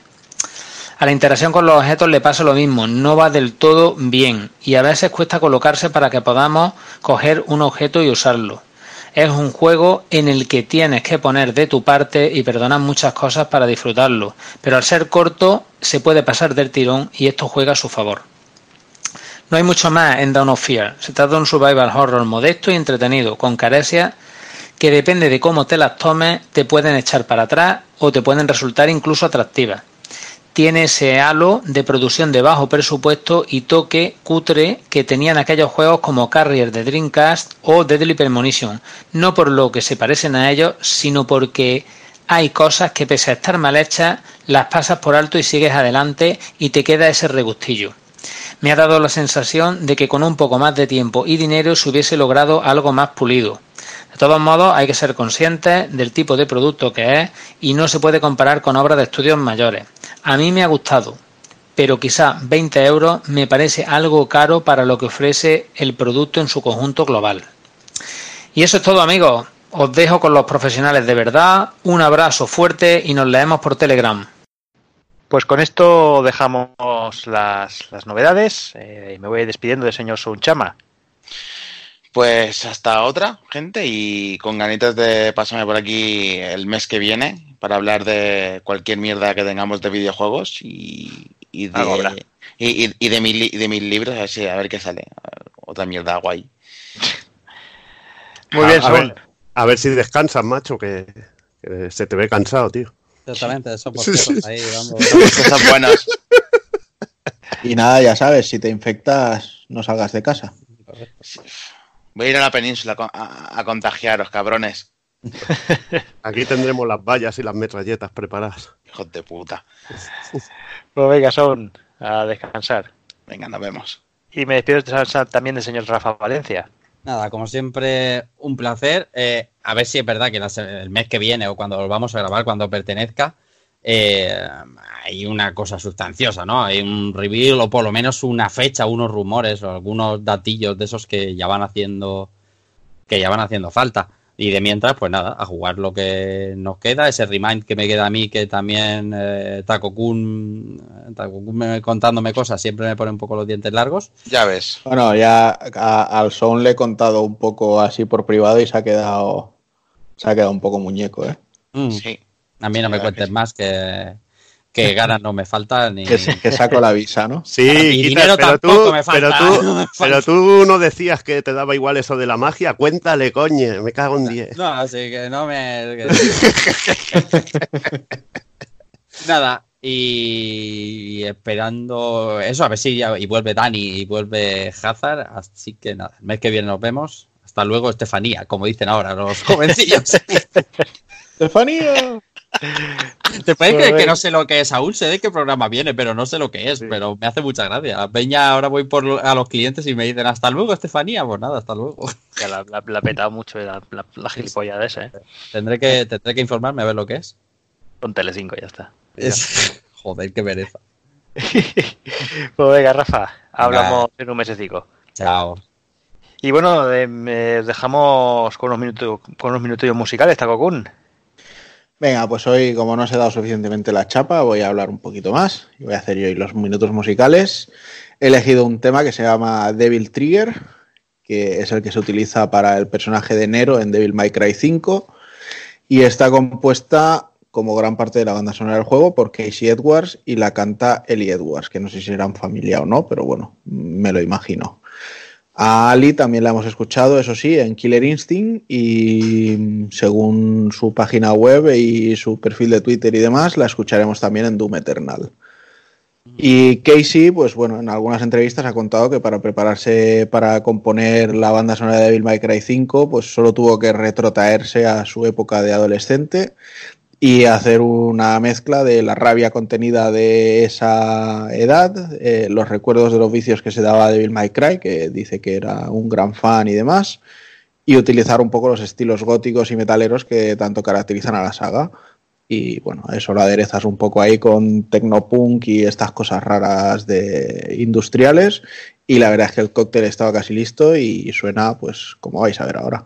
A la interacción con los objetos le pasa lo mismo, no va del todo bien y a veces cuesta colocarse para que podamos coger un objeto y usarlo. Es un juego en el que tienes que poner de tu parte y perdonar muchas cosas para disfrutarlo, pero al ser corto se puede pasar del tirón y esto juega a su favor. No hay mucho más en Dawn of Fear, se trata de un survival horror modesto y entretenido, con caricias que depende de cómo te las tomes te pueden echar para atrás o te pueden resultar incluso atractivas. Tiene ese halo de producción de bajo presupuesto y toque cutre que tenían aquellos juegos como Carrier de Dreamcast o Deadly Premonition, no por lo que se parecen a ellos, sino porque hay cosas que pese a estar mal hechas, las pasas por alto y sigues adelante y te queda ese regustillo. Me ha dado la sensación de que con un poco más de tiempo y dinero se hubiese logrado algo más pulido. De todos modos, hay que ser conscientes del tipo de producto que es y no se puede comparar con obras de estudios mayores. A mí me ha gustado, pero quizá 20 € me parece algo caro para lo que ofrece el producto en su conjunto global. Y eso es todo, amigos. Os dejo con los profesionales de verdad. Un abrazo fuerte y nos leemos por Telegram. Pues con esto dejamos las novedades y me voy despidiendo del señor Sunchama. Pues hasta otra, gente, y con ganitas de pasarme por aquí el mes que viene para hablar de cualquier mierda que tengamos de videojuegos y de mis libros, a ver qué sale. Otra mierda guay. Muy bien, Saúl. A ver si descansas, macho, que se te ve cansado, tío. Exactamente, eso por cierto, ahí dando cosas buenas. Y nada, ya sabes, si te infectas, no salgas de casa. Voy a ir a la península a contagiaros, cabrones. Aquí tendremos las vallas y las metralletas preparadas. Hijos de puta. Pues venga, Saúl, a descansar. Venga, nos vemos. Y me despido también del señor Rafa Valencia. Nada, como siempre, un placer. A ver si es verdad que el mes que viene o cuando volvamos a grabar, cuando pertenezca, hay una cosa sustanciosa, ¿no? Hay un reveal o por lo menos una fecha, unos rumores o algunos datillos de esos que ya van haciendo falta. Y de mientras, pues nada, a jugar lo que nos queda, ese remind que me queda a mí, que también Taco-kun contándome cosas siempre me pone un poco los dientes largos. Ya ves. Bueno, ya al Son le he contado un poco así por privado y se ha quedado un poco muñeco, ¿eh? Sí. A mí no me cuentes más que ganas no me faltan. Ni... Que saco la visa, ¿no? Sí, dinero tampoco me falta. Pero tú no decías que te daba igual eso de la magia. Cuéntale, coño, me cago en 10. No, así que no me... Nada, y esperando eso, a ver si ya, y vuelve Dani y vuelve Hazard, así que nada, el mes que viene nos vemos. Hasta luego, Estefanía, como dicen ahora los jovencillos. ¡Estefanía! ¿Te puedes creer que no sé lo que es? Saúl sé de qué programa viene, pero no sé lo que es, pero me hace mucha gracia. La peña, ahora voy a los clientes y me dicen hasta luego, Estefanía. Pues nada, hasta luego. Ya la ha petado mucho la gilipollas esa, ¿eh? Tendré que informarme a ver lo que es. Con Telecinco ya está. Joder, qué pereza. Pues venga, Rafa, hablamos en un mesecico. Chao. Y bueno, dejamos con unos minutillos musicales, Taco-kun. Venga, pues hoy, como no os he dado suficientemente la chapa, voy a hablar un poquito más y voy a hacer yo hoy los minutos musicales. He elegido un tema que se llama Devil Trigger, que es el que se utiliza para el personaje de Nero en Devil May Cry 5 y está compuesta, como gran parte de la banda sonora del juego, por Casey Edwards y la canta Ellie Edwards, que no sé si eran familia o no, pero bueno, me lo imagino. A Ali también la hemos escuchado, eso sí, en Killer Instinct y según su página web y su perfil de Twitter y demás, la escucharemos también en Doom Eternal. Y Casey, pues bueno, en algunas entrevistas ha contado que para prepararse para componer la banda sonora de Devil May Cry 5, pues solo tuvo que retrotraerse a su época de adolescente y hacer una mezcla de la rabia contenida de esa edad, los recuerdos de los vicios que se daba a Devil May Cry, que dice que era un gran fan y demás, y utilizar un poco los estilos góticos y metaleros que tanto caracterizan a la saga. Y bueno, eso lo aderezas un poco ahí con tecnopunk y estas cosas raras de industriales, y la verdad es que el cóctel estaba casi listo y suena pues como vais a ver ahora.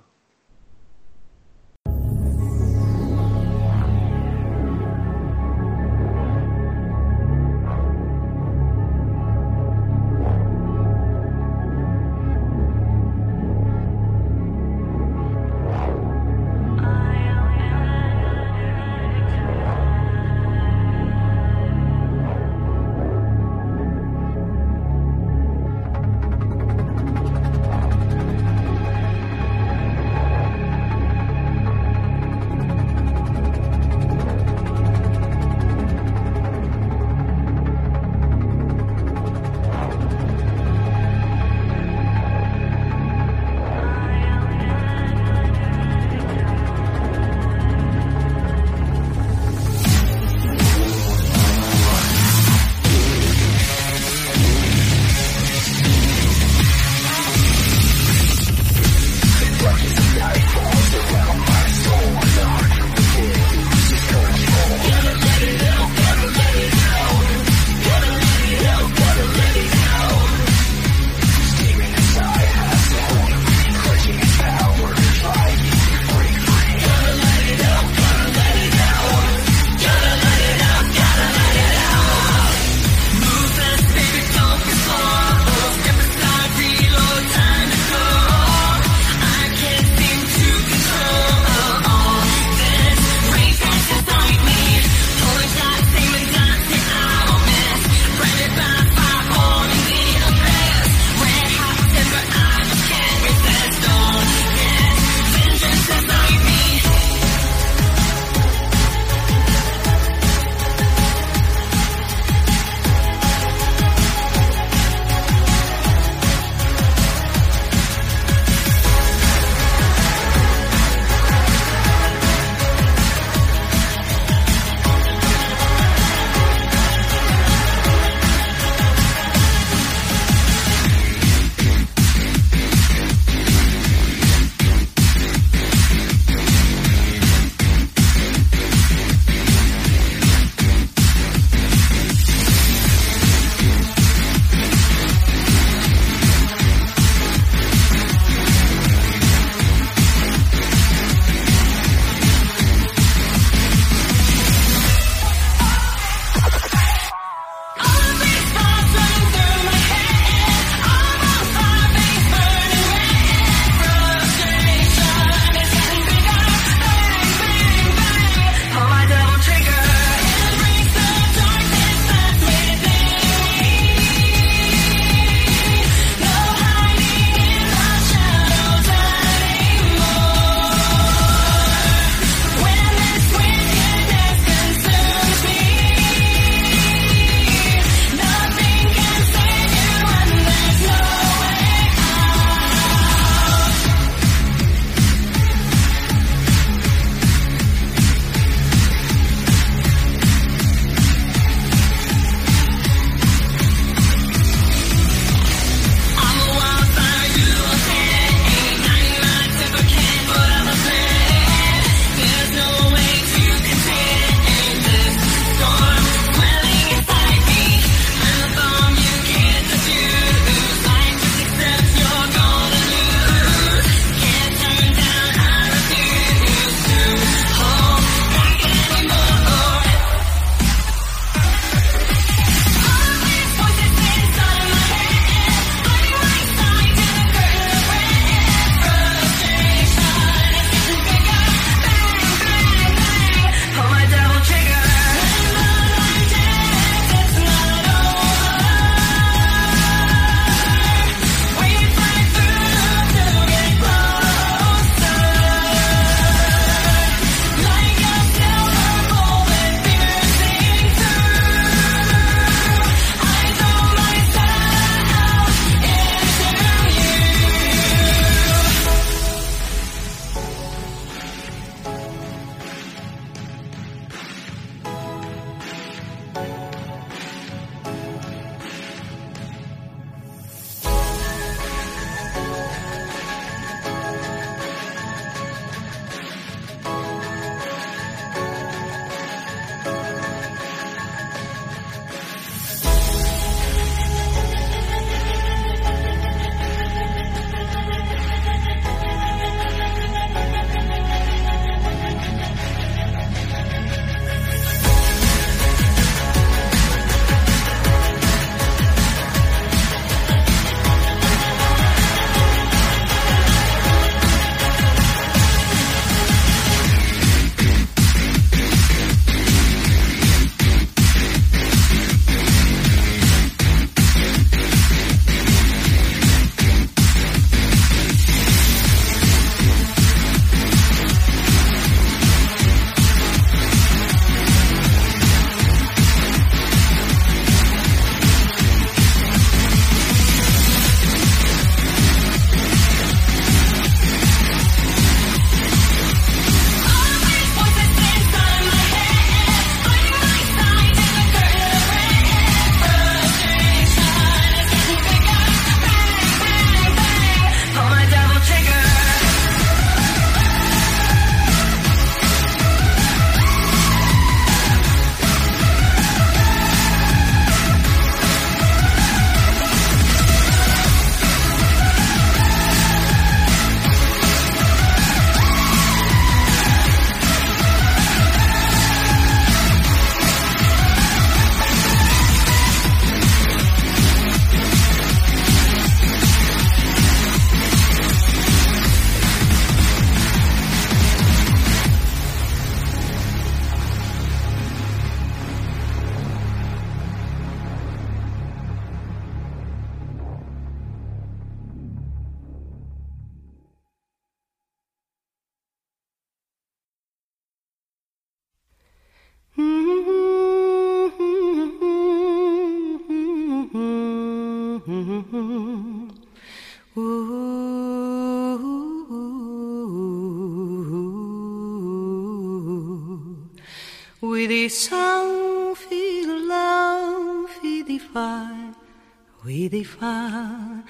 di sang, fi di lau, fi di fa, wi di fa,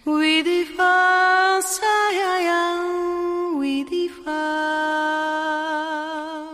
sa ya ya, wi di fa.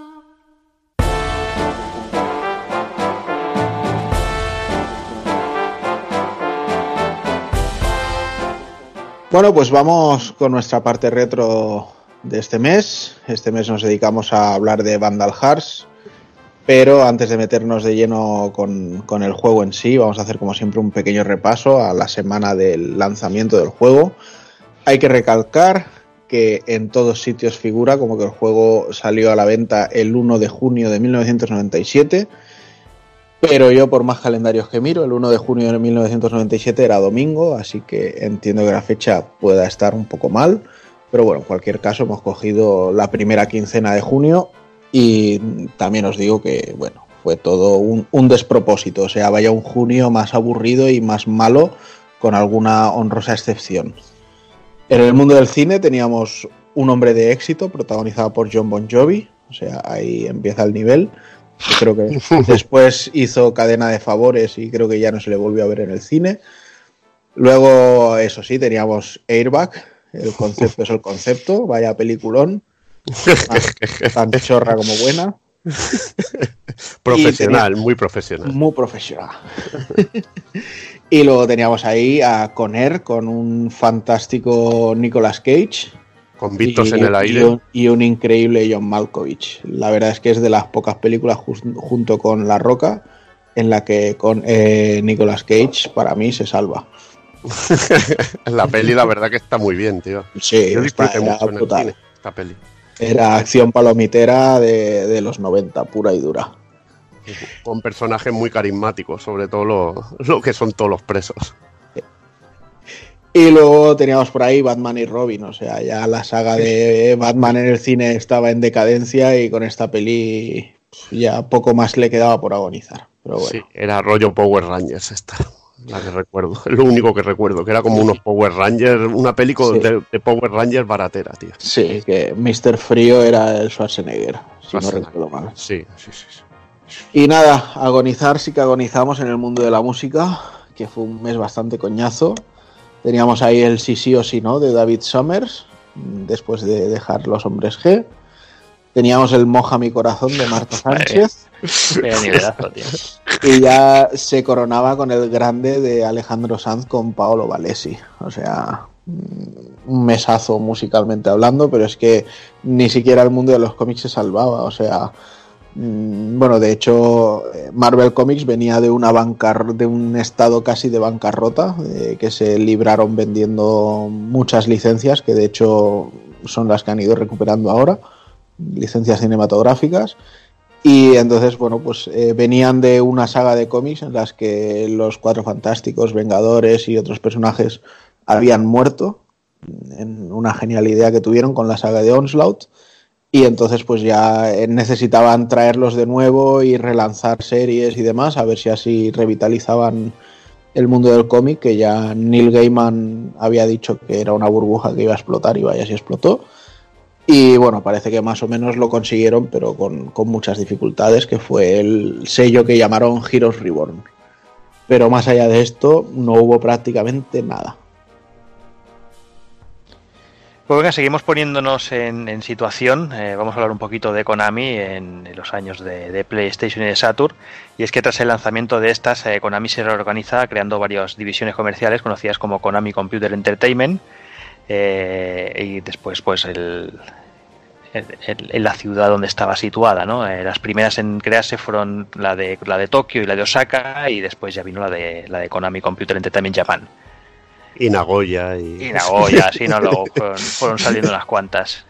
Bueno, pues vamos con nuestra parte retro de este mes. Este mes nos dedicamos a hablar de Vandal Hearts, pero antes de meternos de lleno con el juego en sí, vamos a hacer como siempre un pequeño repaso a la semana del lanzamiento del juego. Hay que recalcar que en todos sitios figura como que el juego salió a la venta el 1 de junio de 1997, pero yo, por más calendarios que miro, el 1 de junio de 1997 era domingo, así que entiendo que la fecha pueda estar un poco mal. Pero bueno, en cualquier caso hemos cogido la primera quincena de junio y también os digo que, bueno, fue todo un despropósito. O sea, vaya un junio más aburrido y más malo, con alguna honrosa excepción. En el mundo del cine teníamos Un hombre de éxito, protagonizado por Jon Bon Jovi. O sea, ahí empieza el nivel. Yo creo que después hizo Cadena de favores y creo que ya no se le volvió a ver en el cine. Luego, eso sí, teníamos Airbag. El concepto es el concepto. Vaya peliculón. Tan chorra como buena. Profesional, muy profesional. Muy profesional. Y luego teníamos ahí a Conner con un fantástico Nicolas Cage. Con Vistos en el aire. Y un increíble John Malkovich. La verdad es que es de las pocas películas junto con La Roca en la que con Nicolas Cage para mí se salva. La peli la verdad que está muy bien, tío. Sí, yo disfruté mucho en el brutal. cine, esta peli. Era acción palomitera de los 90, pura y dura. Con personajes muy carismáticos, sobre todo lo que son todos los presos. Y luego teníamos por ahí Batman y Robin, o sea, ya la saga de Batman en el cine estaba en decadencia y con esta peli ya poco más le quedaba por agonizar. Pero bueno. Sí, era rollo Power Rangers esta, la que recuerdo, es lo único que recuerdo, que era como unos Power Rangers, una película de Power Rangers baratera, tío. Sí, que Mr. Frío era el Schwarzenegger, si no recuerdo mal. Sí. Y nada, agonizar sí que agonizamos en el mundo de la música, que fue un mes bastante coñazo. Teníamos ahí el Sí sí o sí no de David Summers, después de dejar Los Hombres G. Teníamos el Moja mi corazón de Marta Sánchez. Nivelazo, tío. Y ya se coronaba con el grande de Alejandro Sanz con Paolo Valesi. O sea, un mesazo musicalmente hablando, pero es que ni siquiera el mundo de los cómics se salvaba. O sea, bueno, de hecho, Marvel Comics venía de de un estado casi de bancarrota, que se libraron vendiendo muchas licencias, que de hecho son las que han ido recuperando ahora, licencias cinematográficas. Y entonces, bueno, pues venían de una saga de cómics en las que los Cuatro Fantásticos, Vengadores y otros personajes habían muerto, en una genial idea que tuvieron con la saga de Onslaught. Y entonces pues ya necesitaban traerlos de nuevo y relanzar series y demás, a ver si así revitalizaban el mundo del cómic, que ya Neil Gaiman había dicho que era una burbuja que iba a explotar y vaya si explotó. Y bueno, parece que más o menos lo consiguieron, pero con muchas dificultades, que fue el sello que llamaron Heroes Reborn. Pero más allá de esto no hubo prácticamente nada. Pues venga, seguimos poniéndonos en situación. Vamos a hablar un poquito de Konami en los años de PlayStation y de Saturn. Y es que tras el lanzamiento de estas, Konami se reorganiza creando varias divisiones comerciales conocidas como Konami Computer Entertainment. Y después, pues, en la ciudad donde estaba situada, ¿no? Las primeras en crearse fueron la de Tokio y la de Osaka, y después ya vino la de Konami Computer Entertainment Japan. Y Nagoya. Sí, no, luego fueron saliendo unas cuantas.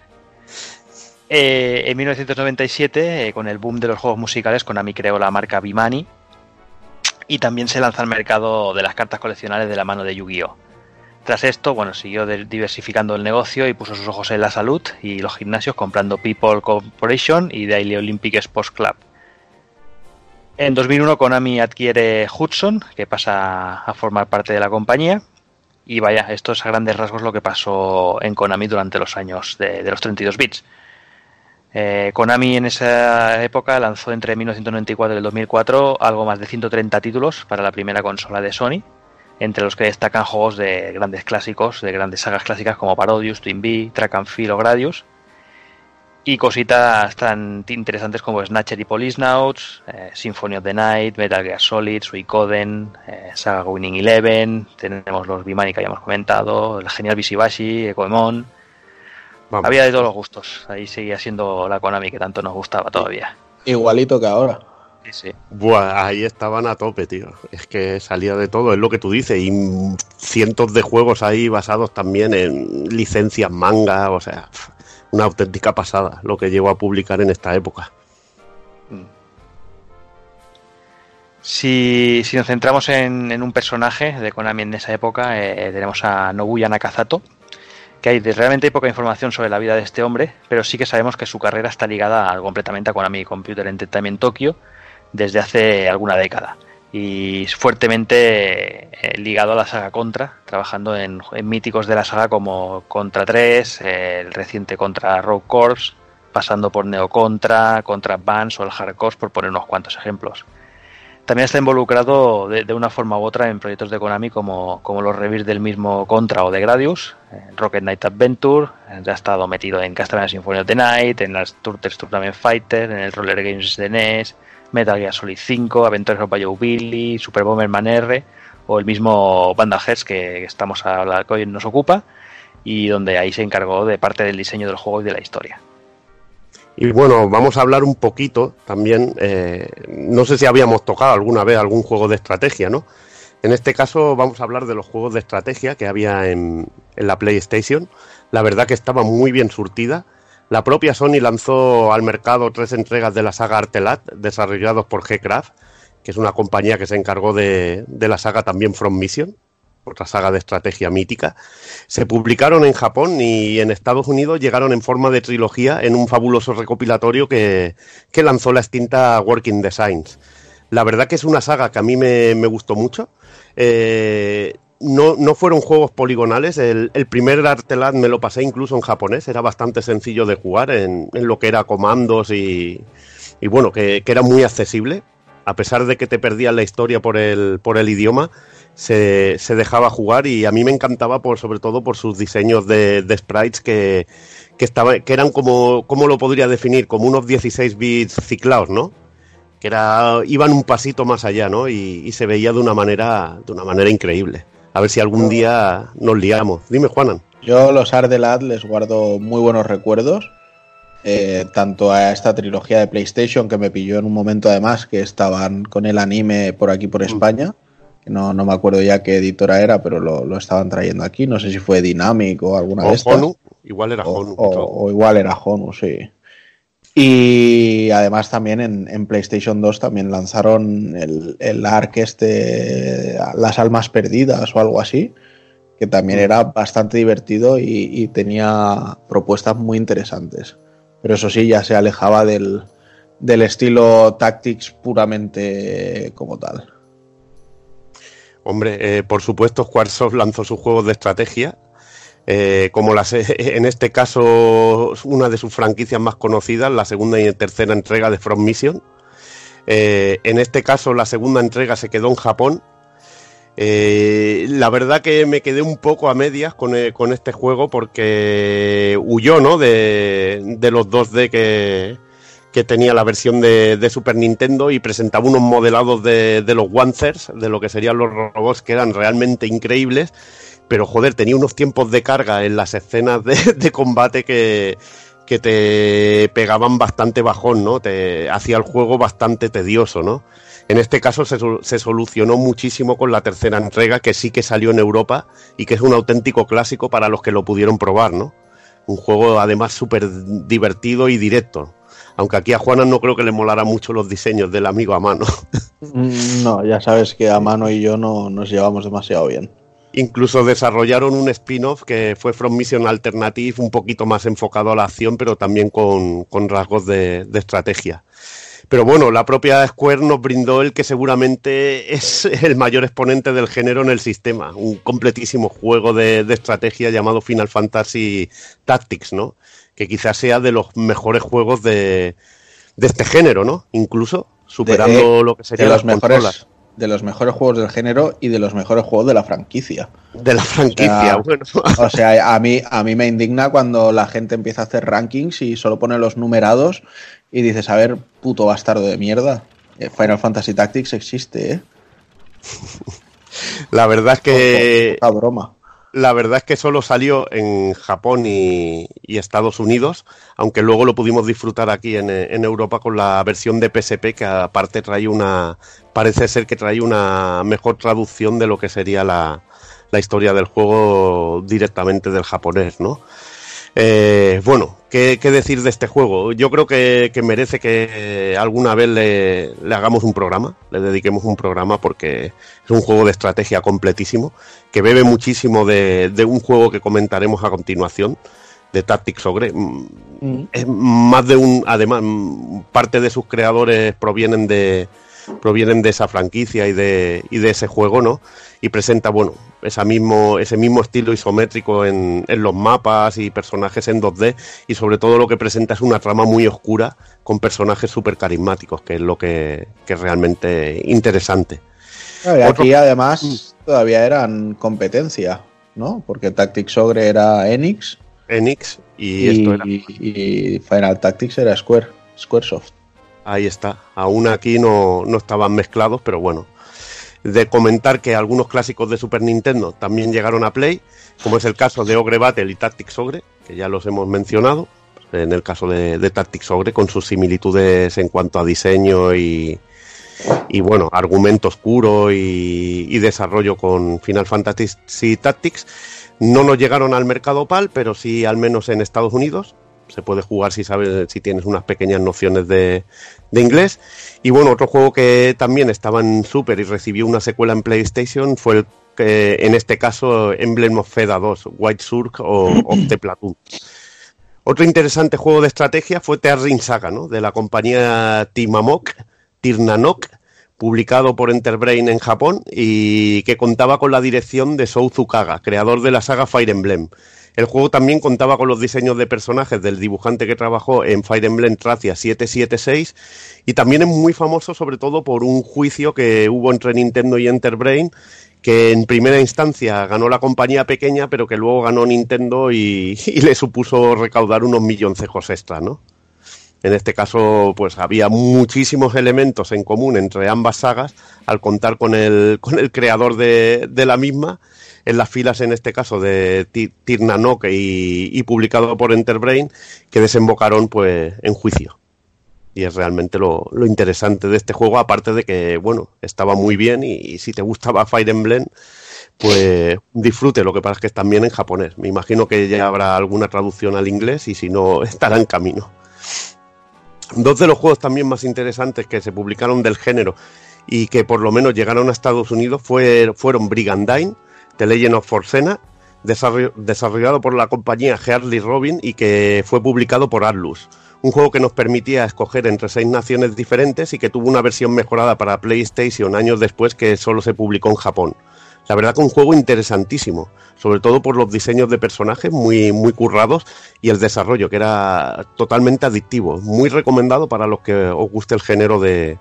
En 1997, con el boom de los juegos musicales, Konami creó la marca Bimani y también se lanza al mercado de las cartas coleccionables de la mano de Yu-Gi-Oh! Tras esto, bueno, siguió diversificando el negocio y puso sus ojos en la salud y los gimnasios, comprando People Corporation y Daily Olympic Sports Club. En 2001, Konami adquiere Hudson, que pasa a formar parte de la compañía. Y vaya, esto es a grandes rasgos lo que pasó en Konami durante los años de los 32 bits. Konami en esa época lanzó entre 1994 y el 2004 algo más de 130 títulos para la primera consola de Sony, entre los que destacan juegos de grandes clásicos, de grandes sagas clásicas como Parodius, Twin Track and Field o Gradius, y cositas tan interesantes como Snatcher y Policenauts, Symphony of the Night, Metal Gear Solid, Suikoden, Saga Winning Eleven, tenemos los Bimani que habíamos comentado, el genial Bishibashi, Goemon. Vamos. Había de todos los gustos. Ahí seguía siendo la Konami que tanto nos gustaba todavía. Igualito que ahora. Sí, sí. Buah, ahí estaban a tope, tío. Es que salía de todo, es lo que tú dices. Y cientos de juegos ahí basados también en licencias manga. O sea, una auténtica pasada lo que llegó a publicar en esta época. Si nos centramos en un personaje de Konami en esa época, tenemos a Nobuya Nakazato, que realmente hay poca información sobre la vida de este hombre, pero sí que sabemos que su carrera está ligada completamente a Konami Computer Entertainment Tokyo desde hace alguna década y fuertemente ligado a la saga Contra, trabajando en míticos de la saga como Contra 3, el reciente Contra Rogue Corps, pasando por Neo Contra, Contra Advance o el Hard Corps, por poner unos cuantos ejemplos. También está involucrado de una forma u otra en proyectos de Konami como los revirs del mismo Contra o de Gradius, Rocket Knight Adventure, ha estado metido en Castlevania Symphony of the Night, en las Turtles Tournament Fighter, en el Roller Games de NES, Metal Gear Solid 5, Adventures of Bayou Billy, Super Bomberman R o el mismo Vandal Hearts que estamos a hablar que hoy nos ocupa y donde ahí se encargó de parte del diseño del juego y de la historia. Y bueno, vamos a hablar un poquito también, no sé si habíamos tocado alguna vez algún juego de estrategia, ¿no? En este caso vamos a hablar de los juegos de estrategia que había en la PlayStation. La verdad que estaba muy bien surtida. La propia Sony lanzó al mercado 3 entregas de la saga Artelat, desarrollados por G-Craft, que es una compañía que se encargó de la saga también From Mission, otra saga de estrategia mítica. Se publicaron en Japón y en Estados Unidos llegaron en forma de trilogía en un fabuloso recopilatorio que lanzó la extinta Working Designs. La verdad que es una saga que a mí me gustó mucho. No fueron juegos poligonales. El primer Artelat me lo pasé incluso en japonés. Era bastante sencillo de jugar en lo que era comandos y bueno, que era muy accesible. A pesar de que te perdías la historia por el idioma, se dejaba jugar y a mí me encantaba sobre todo por sus diseños de sprites que eran como, ¿cómo lo podría definir? Como unos 16 bits ciclados, ¿no? Que iban un pasito más allá, ¿no? Y se veía de una manera increíble. A ver si algún día nos liamos. Dime, Juanan. Yo los Artelat les guardo muy buenos recuerdos. Tanto a esta trilogía de PlayStation que me pilló en un momento además que estaban con el anime por aquí por España, que no me acuerdo ya qué editora era, pero lo estaban trayendo aquí, no sé si fue Dynamic o alguna de estas. Honu, igual era Honu. O igual era Honu, sí. Y además también en PlayStation 2 también lanzaron el ARC Las Almas Perdidas o algo así, que también era bastante divertido y tenía propuestas muy interesantes. Pero eso sí, ya se alejaba del estilo Tactics puramente como tal. Hombre, por supuesto, Squaresoft lanzó sus juegos de estrategia, como en este caso una de sus franquicias más conocidas, la segunda y tercera entrega de From Mission. En este caso, la segunda entrega se quedó en Japón. La verdad que me quedé un poco a medias con este juego porque huyó, ¿no? de los 2D que tenía la versión de Super Nintendo y presentaba unos modelados de los Wanzers, de lo que serían los robots, que eran realmente increíbles, pero joder, tenía unos tiempos de carga en las escenas de combate que te pegaban bastante bajón, ¿no? Te hacía el juego bastante tedioso, ¿no? En este caso se solucionó muchísimo con la tercera entrega, que sí que salió en Europa y que es un auténtico clásico para los que lo pudieron probar, ¿no? Un juego además súper divertido y directo. Aunque aquí a Juana no creo que le molara mucho los diseños del amigo a mano. No, ya sabes que a mano y yo no nos llevamos demasiado bien. Incluso desarrollaron un spin-off que fue From Mission Alternative, un poquito más enfocado a la acción, pero también con rasgos de estrategia. Pero bueno, la propia Square nos brindó el que seguramente es el mayor exponente del género en el sistema, un completísimo juego de estrategia llamado Final Fantasy Tactics, ¿no? que quizás sea de los mejores juegos de este género, ¿no? Incluso superando lo que serían las consolas. De los mejores juegos del género y de los mejores juegos de la franquicia. De la franquicia, bueno. O sea, a mí me indigna cuando la gente empieza a hacer rankings y solo pone los numerados y dices, a ver, puto bastardo de mierda. Final Fantasy Tactics existe, ¿eh? La verdad es que... Poca broma. La verdad es que solo salió en Japón y Estados Unidos, aunque luego lo pudimos disfrutar aquí en Europa con la versión de PSP, que aparte parece ser que trae una mejor traducción de lo que sería la historia del juego directamente del japonés, ¿no? Bueno, ¿qué decir de este juego? Yo creo que merece que alguna vez le hagamos un programa, le dediquemos un programa, porque es un juego de estrategia completísimo, que bebe muchísimo de un juego que comentaremos a continuación, de Tactics Ogre. Es más de además, parte de sus creadores provienen de esa franquicia y de ese juego, ¿no? Y presenta, bueno, ese mismo estilo isométrico en los mapas y personajes en 2D, y sobre todo lo que presenta es una trama muy oscura con personajes súper carismáticos, que es lo que es realmente interesante. Aquí además todavía eran competencia, ¿no? Porque Tactics Ogre era Enix y esto era... y Final Tactics era Squaresoft. Ahí está, aún aquí no estaban mezclados, pero bueno. De comentar que algunos clásicos de Super Nintendo también llegaron a Play, como es el caso de Ogre Battle y Tactics Ogre, que ya los hemos mencionado, en el caso de Tactics Ogre, con sus similitudes en cuanto a diseño y bueno, argumento oscuro y desarrollo con Final Fantasy Tactics. No nos llegaron al mercado PAL, pero sí al menos en Estados Unidos. Se puede jugar si tienes unas pequeñas nociones de inglés. Y bueno, otro juego que también estaba en Super y recibió una secuela en PlayStation fue el que, en este caso, Emblem of Feda 2, White Surk o The Platoon. Otro interesante juego de estrategia fue Tearring Saga, ¿no? De la compañía Tirnanok, publicado por Enterbrain en Japón, y que contaba con la dirección de Shou Tsukaga, creador de la saga Fire Emblem. El juego también contaba con los diseños de personajes del dibujante que trabajó en Fire Emblem Thracia 776, y también es muy famoso sobre todo por un juicio que hubo entre Nintendo y Enterbrain, que en primera instancia ganó la compañía pequeña, pero que luego ganó Nintendo y le supuso recaudar unos milloncejos extra, ¿no? En este caso, pues había muchísimos elementos en común entre ambas sagas, al contar con el creador de la misma, en las filas, en este caso, de Tirnanok y publicado por Enterbrain, que desembocaron pues en juicio. Y es realmente lo interesante de este juego, aparte de que, bueno, estaba muy bien, y si te gustaba Fire Emblem, pues disfrute. Lo que pasa es que es también en japonés. Me imagino que ya habrá alguna traducción al inglés, y si no, estará en camino. Dos de los juegos también más interesantes que se publicaron del género y que por lo menos llegaron a Estados Unidos fueron Brigandine, The Legend of Forcena, desarrollado por la compañía Harley Robin y que fue publicado por Atlus. Un juego que nos permitía escoger entre 6 naciones diferentes y que tuvo una versión mejorada para PlayStation años después, que solo se publicó en Japón. La verdad que un juego interesantísimo, sobre todo por los diseños de personajes muy, muy currados y el desarrollo, que era totalmente adictivo. Muy recomendado para los que os guste el género de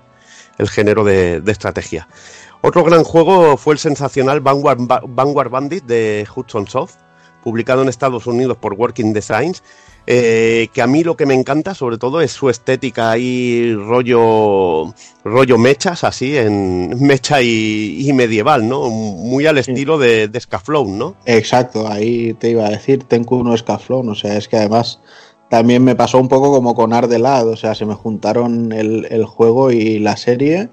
estrategia. Otro gran juego fue el sensacional Vanguard Bandit de Hudson Soft, publicado en Estados Unidos por Working Designs, que a mí lo que me encanta sobre todo es su estética ahí, rollo mechas, así, en mecha y medieval, ¿no? Muy al estilo de Scaflón, ¿no? Exacto, ahí te iba a decir, Tenku no Scaflón, o sea, es que además también me pasó un poco como con Ardelad, o sea, se me juntaron el juego y la serie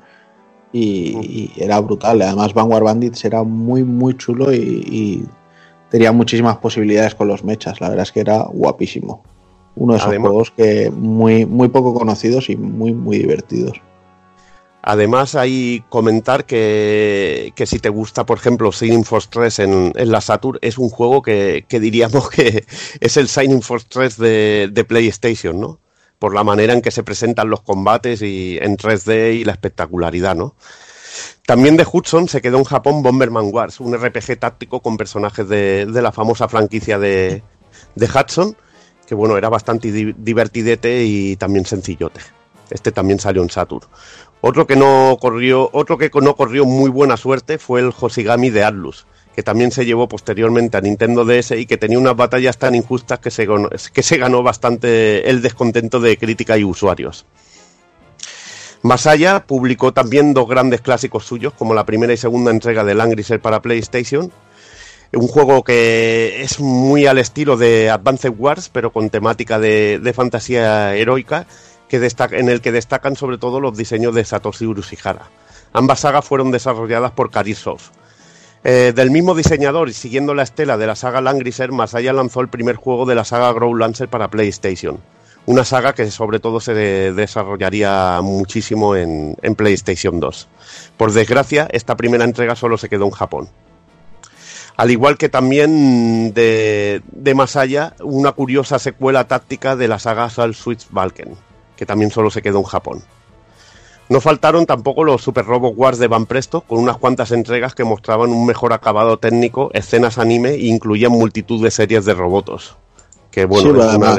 y era brutal. Además Vanguard Bandits era muy muy chulo y tenía muchísimas posibilidades con los mechas, la verdad es que era guapísimo. Uno de esos juegos que muy, muy poco conocidos y muy muy divertidos. Además, hay comentar que si te gusta, por ejemplo, Shining Force 3 en la Saturn, es un juego que diríamos que es el Shining Force 3 de PlayStation, ¿no? Por la manera en que se presentan los combates y en 3D y la espectacularidad, ¿no? También de Hudson se quedó en Japón Bomberman Wars, un RPG táctico con personajes de la famosa franquicia de Hudson, que bueno, era bastante divertidete y también sencillote. Este también salió en Saturn. Otro que no corrió muy buena suerte fue el Hoshigami de Atlus, que también se llevó posteriormente a Nintendo DS y que tenía unas batallas tan injustas que se ganó bastante el descontento de crítica y usuarios. Masaya publicó también 2 grandes clásicos suyos, como la primera y segunda entrega de Angry Birds para PlayStation, un juego que es muy al estilo de Advanced Wars, pero con temática de fantasía heroica, en el que destacan sobre todo los diseños de Satoshi Urushihara. Ambas sagas fueron desarrolladas por Carisoft. Del mismo diseñador y siguiendo la estela de la saga Angry Birds, Masaya lanzó el primer juego de la saga Ground Lancer para PlayStation, una saga que sobre todo se desarrollaría muchísimo en PlayStation 2. Por desgracia, esta primera entrega solo se quedó en Japón. Al igual que también de Masaya, una curiosa secuela táctica de la saga Assault Switch Balken, que también solo se quedó en Japón. No faltaron tampoco los Super Robot Wars de Van Presto, con unas cuantas entregas que mostraban un mejor acabado técnico, escenas anime e incluían multitud de series de robots. Que bueno, sí, además,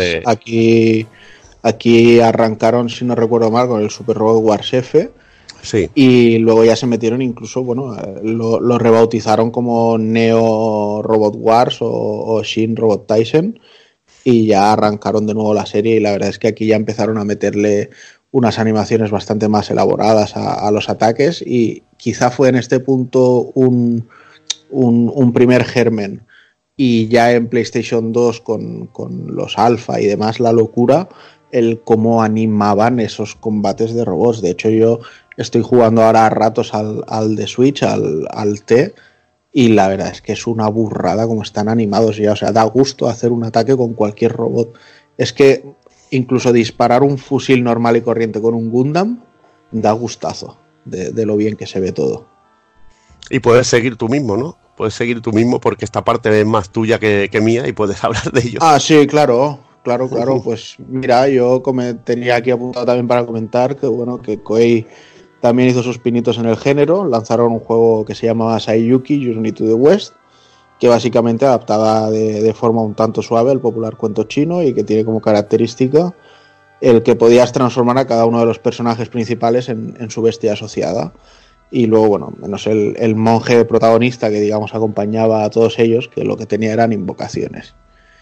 aquí arrancaron, si no recuerdo mal, con el Super Robot Wars F. Sí. Y luego ya se metieron incluso, bueno, lo rebautizaron como Neo Robot Wars o Shin Robot Tyson, y ya arrancaron de nuevo la serie, y la verdad es que aquí ya empezaron a meterle unas animaciones bastante más elaboradas a los ataques, y quizá fue en este punto un primer germen, y ya en PlayStation 2 con los alfa y demás, la locura, el cómo animaban esos combates de robots. De hecho, yo estoy jugando ahora a ratos al de Switch, al T, y la verdad es que es una burrada como están animados ya. O sea, da gusto hacer un ataque con cualquier robot. Es que incluso disparar un fusil normal y corriente con un Gundam da gustazo de lo bien que se ve todo. Y puedes seguir tú mismo, ¿no? Puedes seguir tú mismo porque esta parte es más tuya que mía y puedes hablar de ello. Ah, sí, claro. Pues mira, yo tenía aquí apuntado también para comentar que bueno, que Koei también hizo sus pinitos en el género. Lanzaron un juego que se llamaba Saiyuki Journey to the West, que básicamente adaptaba de forma un tanto suave el popular cuento chino, y que tiene como característica el que podías transformar a cada uno de los personajes principales en su bestia asociada. Y luego, bueno, menos el monje protagonista que, digamos, acompañaba a todos ellos, que lo que tenía eran invocaciones.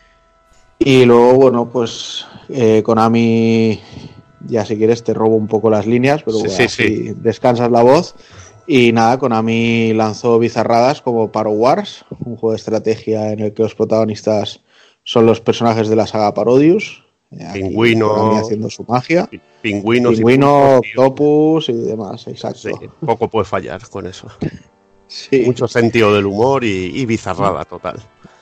Y luego, bueno, pues Konami, ya si quieres te robo un poco las líneas, pero bueno, así descansas la voz. Y nada, Konami lanzó bizarradas como Paro Wars, un juego de estrategia en el que los protagonistas son los personajes de la saga Parodius. Pingüino haciendo su magia. Pingüino, Octopus y demás, exacto. Sí, poco puede fallar con eso. Sí. Mucho sentido del humor y bizarrada total.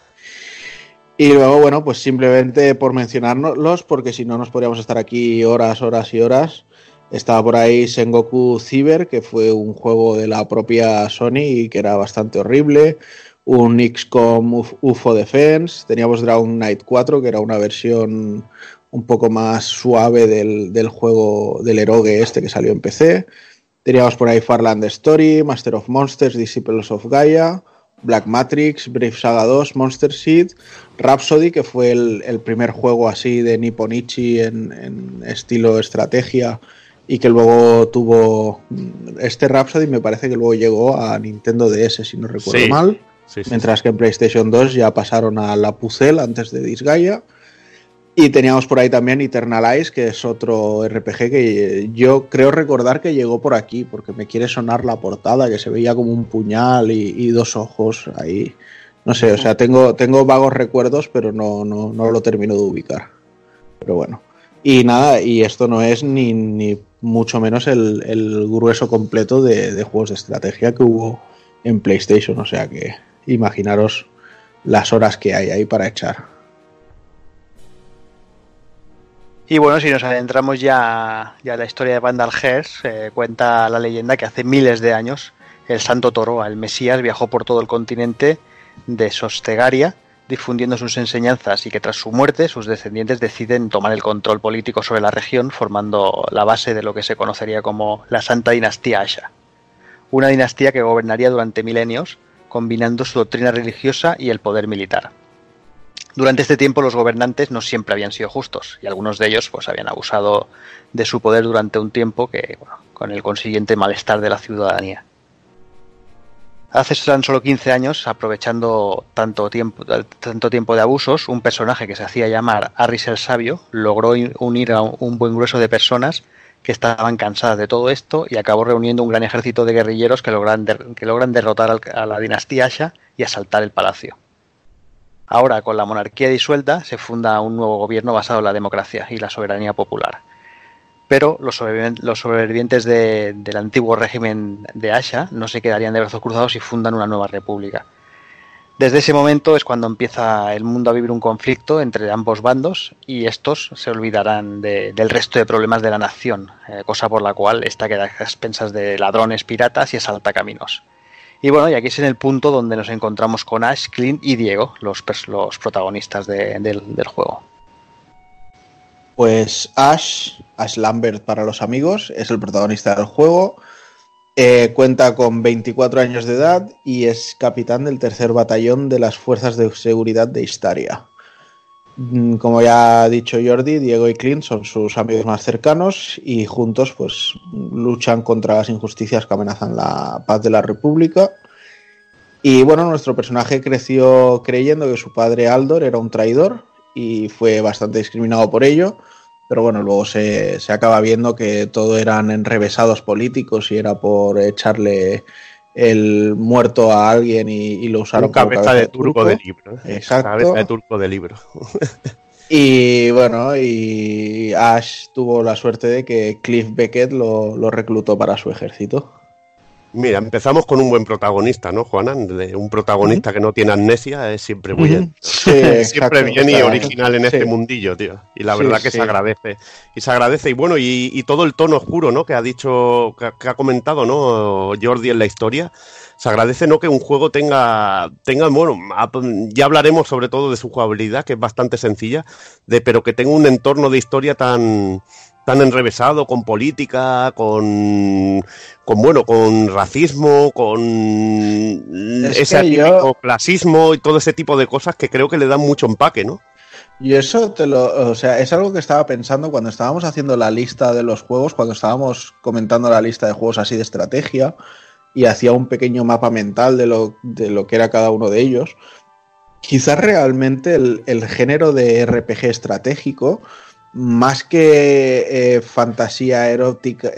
Y luego, bueno, pues simplemente por mencionarlos, porque si no nos podríamos estar aquí horas y horas. Estaba por ahí Sengoku Cyber, que fue un juego de la propia Sony y que era bastante horrible. Un XCOM UFO Defense. Teníamos Dragon Knight 4, que era una versión un poco más suave del juego del Eroge este que salió en PC. Teníamos por ahí Farland Story, Master of Monsters, Disciples of Gaia, Black Matrix, Brave Saga 2, Monster Seed, Rhapsody, que fue el primer juego así de Nipponichi en estilo estrategia, y que luego tuvo este Rhapsody, me parece que luego llegó a Nintendo DS, si no recuerdo mal, mientras que en PlayStation 2 ya pasaron a la Puzzle antes de Disgaea. Y teníamos por ahí también Eternal Ice, que es otro RPG que yo creo recordar que llegó por aquí, porque me quiere sonar la portada, que se veía como un puñal y dos ojos ahí. No sé, o sea, tengo vagos recuerdos, pero no lo termino de ubicar. Pero bueno. Y nada, y esto no es ni mucho menos el grueso completo de juegos de estrategia que hubo en PlayStation. O sea que imaginaros las horas que hay ahí para echar. Y bueno, si nos adentramos ya en la historia de Vandal Hearts, cuenta la leyenda que hace miles de años el Santo Toroa, el Mesías, viajó por todo el continente de Sostegaria, difundiendo sus enseñanzas, y que tras su muerte sus descendientes deciden tomar el control político sobre la región, formando la base de lo que se conocería como la Santa Dinastía Asha. Una dinastía que gobernaría durante milenios, combinando su doctrina religiosa y el poder militar. Durante este tiempo los gobernantes no siempre habían sido justos y algunos de ellos pues habían abusado de su poder durante un tiempo con el consiguiente malestar de la ciudadanía. Hace tan solo 15 años, aprovechando tanto tiempo de abusos, un personaje que se hacía llamar Arris el Sabio logró unir a un buen grueso de personas que estaban cansadas de todo esto y acabó reuniendo un gran ejército de guerrilleros que logran derrotar a la dinastía Asha y asaltar el palacio. Ahora, con la monarquía disuelta, se funda un nuevo gobierno basado en la democracia y la soberanía popular. Pero los sobrevivientes del antiguo régimen de Asha no se quedarían de brazos cruzados y fundan una nueva república. Desde ese momento es cuando empieza el mundo a vivir un conflicto entre ambos bandos y estos se olvidarán del resto de problemas de la nación, cosa por la cual esta queda a expensas de ladrones, piratas y asaltacaminos. Y bueno, y aquí es en el punto donde nos encontramos con Ash, Clint y Diego, los protagonistas del juego. Pues Ash Lambert para los amigos, es el protagonista del juego. Cuenta con 24 años de edad y es capitán del 3er batallón de las fuerzas de seguridad de Histaria. Como ya ha dicho Jordi, Diego y Clint son sus amigos más cercanos y juntos pues luchan contra las injusticias que amenazan la paz de la República. Y bueno, nuestro personaje creció creyendo que su padre Aldor era un traidor y fue bastante discriminado por ello. Pero bueno, luego se acaba viendo que todo eran enrevesados políticos y era por echarle el muerto a alguien y lo usaron como cabeza de turco de libro. Exacto. Cabeza de turco de libro. Y bueno, y Ash tuvo la suerte de que Cliff Beckett lo reclutó para su ejército. Mira, empezamos con un buen protagonista, ¿no, Juana? Un protagonista que no tiene amnesia es siempre muy bien. Sí, siempre bien y original en este mundillo, tío. Y la verdad que se agradece. Y se agradece. Y bueno, y todo el tono oscuro, ¿no? Que ha dicho, que ha comentado, ¿no? Jordi en la historia. Se agradece, ¿no? Que un juego tenga, bueno, ya hablaremos sobre todo de su jugabilidad, que es bastante sencilla, pero que tenga un entorno de historia tan enrevesado, con política, con racismo, con ese típico clasismo y todo ese tipo de cosas que creo que le dan mucho empaque, ¿no? Y eso es algo que estaba pensando cuando estábamos haciendo la lista de los juegos, cuando estábamos comentando la lista de juegos así de estrategia y hacía un pequeño mapa mental de lo que era cada uno de ellos. Quizás realmente el género de RPG estratégico, más que fantasía erótica.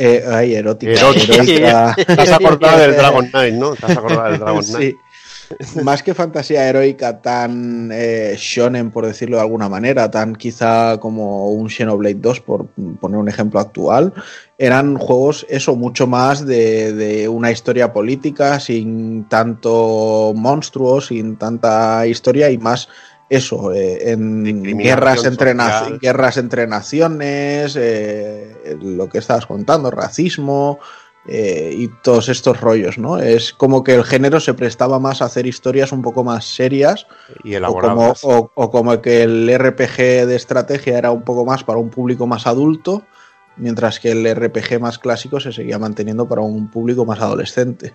Heroica. Te has acordado del Dragon Knight, ¿no? Te has acordado del Dragon Knight. Sí. Más que fantasía heroica tan shonen, por decirlo de alguna manera, tan quizá como un Xenoblade 2, por poner un ejemplo actual, eran juegos mucho más de una historia política, sin tanto monstruos, sin tanta historia y más en guerras entre naciones, lo que estabas contando, racismo y todos estos rollos, ¿no? Es como que el género se prestaba más a hacer historias un poco más serias y elaboradas. O como que el RPG de estrategia era un poco más para un público más adulto, mientras que el RPG más clásico se seguía manteniendo para un público más adolescente.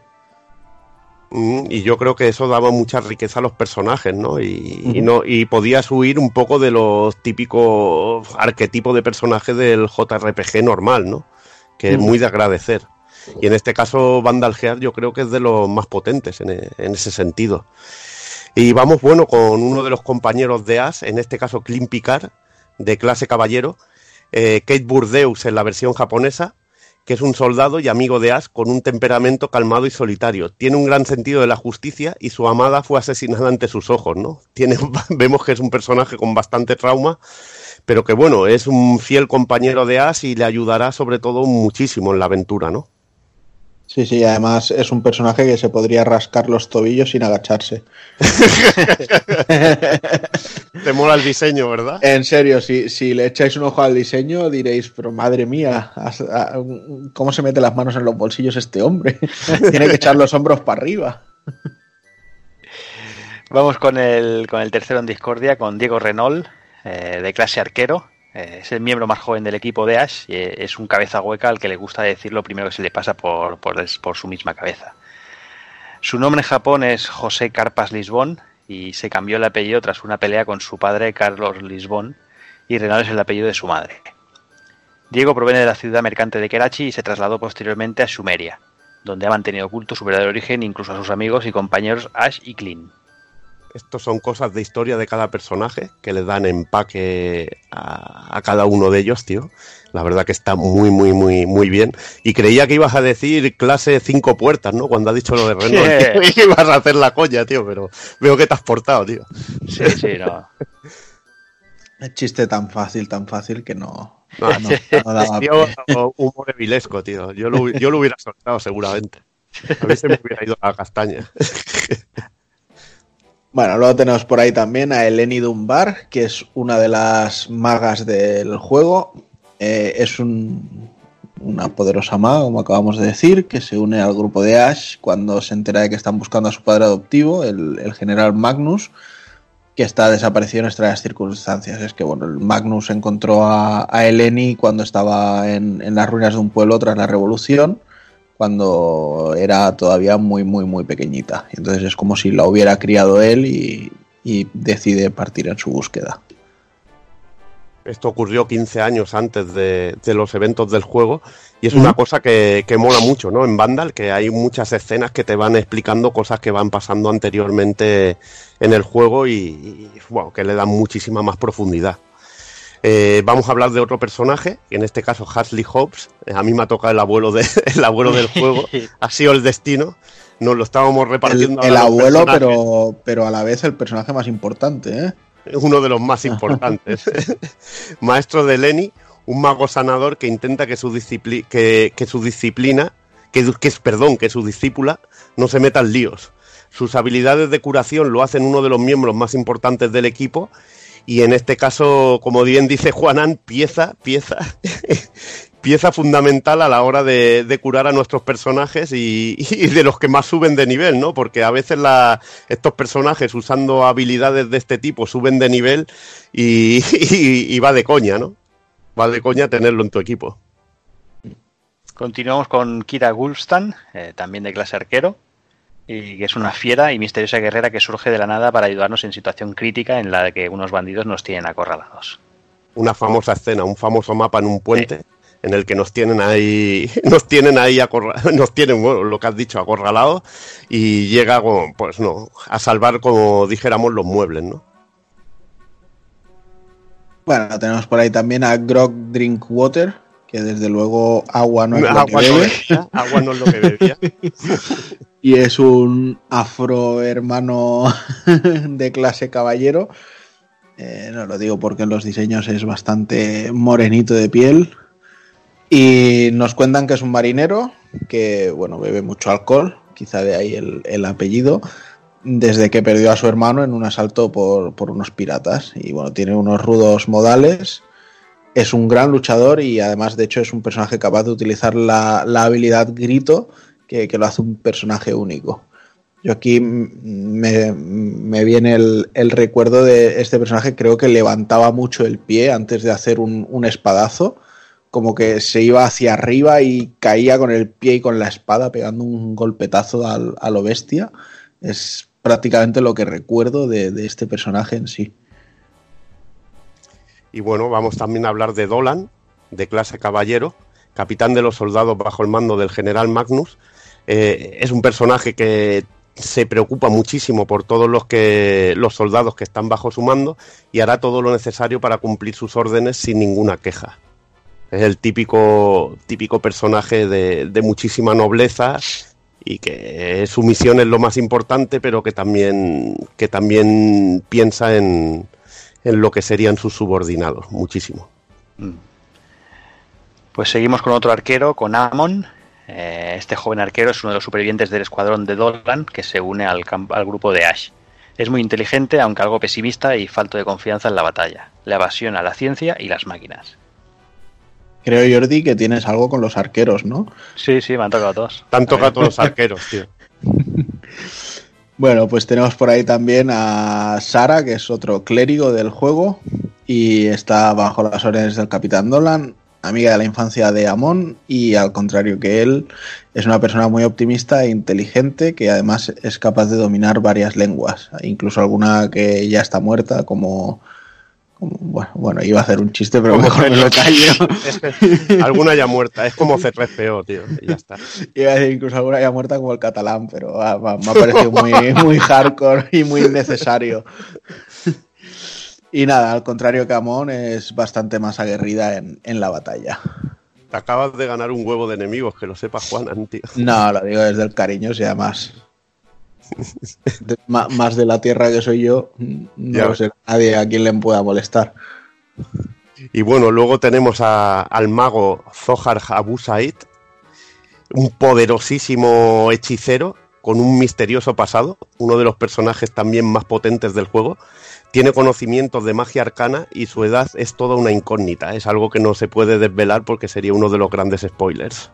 Y yo creo que eso daba mucha riqueza a los personajes, ¿no? Y podías huir un poco de los típicos arquetipos de personajes del JRPG normal, ¿no? Que es muy de agradecer. Y en este caso Vandal Heart yo creo que es de los más potentes en ese sentido. Y vamos, bueno, con uno de los compañeros de Ash, en este caso Clint Picard, de clase caballero, Kate Burdeus en la versión japonesa, que es un soldado y amigo de Ash con un temperamento calmado y solitario. Tiene un gran sentido de la justicia y su amada fue asesinada ante sus ojos, ¿no? Vemos que es un personaje con bastante trauma, pero que bueno, es un fiel compañero de Ash y le ayudará sobre todo muchísimo en la aventura, ¿no? Sí, además es un personaje que se podría rascar los tobillos sin agacharse. Te mola el diseño, ¿verdad? En serio, si le echáis un ojo al diseño diréis, pero madre mía, ¿cómo se mete las manos en los bolsillos este hombre? Tiene que echar los hombros para arriba. Vamos con el tercero en discordia, con Diego Renault, de clase arquero. Es el miembro más joven del equipo de Ash y es un cabeza hueca al que le gusta decir lo primero que se le pasa por su misma cabeza. Su nombre en Japón es José Carpas Lisbón y se cambió el apellido tras una pelea con su padre Carlos Lisbón y Renal es el apellido de su madre. Diego proviene de la ciudad mercante de Karachi y se trasladó posteriormente a Sumeria, donde ha mantenido oculto su verdadero origen incluso a sus amigos y compañeros Ash y Clint. Estos son cosas de historia de cada personaje que le dan empaque a cada uno de ellos, tío. La verdad que está muy bien. Y creía que ibas a decir clase 5 puertas, ¿no? Cuando has dicho lo de Renault. Que ibas a hacer la coña, tío, pero veo que te has portado, tío. Sí, no. El chiste tan fácil que no daba tío, humor evilesco, tío. Yo lo hubiera soltado seguramente. A mí se me hubiera ido a la castaña. Bueno, luego tenemos por ahí también a Eleni Dunbar, que es una de las magas del juego. Es una poderosa maga, como acabamos de decir, que se une al grupo de Ash cuando se entera de que están buscando a su padre adoptivo, el general Magnus, que está desaparecido en extrañas circunstancias. Es que bueno, el Magnus encontró a Eleni cuando estaba en las ruinas de un pueblo tras la revolución, cuando era todavía muy pequeñita. Entonces es como si la hubiera criado él y decide partir en su búsqueda. Esto ocurrió 15 años antes de los eventos del juego y es una cosa que mola mucho, ¿no? En Vandal, que hay muchas escenas que te van explicando cosas que van pasando anteriormente en el juego y bueno, que le dan muchísima más profundidad. Vamos a hablar de otro personaje, en este caso Huxley Hobbs. A mí me ha tocado el abuelo del juego. Ha sido el destino. Nos lo estábamos repartiendo. El abuelo, pero a la vez el personaje más importante, ¿eh? Uno de los más importantes. Maestro de Eleni, un mago sanador que intenta que su discípula no se meta en líos. Sus habilidades de curación lo hacen uno de los miembros más importantes del equipo. Y en este caso, como bien dice Juanan, pieza fundamental a la hora de curar a nuestros personajes y de los que más suben de nivel, ¿no? Porque a veces estos personajes usando habilidades de este tipo suben de nivel y va de coña, ¿no? Va de coña tenerlo en tu equipo. Continuamos con Kira Gulstan, también de clase arquero, y que es una fiera y misteriosa guerrera que surge de la nada para ayudarnos en situación crítica en la que unos bandidos nos tienen acorralados. Una famosa escena, un famoso mapa en un puente, sí, en el que nos tienen bueno, lo que has dicho, acorralados, y llega pues no, a salvar, como dijéramos, los muebles, ¿no? Bueno, tenemos por ahí también a Grog Drinkwater, que desde luego agua no es lo que bebe. Agua no es lo que bebía. Y es un afro hermano de clase caballero. No lo digo porque en los diseños es bastante morenito de piel. Y nos cuentan que es un marinero que, bueno, bebe mucho alcohol, quizá de ahí el apellido, desde que perdió a su hermano en un asalto por unos piratas. Y bueno, tiene unos rudos modales. Es un gran luchador y además, de hecho, es un personaje capaz de utilizar la habilidad grito, que lo hace un personaje único. Yo aquí me viene el recuerdo de este personaje. Creo que levantaba mucho el pie antes de hacer un espadazo, como que se iba hacia arriba y caía con el pie y con la espada pegando un golpetazo a lo bestia. Es prácticamente lo que recuerdo de este personaje en sí. Y bueno, vamos también a hablar de Dolan, de clase caballero, capitán de los soldados bajo el mando del general Magnus. Es un personaje que se preocupa muchísimo por todos los soldados que están bajo su mando y hará todo lo necesario para cumplir sus órdenes sin ninguna queja. Es el típico personaje de muchísima nobleza y que su misión es lo más importante, pero que también piensa en lo que serían sus subordinados, muchísimo. Pues seguimos con otro arquero, con Amon. Este joven arquero es uno de los supervivientes del escuadrón de Dolan, que se une al grupo de Ash. Es muy inteligente, aunque algo pesimista y falto de confianza en la batalla. Le apasiona la ciencia y las máquinas. Creo, Jordi, que tienes algo con los arqueros, ¿no? Sí, me han tocado a todos. Te han tocado a todos los arqueros, tío. Bueno, pues tenemos por ahí también a Sara, que es otro clérigo del juego y está bajo las órdenes del Capitán Dolan. amiga de la infancia de Amon y al contrario que él, es una persona muy optimista e inteligente que además es capaz de dominar varias lenguas, incluso alguna que ya está muerta como bueno, iba a hacer un chiste pero mejor me lo callo. Alguna ya muerta, es como C3PO, tío, y ya está. Iba a decir incluso alguna ya muerta como el catalán, pero me ha parecido muy hardcore y muy innecesario. Y nada, al contrario que Amon, es bastante más aguerrida en la batalla. Te acabas de ganar un huevo de enemigos, que lo sepas, Juanan, tío. No, lo digo desde el cariño, o sea, más de la tierra que soy yo, no lo sé nadie a quien le pueda molestar. Y bueno, luego tenemos al mago Zohar Abu Said, un poderosísimo hechicero con un misterioso pasado, uno de los personajes también más potentes del juego. Tiene conocimientos de magia arcana y su edad es toda una incógnita. Es algo que no se puede desvelar porque sería uno de los grandes spoilers.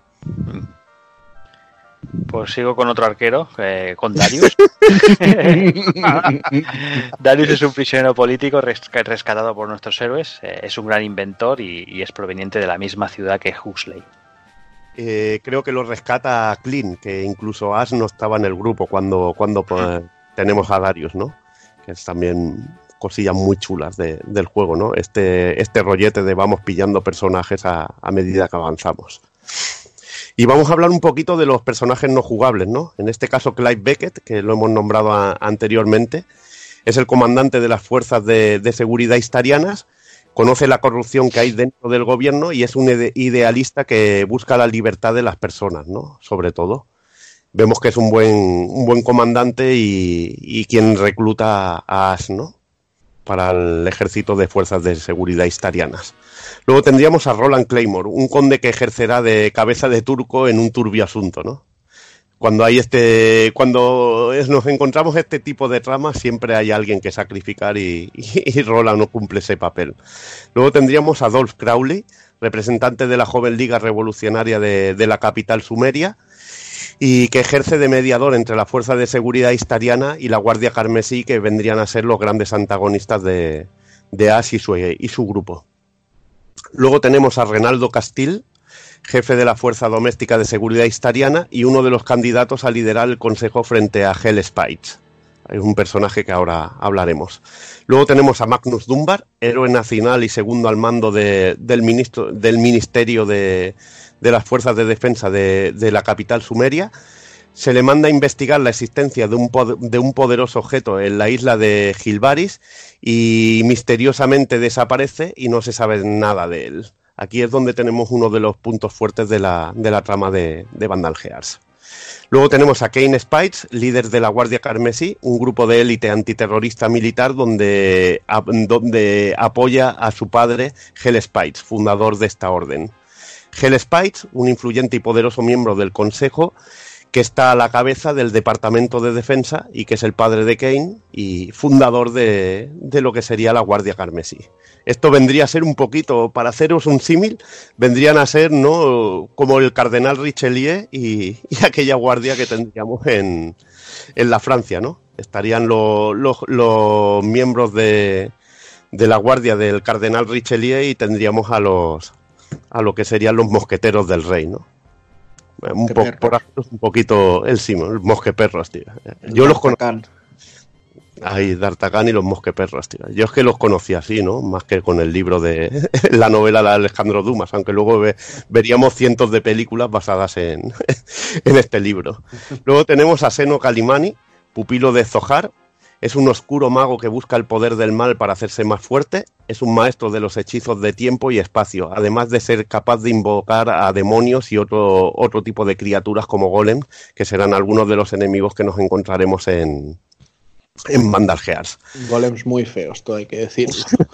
Pues sigo con otro arquero, con Darius. Darius es un prisionero político rescatado por nuestros héroes. Es un gran inventor y es proveniente de la misma ciudad que Huxley. Creo que lo rescata Clint, que incluso Ash no estaba en el grupo cuando pues, tenemos a Darius, ¿no? Que es también cosillas muy chulas del juego, ¿no? Este rollete de vamos pillando personajes a medida que avanzamos. Y vamos a hablar un poquito de los personajes no jugables, ¿no? En este caso Clive Beckett, que lo hemos nombrado anteriormente, es el comandante de las fuerzas de seguridad istarianas, conoce la corrupción que hay dentro del gobierno y es un idealista que busca la libertad de las personas, ¿no? Sobre todo. Vemos que es un buen comandante y quien recluta a Ash, ¿no? Para el ejército de fuerzas de seguridad istarianas. Luego tendríamos a Roland Claymore, un conde que ejercerá de cabeza de turco en un turbio asunto, ¿no? Cuando nos encontramos este tipo de tramas, siempre hay alguien que sacrificar y Roland no cumple ese papel. Luego tendríamos a Dolph Crowley, representante de la joven liga revolucionaria de la capital sumeria, y que ejerce de mediador entre la fuerza de seguridad istariana y la Guardia Carmesí, que vendrían a ser los grandes antagonistas de Ash y su grupo. Luego tenemos a Renaldo Castil, jefe de la Fuerza Doméstica de Seguridad Istariana y uno de los candidatos a liderar el consejo frente a Hell Spites. Es un personaje que ahora hablaremos. Luego tenemos a Magnus Dunbar, héroe nacional y segundo al mando del Ministerio de las Fuerzas de Defensa de la capital sumeria. Se le manda a investigar la existencia de un poderoso objeto en la isla de Gilbaris y misteriosamente desaparece y no se sabe nada de él. Aquí es donde tenemos uno de los puntos fuertes de la trama de Vandal Hearts. Luego tenemos a Kane Spites, líder de la Guardia Carmesí, un grupo de élite antiterrorista militar donde apoya a su padre Hell Spites, fundador de esta orden. Hell Spites, un influyente y poderoso miembro del Consejo, que está a la cabeza del Departamento de Defensa y que es el padre de Kane y fundador de lo que sería la Guardia Carmesí. Esto vendría a ser un poquito, para haceros un símil, vendrían a ser, ¿no?, como el cardenal Richelieu y aquella guardia que tendríamos en la Francia, ¿no? Estarían los miembros de la guardia del cardenal Richelieu y tendríamos a lo que serían los mosqueteros del rey, ¿no? Un poquito el símil, los mosqueperros, tío. Yo los conozco. Ahí, D'Artagnan y los mosqueperros, tío. Yo es que los conocí así, ¿no? Más que con el libro de la novela de Alejandro Dumas, aunque luego veríamos cientos de películas basadas en este libro. Luego tenemos a Seno Calimani, pupilo de Zohar. Es un oscuro mago que busca el poder del mal para hacerse más fuerte. Es un maestro de los hechizos de tiempo y espacio, además de ser capaz de invocar a demonios y otro tipo de criaturas como golems, que serán algunos de los enemigos que nos encontraremos en Vandal Hearts. Golems muy feos, todo hay que decirlo.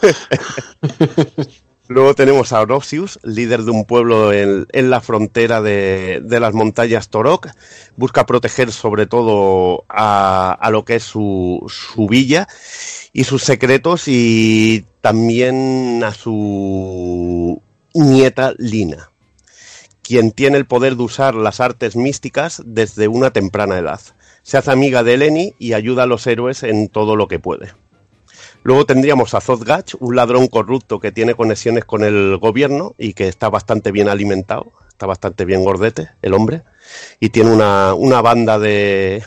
Luego tenemos a Orosius, líder de un pueblo en la frontera de las montañas Torok. Busca proteger sobre todo a lo que es su villa y sus secretos, y también a su nieta Lina, quien tiene el poder de usar las artes místicas desde una temprana edad. Se hace amiga de Eleni y ayuda a los héroes en todo lo que puede. Luego tendríamos a Zodgach, un ladrón corrupto que tiene conexiones con el gobierno y que está bastante bien alimentado, está bastante bien gordete el hombre, y tiene una banda de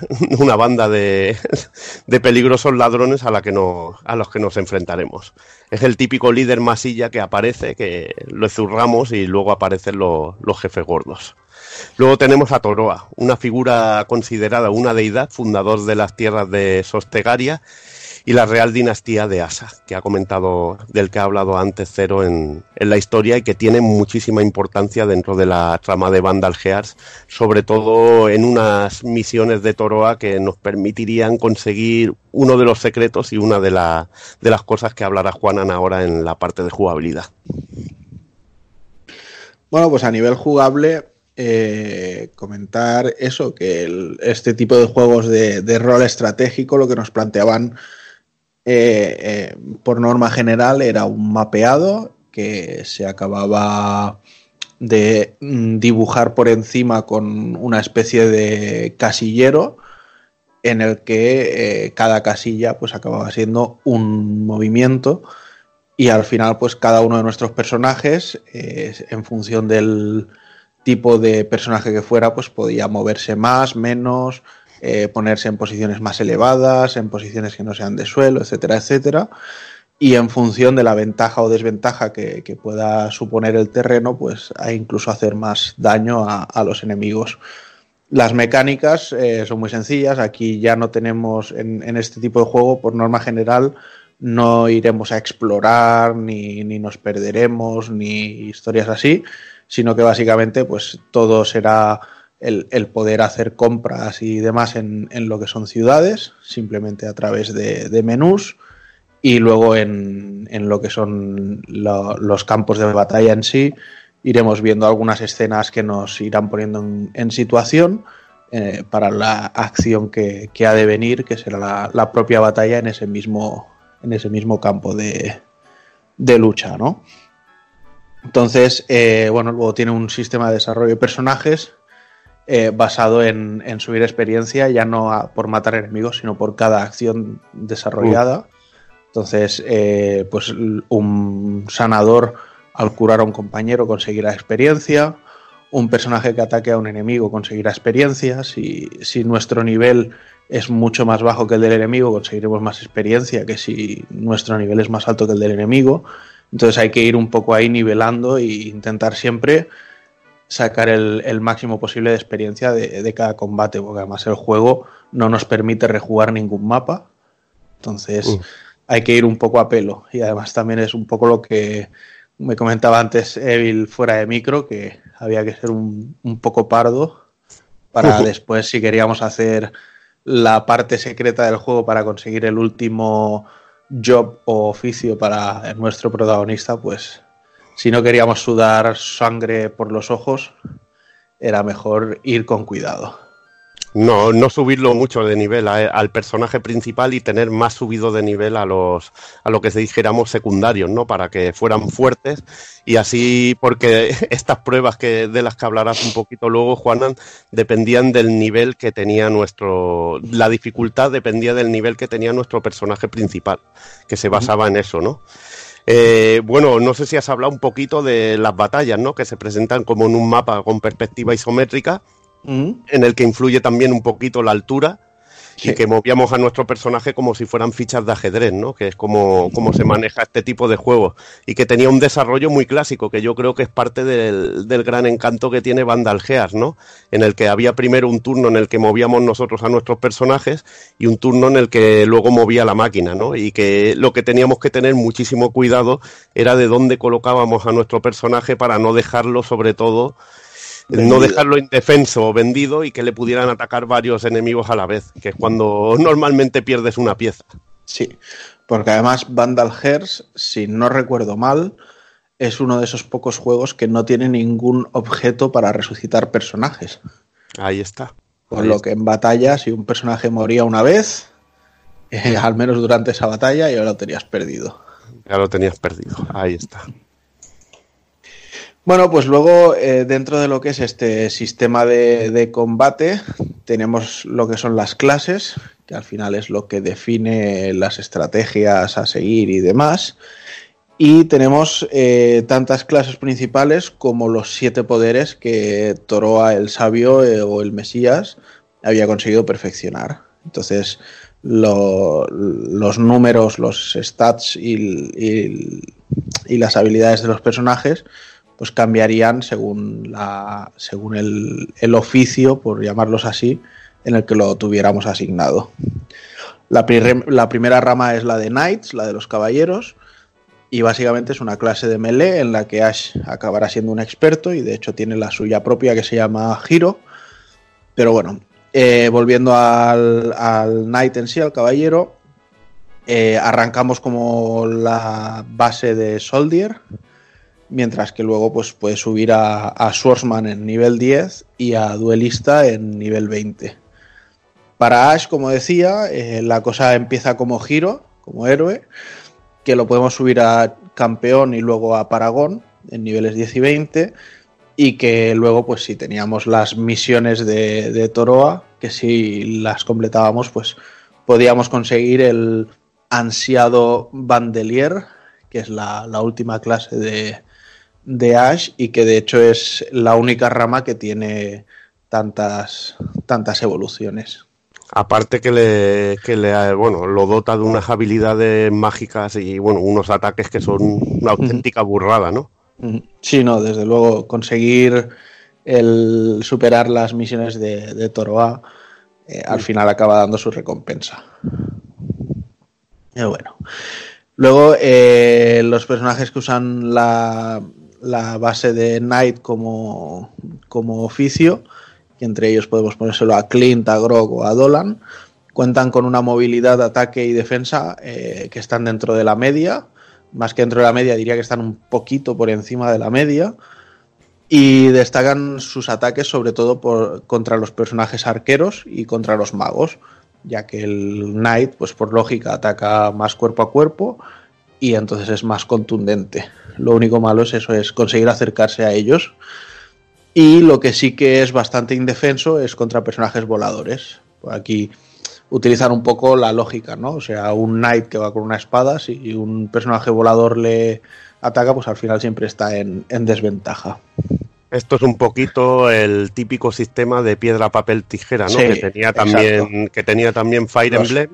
peligrosos ladrones a los que nos enfrentaremos. Es el típico líder masilla que aparece, que lo zurramos y luego aparecen los jefes gordos. Luego tenemos a Toroa, una figura considerada una deidad, fundador de las tierras de Sostegaria y la real dinastía de Asa, del que ha hablado antes Cero en la historia y que tiene muchísima importancia dentro de la trama de Vandal Hearts, sobre todo en unas misiones de Toroa que nos permitirían conseguir uno de los secretos y una de las cosas que hablará Juanan ahora en la parte de jugabilidad. Bueno, pues a nivel jugable, comentar eso, que este tipo de juegos de rol estratégico lo que nos planteaban por norma general era un mapeado que se acababa de dibujar por encima con una especie de casillero en el que cada casilla pues acababa siendo un movimiento y al final pues cada uno de nuestros personajes en función del tipo de personaje que fuera pues podía moverse más, menos, ponerse en posiciones más elevadas, en posiciones que no sean de suelo, etcétera, etcétera. Y en función de la ventaja o desventaja que pueda suponer el terreno, pues a incluso hacer más daño a los enemigos. Las mecánicas son muy sencillas. Aquí ya no tenemos, en este tipo de juego, por norma general, no iremos a explorar, ni nos perderemos, ni historias así, sino que básicamente pues todo será el poder hacer compras y demás en lo que son ciudades, simplemente a través de menús, y luego en lo que son los campos de batalla en sí, iremos viendo algunas escenas que nos irán poniendo en situación para la acción que ha de venir, que será la propia batalla en ese mismo campo de lucha, ¿no? Entonces, bueno, luego tiene un sistema de desarrollo de personajes basado en subir experiencia, ya no por matar enemigos, sino por cada acción desarrollada. Entonces, pues un sanador al curar a un compañero conseguirá experiencia, un personaje que ataque a un enemigo conseguirá experiencia, si nuestro nivel es mucho más bajo que el del enemigo conseguiremos más experiencia que si nuestro nivel es más alto que el del enemigo. Entonces hay que ir un poco ahí nivelando e intentar siempre sacar el máximo posible de experiencia de cada combate, porque además el juego no nos permite rejugar ningún mapa, entonces hay que ir un poco a pelo, y además también es un poco lo que me comentaba antes Evil fuera de micro, que había que ser un poco pardo para después, si queríamos hacer la parte secreta del juego para conseguir el último job o oficio para nuestro protagonista, pues si no queríamos sudar sangre por los ojos, era mejor ir con cuidado. No subirlo mucho de nivel al personaje principal y tener más subido de nivel a lo que se dijéramos secundarios, ¿no? Para que fueran fuertes y así, porque estas pruebas de las que hablarás un poquito luego, Juanan, dependían del nivel que tenía la dificultad dependía del nivel que tenía nuestro personaje principal, que se basaba en eso, ¿no? Bueno, no sé si has hablado un poquito de las batallas, ¿no? Que se presentan como en un mapa con perspectiva isométrica, en el que influye también un poquito la altura, sí, y que movíamos a nuestro personaje como si fueran fichas de ajedrez, ¿no? Que es como se maneja este tipo de juegos, y que tenía un desarrollo muy clásico, que yo creo que es parte del gran encanto que tiene Vandal Hearts, ¿no? En el que había primero un turno en el que movíamos nosotros a nuestros personajes y un turno en el que luego movía la máquina, ¿no? Y que lo que teníamos que tener muchísimo cuidado era de dónde colocábamos a nuestro personaje para no dejarlo, sobre todo, no dejarlo indefenso o vendido y que le pudieran atacar varios enemigos a la vez, que es cuando normalmente pierdes una pieza. Sí, porque además Vandal Hearts, si no recuerdo mal, es uno de esos pocos juegos que no tiene ningún objeto para resucitar personajes. Ahí está. Por lo que en batalla, si un personaje moría una vez, al menos durante esa batalla, ya lo tenías perdido. Ya lo tenías perdido, ahí está. Bueno, pues luego dentro de lo que es este sistema de combate tenemos lo que son las clases, que al final es lo que define las estrategias a seguir y demás. Y tenemos tantas clases principales como los 7 poderes que Toroa el Sabio o el Mesías había conseguido perfeccionar. Entonces, los números, los stats y las habilidades de los personajes pues cambiarían según el oficio, por llamarlos así, en el que lo tuviéramos asignado. La primera rama es la de Knights, la de los caballeros, y básicamente es una clase de melee en la que Ash acabará siendo un experto y de hecho tiene la suya propia que se llama Hero. Pero bueno, volviendo al Knight en sí, al caballero, arrancamos como la base de Soldier, mientras que luego pues puede subir a Swordsman en nivel 10 y a Duelista en nivel 20. Para Ash, como decía, la cosa empieza como Hero, como héroe, que lo podemos subir a campeón y luego a Paragón en niveles 10 y 20, y que luego pues si teníamos las misiones de Toroa, que si las completábamos pues podíamos conseguir el ansiado Bandelier, que es la última clase de Ash y que de hecho es la única rama que tiene tantas evoluciones. Aparte que lo dota de unas habilidades mágicas y bueno, unos ataques que son una auténtica burrada, ¿no? Sí, no, desde luego conseguir el superar las misiones de Toroa al final acaba dando su recompensa. Pero bueno. Luego los personajes que usan la base de Knight como oficio, que entre ellos podemos ponérselo a Clint, a Grog o a Dolan, cuentan con una movilidad, ataque y defensa que están dentro de la media. Más que dentro de la media, diría que están un poquito por encima de la media. Y destacan sus ataques sobre todo contra los personajes arqueros y contra los magos, ya que el Knight, pues por lógica, ataca más cuerpo a cuerpo y entonces es más contundente. Lo único malo es eso, es conseguir acercarse a ellos. Y lo que sí que es bastante indefenso es contra personajes voladores. Por aquí utilizar un poco la lógica, ¿no? O sea, un Knight que va con una espada, si un personaje volador le ataca, pues al final siempre está en desventaja. Esto es un poquito el típico sistema de piedra, papel, tijera, ¿no? Sí, que tenía también Fire Emblem.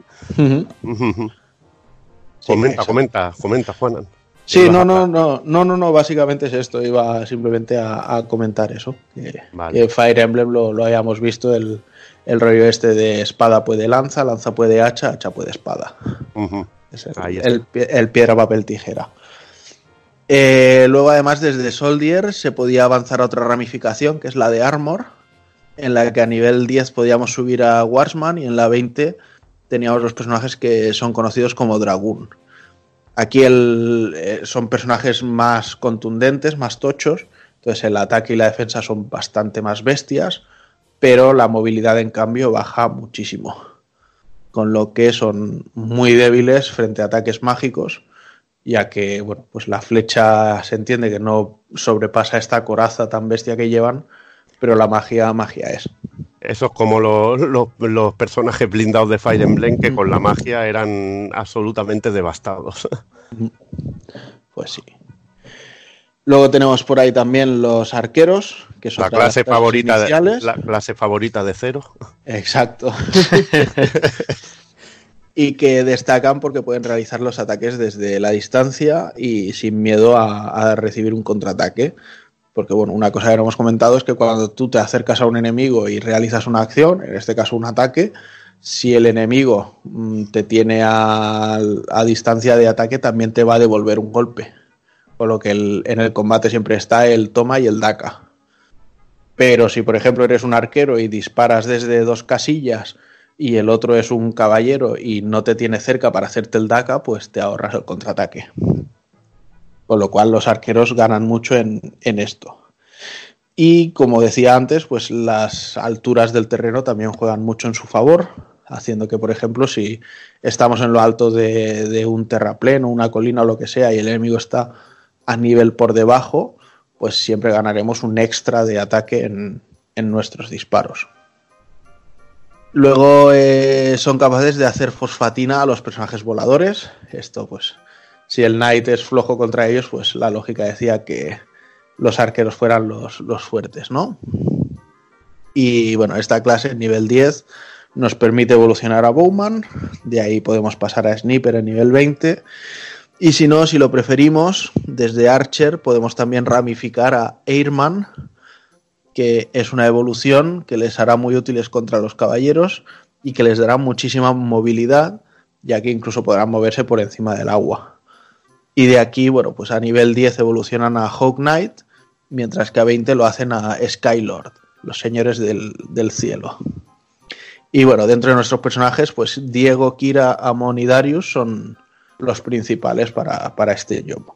Comenta, Juanan. Sí, no, básicamente es esto, iba simplemente a comentar eso, que Fire Emblem lo habíamos visto, el rollo este de espada puede lanza, lanza puede hacha, hacha puede espada. Es el piedra, papel, tijera. Luego además desde Soldier se podía avanzar a otra ramificación, que es la de Armor, en la que a nivel 10 podíamos subir a Warsman y en la 20 teníamos los personajes que son conocidos como Dragoon. Aquí son personajes más contundentes, más tochos, entonces el ataque y la defensa son bastante más bestias, pero la movilidad en cambio baja muchísimo, con lo que son muy débiles frente a ataques mágicos, ya que bueno, pues la flecha se entiende que no sobrepasa esta coraza tan bestia que llevan, pero la magia es. Eso es como los personajes blindados de Fire Emblem, que con la magia eran absolutamente devastados. Pues sí. Luego tenemos por ahí también los arqueros, que son la clase favorita de Zero. Exacto. Y que destacan porque pueden realizar los ataques desde la distancia y sin miedo a recibir un contraataque. Porque bueno, una cosa que no hemos comentado es que cuando tú te acercas a un enemigo y realizas una acción, en este caso un ataque, si el enemigo te tiene a distancia de ataque, también te va a devolver un golpe. Con lo que en el combate siempre está el toma y el daca. Pero si por ejemplo eres un arquero y disparas desde 2 casillas y el otro es un caballero y no te tiene cerca para hacerte el daca, pues te ahorras el contraataque. Con lo cual los arqueros ganan mucho en esto. Y como decía antes, pues las alturas del terreno también juegan mucho en su favor, haciendo que, por ejemplo, si estamos en lo alto de un terrapleno, una colina o lo que sea, y el enemigo está a nivel por debajo, pues siempre ganaremos un extra de ataque en nuestros disparos. Luego son capaces de hacer fosfatina a los personajes voladores. Esto, pues, si el Knight es flojo contra ellos, pues la lógica decía que los arqueros fueran los fuertes, ¿no? Y bueno, esta clase, nivel 10, nos permite evolucionar a Bowman. De ahí podemos pasar a Sniper en nivel 20. Y si no, si lo preferimos, desde Archer podemos también ramificar a Airman, que es una evolución que les hará muy útiles contra los caballeros y que les dará muchísima movilidad, ya que incluso podrán moverse por encima del agua. Y de aquí, bueno, pues a nivel 10 evolucionan a Hawk Knight, mientras que a 20 lo hacen a Skylord, los señores del cielo. Y bueno, dentro de nuestros personajes, pues Diego, Kira, Amon y Darius son los principales para este job.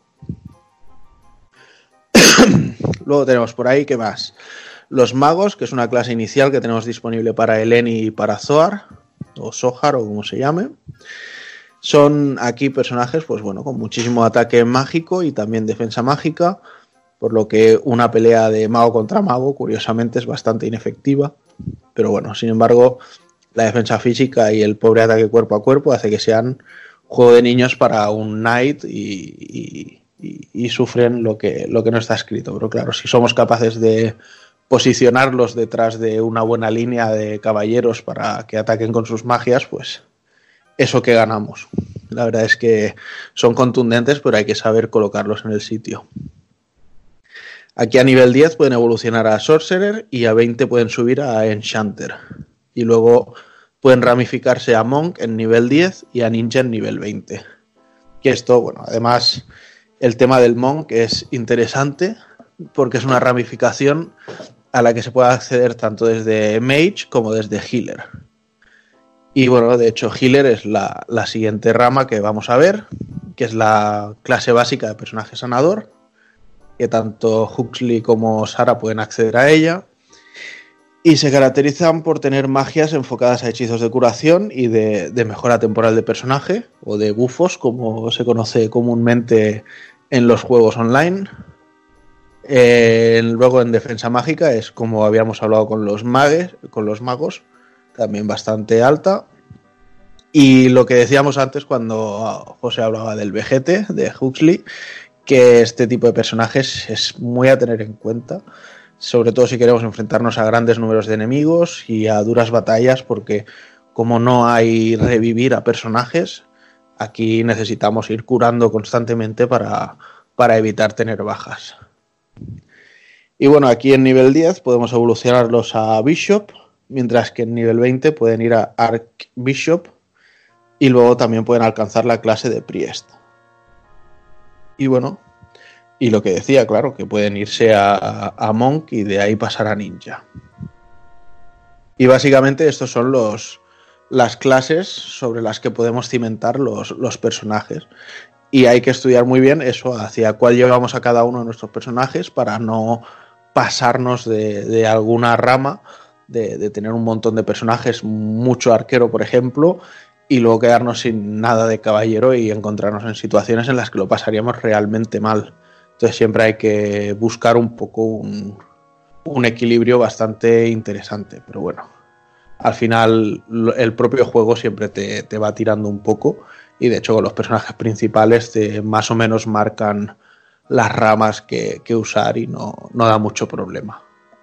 Luego tenemos por ahí, ¿qué más? Los magos, que es una clase inicial que tenemos disponible para Eleni y para Zohar, o Zohar, o como se llame. Son aquí personajes, pues bueno, con muchísimo ataque mágico y también defensa mágica, por lo que una pelea de mago contra mago, curiosamente, es bastante inefectiva. Pero bueno, sin embargo, la defensa física y el pobre ataque cuerpo a cuerpo hace que sean juego de niños para un Knight y sufren lo que no está escrito. Pero claro, si somos capaces de posicionarlos detrás de una buena línea de caballeros para que ataquen con sus magias, pues eso que ganamos. La verdad es que son contundentes, pero hay que saber colocarlos en el sitio. Aquí a nivel 10 pueden evolucionar a Sorcerer y a 20 pueden subir a Enchanter. Y luego pueden ramificarse a Monk en nivel 10 y a Ninja en nivel 20. Que esto, bueno, además el tema del Monk es interesante porque es una ramificación a la que se puede acceder tanto desde Mage como desde Healer. Y bueno, de hecho Healer es la siguiente rama que vamos a ver, que es la clase básica de personaje sanador, que tanto Huxley como Sara pueden acceder a ella. Y se caracterizan por tener magias enfocadas a hechizos de curación y de mejora temporal de personaje, o de bufos, como se conoce comúnmente en los juegos online. Luego en defensa mágica es como habíamos hablado con los magos, también bastante alta. Y lo que decíamos antes cuando José hablaba del vejete de Huxley, que este tipo de personajes es muy a tener en cuenta, sobre todo si queremos enfrentarnos a grandes números de enemigos y a duras batallas, porque como no hay revivir a personajes, aquí necesitamos ir curando constantemente para evitar tener bajas. Y bueno, aquí en nivel 10 podemos evolucionarlos a Bishop, mientras que en nivel 20 pueden ir a Archbishop y luego también pueden alcanzar la clase de Priest. Y bueno, y lo que decía, claro, que pueden irse a Monk y de ahí pasar a Ninja. Y básicamente estos son las clases sobre las que podemos cimentar los personajes. Y hay que estudiar muy bien eso, hacia cuál llevamos a cada uno de nuestros personajes para no pasarnos de alguna rama, de tener un montón de personajes, mucho arquero, por ejemplo, y luego quedarnos sin nada de caballero y encontrarnos en situaciones en las que lo pasaríamos realmente mal. Entonces siempre hay que buscar un poco un equilibrio bastante interesante, pero bueno, al final el propio juego siempre te va tirando un poco, y de hecho con los personajes principales te más o menos marcan las ramas que usar y no da mucho problema.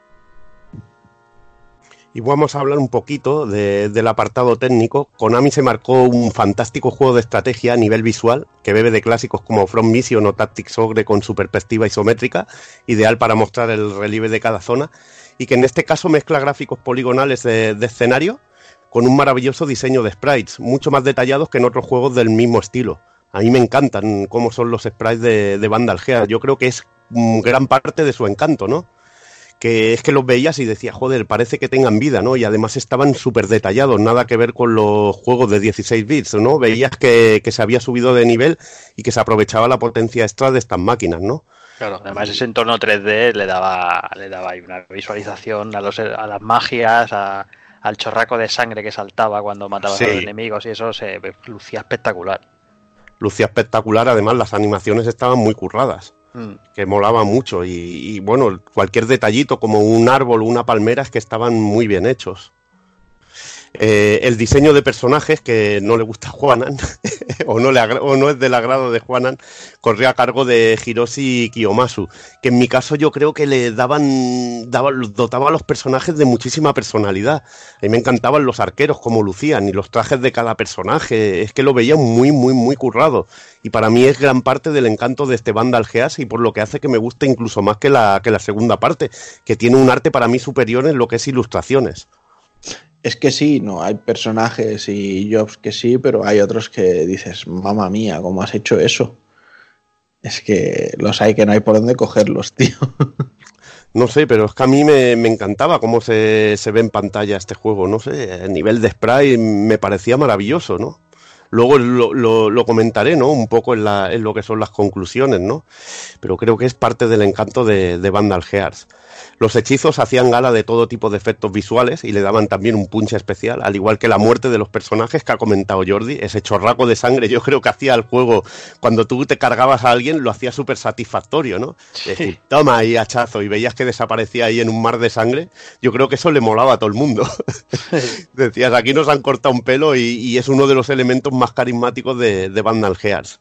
Y vamos a hablar un poquito del apartado técnico. Konami se marcó un fantástico juego de estrategia a nivel visual, que bebe de clásicos como Front Mission o Tactics Ogre con su perspectiva isométrica, ideal para mostrar el relieve de cada zona, y que en este caso mezcla gráficos poligonales de escenario con un maravilloso diseño de sprites, mucho más detallados que en otros juegos del mismo estilo. A mí me encantan cómo son los sprites de Vandal Heart. Yo creo que es gran parte de su encanto, ¿no? Que es que los veías y decías, joder, parece que tengan vida, ¿no? Y además estaban súper detallados, nada que ver con los juegos de 16 bits, ¿no? Veías que se había subido de nivel y que se aprovechaba la potencia extra de estas máquinas, ¿no? Claro, además ese entorno 3D le daba ahí una visualización a las magias, al chorraco de sangre que saltaba cuando matabas a los enemigos, y eso se lucía espectacular. Lucía espectacular, además las animaciones estaban muy curradas. Que molaba mucho y bueno, cualquier detallito como un árbol o una palmera es que estaban muy bien hechos. El diseño de personajes, que no le gusta a Juanan, o no es del agrado de Juanan, corría a cargo de Hiroshi Kiyomasu, que en mi caso yo creo que le dotaba a los personajes de muchísima personalidad. A mí me encantaban los arqueros, cómo lucían, y los trajes de cada personaje, es que lo veía muy, muy, muy currado. Y para mí es gran parte del encanto de este Vandal Hearts, y por lo que hace que me guste incluso más que la segunda parte, que tiene un arte para mí superior en lo que es ilustraciones. Es que sí, no, hay personajes y jobs que sí, pero hay otros que dices, mamma mía, ¿cómo has hecho eso? Es que los hay que no hay por dónde cogerlos, tío. No sé, pero es que a mí me encantaba cómo se ve en pantalla este juego, no sé, a nivel de sprite me parecía maravilloso, ¿no? Luego lo comentaré, ¿no? Un poco en lo que son las conclusiones, ¿no? Pero creo que es parte del encanto de Vandal Hearts. Los hechizos hacían gala de todo tipo de efectos visuales y le daban también un punch especial, al igual que la muerte de los personajes que ha comentado Jordi. Ese chorraco de sangre yo creo que hacía el juego, cuando tú te cargabas a alguien, lo hacía súper satisfactorio, ¿no? Sí. Es decir, toma ahí hachazo, y veías que desaparecía ahí en un mar de sangre. Yo creo que eso le molaba a todo el mundo. Sí. Decías, aquí nos han cortado un pelo, y es uno de los elementos más carismáticos de Vandal Hearts.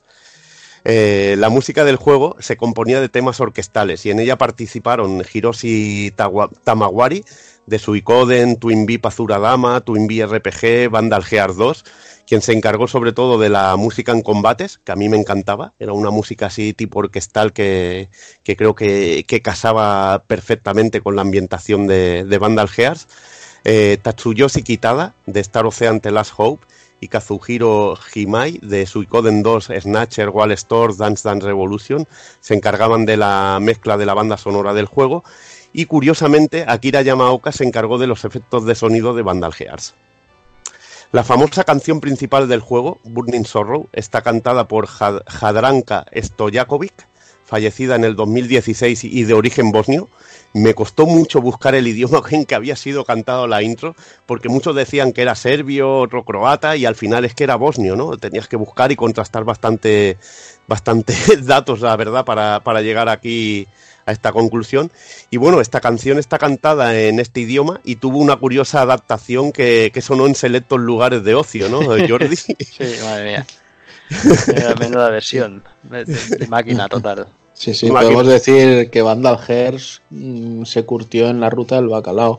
La música del juego se componía de temas orquestales y en ella participaron Hiroshi Tamawari de Suikoden, Twinbee Pazuradama, Twinbee RPG, Vandal Hearts 2, quien se encargó sobre todo de la música en combates, que a mí me encantaba. Era una música así tipo orquestal que creo que casaba perfectamente con la ambientación de Vandal Hearts. Tatsuyoshi Kitada de Star Ocean The Last Hope y Kazuhiro Himai de Suikoden 2, Snatcher, Wall Store, Dance Dance Revolution se encargaban de la mezcla de la banda sonora del juego, y curiosamente Akira Yamaoka se encargó de los efectos de sonido de Vandal Hearts. La famosa canción principal del juego, Burning Sorrow, está cantada por Jadranka Stojakovic, fallecida en el 2016 y de origen bosnio. Me costó mucho buscar el idioma en que había sido cantado la intro, porque muchos decían que era serbio, otro croata, y al final es que era bosnio, ¿no? Tenías que buscar y contrastar bastante datos, la verdad, para llegar aquí a esta conclusión. Y bueno, esta canción está cantada en este idioma y tuvo una curiosa adaptación que sonó en selectos lugares de ocio, ¿no, Jordi? Sí, madre mía. Menuda versión de máquina total. Sí, podemos decir que Vandal Hearts se curtió en la ruta del bacalao.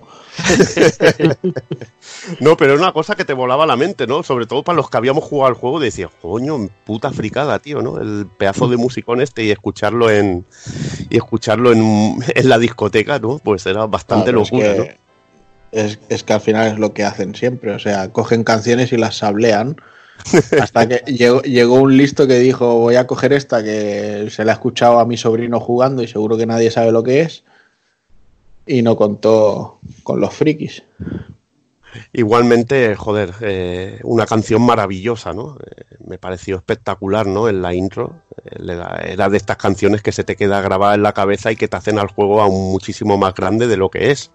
No, pero era una cosa que te volaba la mente, ¿no? Sobre todo para los que habíamos jugado al juego, decías, coño, puta fricada, tío, ¿no? El pedazo de musicón y escucharlo en la discoteca, ¿no? Pues era bastante locura, ¿no? Es que al final es lo que hacen siempre, o sea, cogen canciones y las sablean. Hasta que llegó un listo que dijo, voy a coger esta que se la he escuchado a mi sobrino jugando y seguro que nadie sabe lo que es, y no contó con los frikis. Igualmente, joder, una canción maravillosa, ¿no? Me pareció espectacular, ¿no? En la intro era de estas canciones que se te queda grabada en la cabeza y que te hacen al juego aún muchísimo más grande de lo que es.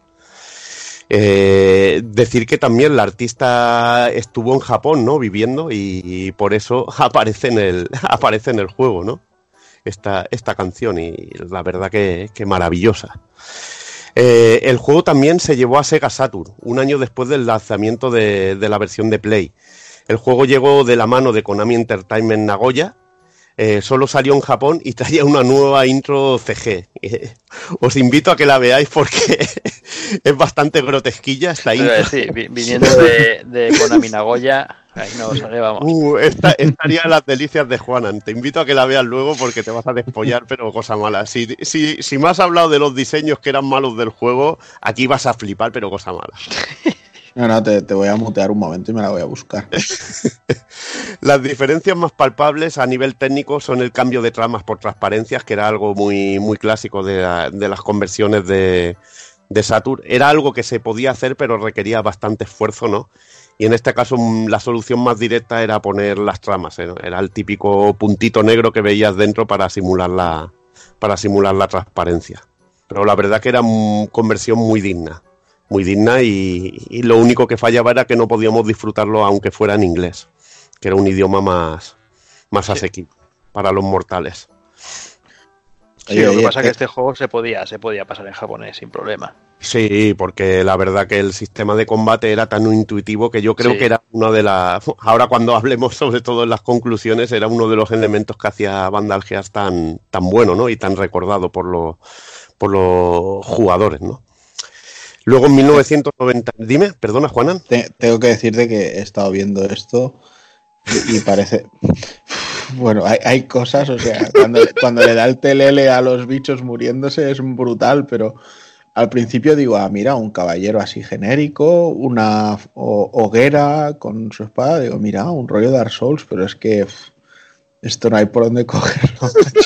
Decir que también la artista estuvo en Japón, ¿no? Viviendo, y por eso aparece en el juego, ¿no? Esta canción, y la verdad que maravillosa. El juego también se llevó a Sega Saturn un año después del lanzamiento de la versión de Play. El juego llegó de la mano de Konami Entertainment Nagoya. Solo salió en Japón y traía una nueva intro CG. Os invito a que la veáis porque es bastante grotesquilla esta intro. Sí, viniendo de Konami Nagoya, ahí no sale, vamos. Estaría las delicias de Juanan. Te invito a que la veas luego porque te vas a despollar, pero cosa mala. Si me has hablado de los diseños que eran malos del juego, aquí vas a flipar, pero cosa mala. No, te voy a mutear un momento y me la voy a buscar. Las diferencias más palpables a nivel técnico son el cambio de tramas por transparencias, que era algo muy, muy clásico de las conversiones de Saturn. Era algo que se podía hacer, pero requería bastante esfuerzo, ¿no? Y en este caso la solución más directa era poner las tramas, ¿no? Era el típico puntito negro que veías dentro para simular la transparencia. Pero la verdad que era una conversión muy digna, y lo único que fallaba era que no podíamos disfrutarlo aunque fuera en inglés, que era un idioma más asequible para los mortales. Sí, lo que pasa es que este juego se podía pasar en japonés sin problema. Sí, porque la verdad que el sistema de combate era tan intuitivo que yo creo que era una de las... Ahora cuando hablemos sobre todo en las conclusiones, era uno de los elementos que hacía Vandal Hearts tan bueno, ¿no? Y tan recordado por los jugadores, ¿no? Luego en 1990... Dime, perdona, Juanan. Tengo que decirte que he estado viendo esto y parece... Bueno, hay cosas, o sea, cuando le da el telele a los bichos muriéndose es brutal, pero al principio digo, mira, un caballero así genérico, una hoguera con su espada, digo, mira, un rollo de Dark Souls, pero es que esto no hay por dónde cogerlo.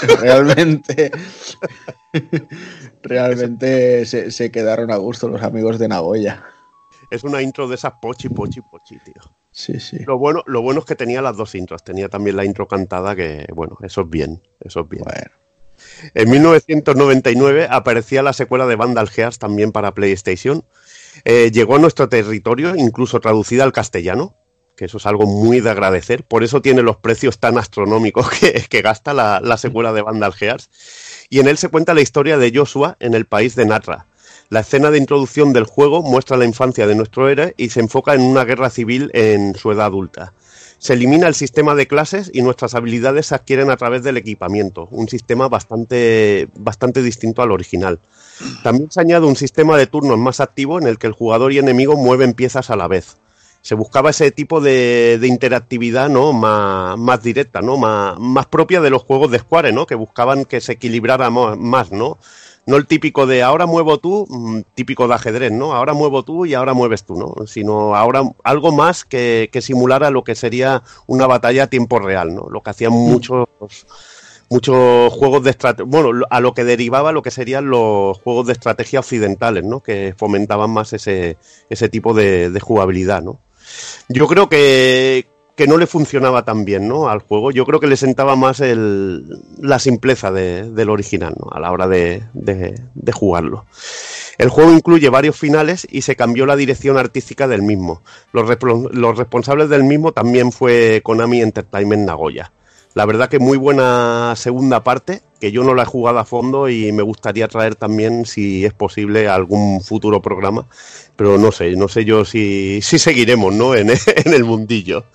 Realmente se quedaron a gusto los amigos de Nagoya. Es una intro de esas pochi, tío. Sí, sí. Lo bueno es que tenía las dos intros. Tenía también la intro cantada que, bueno, eso es bien. Bueno. En 1999 aparecía la secuela de Vandal Hearts también para PlayStation. Llegó a nuestro territorio, incluso traducida al castellano, que eso es algo muy de agradecer. Por eso tiene los precios tan astronómicos que gasta la secuela de Vandal Hearts. Y en él se cuenta la historia de Joshua en el país de Natra. La escena de introducción del juego muestra la infancia de nuestro héroe y se enfoca en una guerra civil en su edad adulta. Se elimina el sistema de clases y nuestras habilidades se adquieren a través del equipamiento, un sistema bastante distinto al original. También se añade un sistema de turnos más activo en el que el jugador y enemigo mueven piezas a la vez. Se buscaba ese tipo de interactividad, ¿no? más directa, ¿no? Más propia de los juegos de Square, ¿no? Que buscaban que se equilibrara más, ¿no? No el típico de ahora muevo tú, típico de ajedrez, ¿no? Ahora muevo tú y ahora mueves tú, ¿no? Sino ahora algo más que simulara lo que sería una batalla a tiempo real, ¿no? Lo que hacían muchos juegos de estrategia, bueno, a lo que derivaba lo que serían los juegos de estrategia occidentales, ¿no? Que fomentaban más ese tipo de jugabilidad, ¿no? Yo creo que no le funcionaba tan bien, ¿no? Al juego. Yo creo que le sentaba más la simpleza del original, ¿no? A la hora de jugarlo. El juego incluye varios finales y se cambió la dirección artística del mismo. Los responsables del mismo también fue Konami Entertainment Nagoya. La verdad que muy buena segunda parte, que yo no la he jugado a fondo y me gustaría traer también, si es posible, algún futuro programa. Pero no sé yo si seguiremos, ¿no? En el mundillo.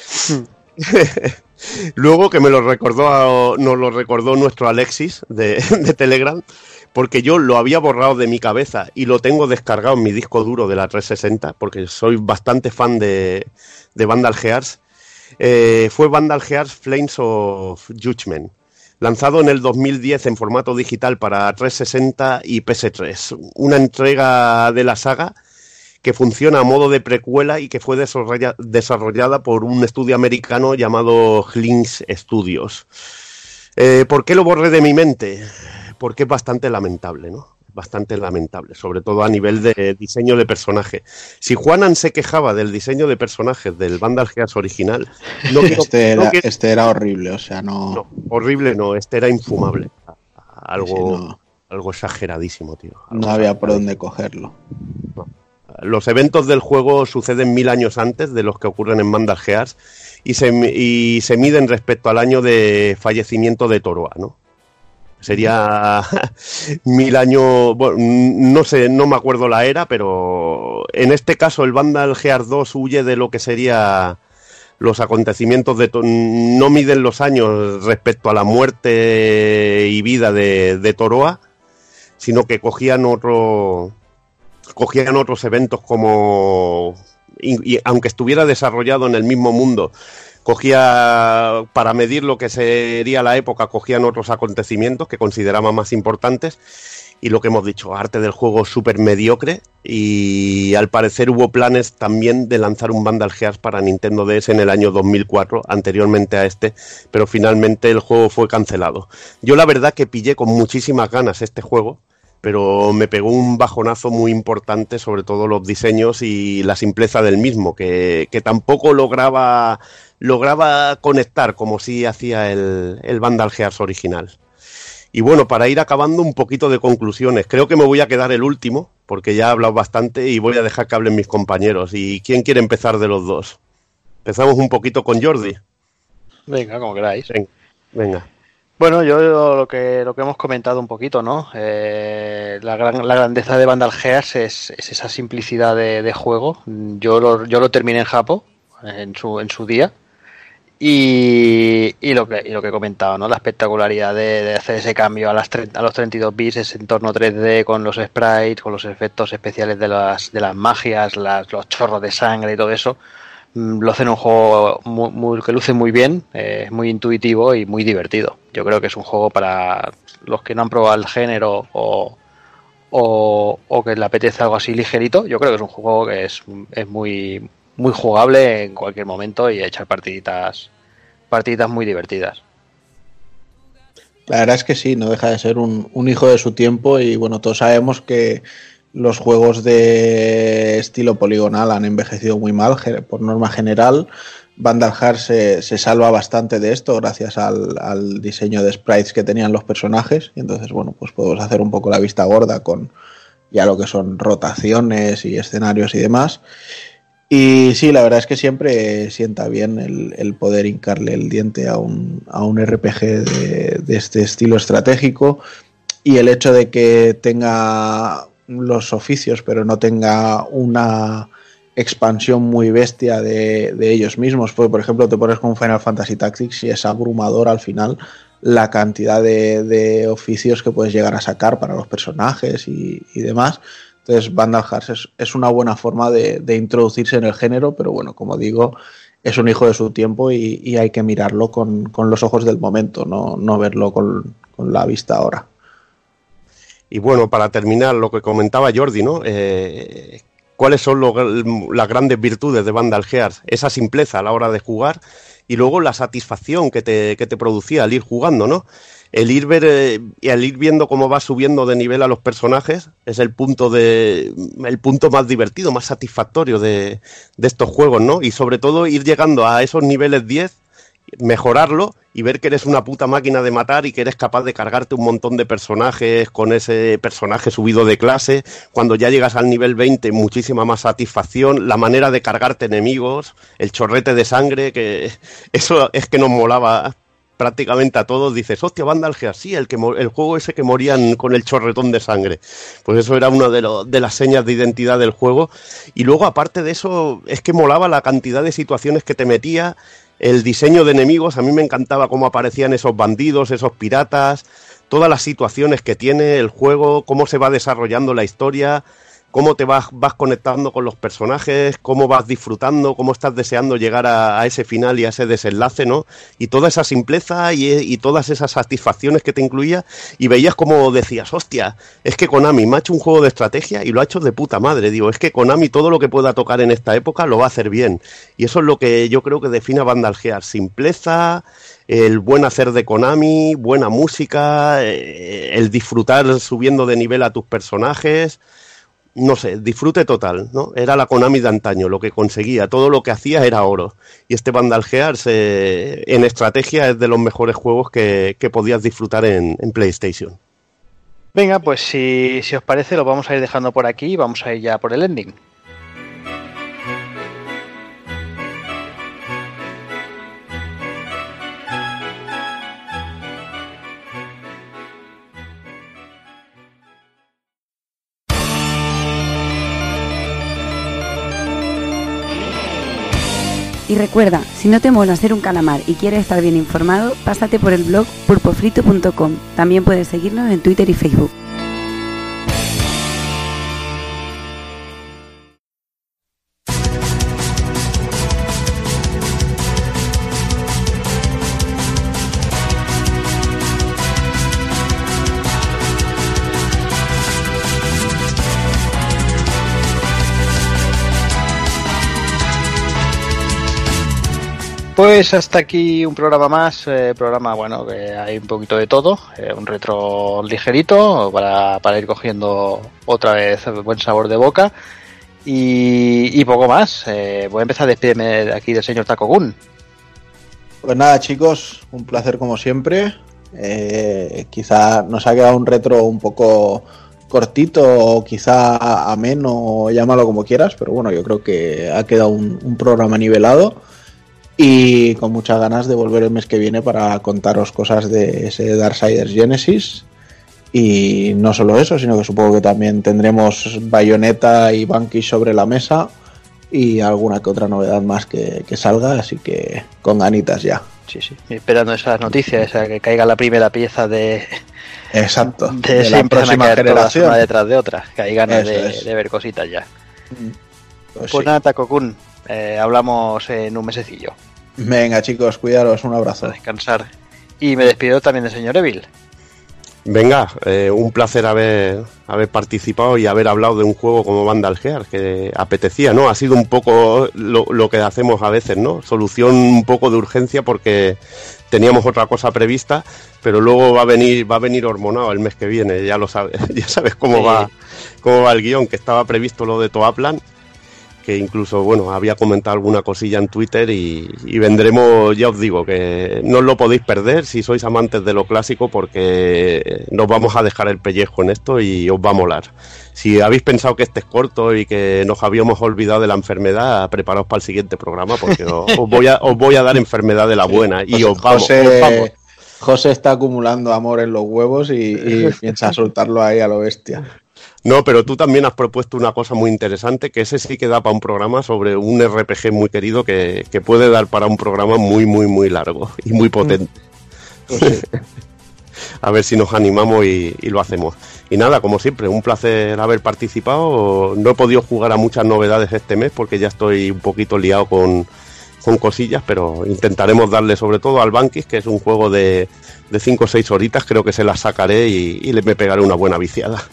Luego que nos lo recordó nuestro Alexis de Telegram, porque yo lo había borrado de mi cabeza y lo tengo descargado en mi disco duro de la 360, porque soy bastante fan de Vandal Hearts. Fue Vandal Hearts Flames of Judgment, lanzado en el 2010 en formato digital para 360 y PS3, una entrega de la saga que funciona a modo de precuela y que fue desarrollada por un estudio americano llamado Lynx Studios. ¿Por qué lo borré de mi mente? Porque es bastante lamentable, ¿no? Bastante lamentable, sobre todo a nivel de diseño de personaje. Si Juanan se quejaba del diseño de personajes del Vandal Hearts original, este era horrible, o sea, no... Horrible no, este era infumable. Algo exageradísimo, tío. No había por dónde cogerlo. No. Los eventos del juego suceden 1000 años antes de los que ocurren en Vandal Hearts y se miden respecto al año de fallecimiento de Toroa, ¿no? Sería 1000 años, bueno, no sé, no me acuerdo la era, pero en este caso el Vandal Hearts 2 huye de lo que sería los acontecimientos no miden los años respecto a la muerte y vida de Toroa, sino que cogían otros eventos como, y aunque estuviera desarrollado en el mismo mundo, cogía, para medir lo que sería la época, cogían otros acontecimientos que consideraban más importantes, y lo que hemos dicho, arte del juego súper mediocre, y al parecer hubo planes también de lanzar un Vandal Hearts para Nintendo DS en el año 2004, anteriormente a este, pero finalmente el juego fue cancelado. Yo la verdad que pillé con muchísimas ganas este juego, pero me pegó un bajonazo muy importante, sobre todo los diseños y la simpleza del mismo, que tampoco lograba conectar como sí hacía el Vandal Hearts original. Y bueno, para ir acabando, un poquito de conclusiones. Creo que me voy a quedar el último, porque ya he hablado bastante y voy a dejar que hablen mis compañeros. ¿Y quién quiere empezar de los dos? Empezamos un poquito con Jordi. Venga, como queráis. Venga. Bueno, yo lo que hemos comentado un poquito, ¿no? La grandeza de Vandal Hearts es esa simplicidad de juego. Yo lo terminé en Japo en su día. Y lo que he comentado, ¿no? La espectacularidad de hacer ese cambio a los 32 bits, ese entorno 3D con los sprites, con los efectos especiales de las magias, los chorros de sangre y todo eso, lo hacen un juego que luce muy bien, muy intuitivo y muy divertido. Yo creo que es un juego para los que no han probado el género o que le apetece algo así ligerito. Yo creo que es un juego que es muy muy jugable en cualquier momento y echar partiditas muy divertidas. La verdad es que sí, no deja de ser un hijo de su tiempo y bueno, todos sabemos que los juegos de estilo poligonal han envejecido muy mal por norma general. Vandal Hearts se salva bastante de esto gracias al diseño de sprites que tenían los personajes y entonces bueno, pues podemos hacer un poco la vista gorda con ya lo que son rotaciones y escenarios y demás. Y sí, la verdad es que siempre sienta bien el poder hincarle el diente a un RPG de este estilo estratégico y el hecho de que tenga los oficios pero no tenga una expansión muy bestia de ellos mismos. Pues, por ejemplo, te pones con Final Fantasy Tactics y es abrumador al final la cantidad de oficios que puedes llegar a sacar para los personajes y demás. Entonces Vandal Hearts es una buena forma de introducirse en el género, pero bueno, como digo, es un hijo de su tiempo y hay que mirarlo con los ojos del momento, no verlo con la vista ahora. Y bueno, para terminar, lo que comentaba Jordi, ¿no? ¿Cuáles son las grandes virtudes de Vandal Hearts? Esa simpleza a la hora de jugar y luego la satisfacción que te producía al ir jugando, ¿no? El ir viendo cómo va subiendo de nivel a los personajes es el punto más divertido, más satisfactorio de estos juegos, ¿no? Y sobre todo ir llegando a esos niveles 10, mejorarlo y ver que eres una puta máquina de matar y que eres capaz de cargarte un montón de personajes con ese personaje subido de clase. Cuando ya llegas al nivel 20, muchísima más satisfacción, la manera de cargarte enemigos, el chorrete de sangre, que eso es que nos molaba prácticamente a todos. Dices, hostia, Vandal Hearts, sí, el juego ese que morían con el chorretón de sangre. Pues eso era una de las señas de identidad del juego. Y luego, aparte de eso, es que molaba la cantidad de situaciones que te metía, el diseño de enemigos. A mí me encantaba cómo aparecían esos bandidos, esos piratas, todas las situaciones que tiene el juego, cómo se va desarrollando la historia, cómo te vas conectando con los personajes, cómo vas disfrutando, cómo estás deseando llegar a ese final y a ese desenlace, ¿no? Y toda esa simpleza y todas esas satisfacciones que te incluía, y veías como decías, hostia, es que Konami me ha hecho un juego de estrategia y lo ha hecho de puta madre. Digo, es que Konami todo lo que pueda tocar en esta época lo va a hacer bien. Y eso es lo que yo creo que define a Vandal Hearts: simpleza, el buen hacer de Konami, buena música, el disfrutar subiendo de nivel a tus personajes. No sé, disfrute total, ¿no? Era la Konami de antaño, lo que conseguía, todo lo que hacía era oro. Y este Vandal Hearts en estrategia es de los mejores juegos que podías disfrutar en PlayStation. Venga, pues si os parece lo vamos a ir dejando por aquí y vamos a ir ya por el ending. Y recuerda, si no te mola ser un calamar y quieres estar bien informado, pásate por el blog pulpofrito.com. También puedes seguirnos en Twitter y Facebook. Pues hasta aquí un programa más, programa bueno que hay un poquito de todo, un retro ligerito para ir cogiendo otra vez buen sabor de boca y poco más. Voy a empezar a despedirme de aquí del señor Taco-kun. Pues nada, chicos, un placer como siempre. Quizá nos ha quedado un retro un poco cortito o quizá ameno, llámalo como quieras, pero bueno, yo creo que ha quedado un programa nivelado. Y con muchas ganas de volver el mes que viene para contaros cosas de ese Darksiders Genesis. Y no solo eso, sino que supongo que también tendremos Bayonetta y Vanquish sobre la mesa y alguna que otra novedad más que salga, así que con ganitas ya. Sí, esperando esas noticias, esa que caiga la primera pieza de... Exacto, de la próxima generación, una detrás de otra, que hay ganas de ver cositas ya. Pues nada, Takokun, hablamos en un mesecillo. Venga, chicos, cuidaros, un abrazo. A descansar. Y me despido también del señor Evil. Venga, un placer haber participado y haber hablado de un juego como Vandal Heart, que apetecía, ¿no? Ha sido un poco lo que hacemos a veces, ¿no? Solución un poco de urgencia porque teníamos otra cosa prevista, pero luego va a venir hormonado el mes que viene, ya lo sabes, ya sabes cómo va el guión, que estaba previsto lo de Toaplan, que incluso, bueno, había comentado alguna cosilla en Twitter y vendremos, ya os digo, que no os lo podéis perder si sois amantes de lo clásico, porque nos vamos a dejar el pellejo en esto y os va a molar. Si habéis pensado que este es corto y que nos habíamos olvidado de la enfermedad, preparaos para el siguiente programa, porque os voy a dar enfermedad de la buena y os vamos. José está acumulando amor en los huevos y piensa soltarlo ahí a lo bestia. No, pero tú también has propuesto una cosa muy interesante, que ese sí que da para un programa sobre un RPG muy querido que puede dar para un programa muy, muy, muy largo y muy potente. Pues sí. A ver si nos animamos y lo hacemos. Y nada, como siempre, un placer haber participado. No he podido jugar a muchas novedades este mes porque ya estoy un poquito liado con cosillas, pero intentaremos darle sobre todo al Vanquish, que es un juego de 5 o 6 horitas, creo que se las sacaré y me pegaré una buena viciada.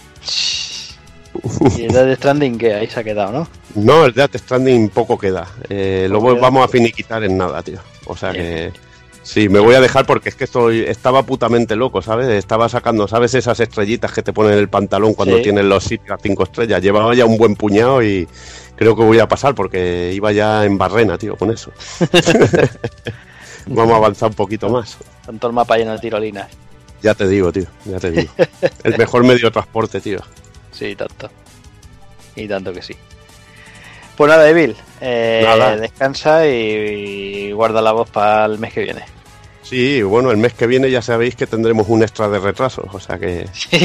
Y el Death Stranding, que ahí se ha quedado, ¿no? No, el Death Stranding poco queda. Vamos a finiquitar en nada, tío. O sea que sí, me voy a dejar porque es que estaba putamente loco, ¿sabes? Estaba sacando, ¿sabes? Esas estrellitas que te ponen en el pantalón cuando tienes los sitios a 5 estrellas. Llevaba ya un buen puñado y creo que voy a pasar porque iba ya en barrena, tío, con eso. Vamos a avanzar un poquito más. Tanto el mapa lleno de tirolinas. Ya te digo, tío, ya te digo. El mejor medio de transporte, tío. Sí, tanto. Y tanto que sí. Pues nada, Evil, descansa y guarda la voz para el mes que viene. Sí, bueno, el mes que viene ya sabéis que tendremos un extra de retraso, o sea que...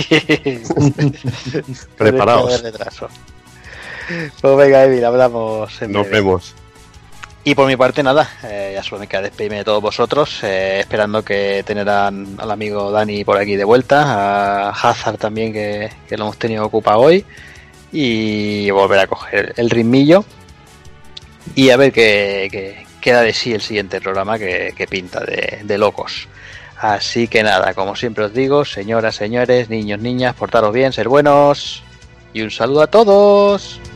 Preparaos. De retraso. Pues venga, Evil, hablamos en Nos vemos. Y por mi parte, nada, ya solo me queda despedirme de todos vosotros, esperando que tener al amigo Dani por aquí de vuelta, a Hazard también, que lo hemos tenido ocupado hoy, y volver a coger el ritmillo y a ver qué queda de sí el siguiente programa que pinta de locos. Así que nada, como siempre os digo, señoras, señores, niños, niñas, portaros bien, ser buenos y un saludo a todos.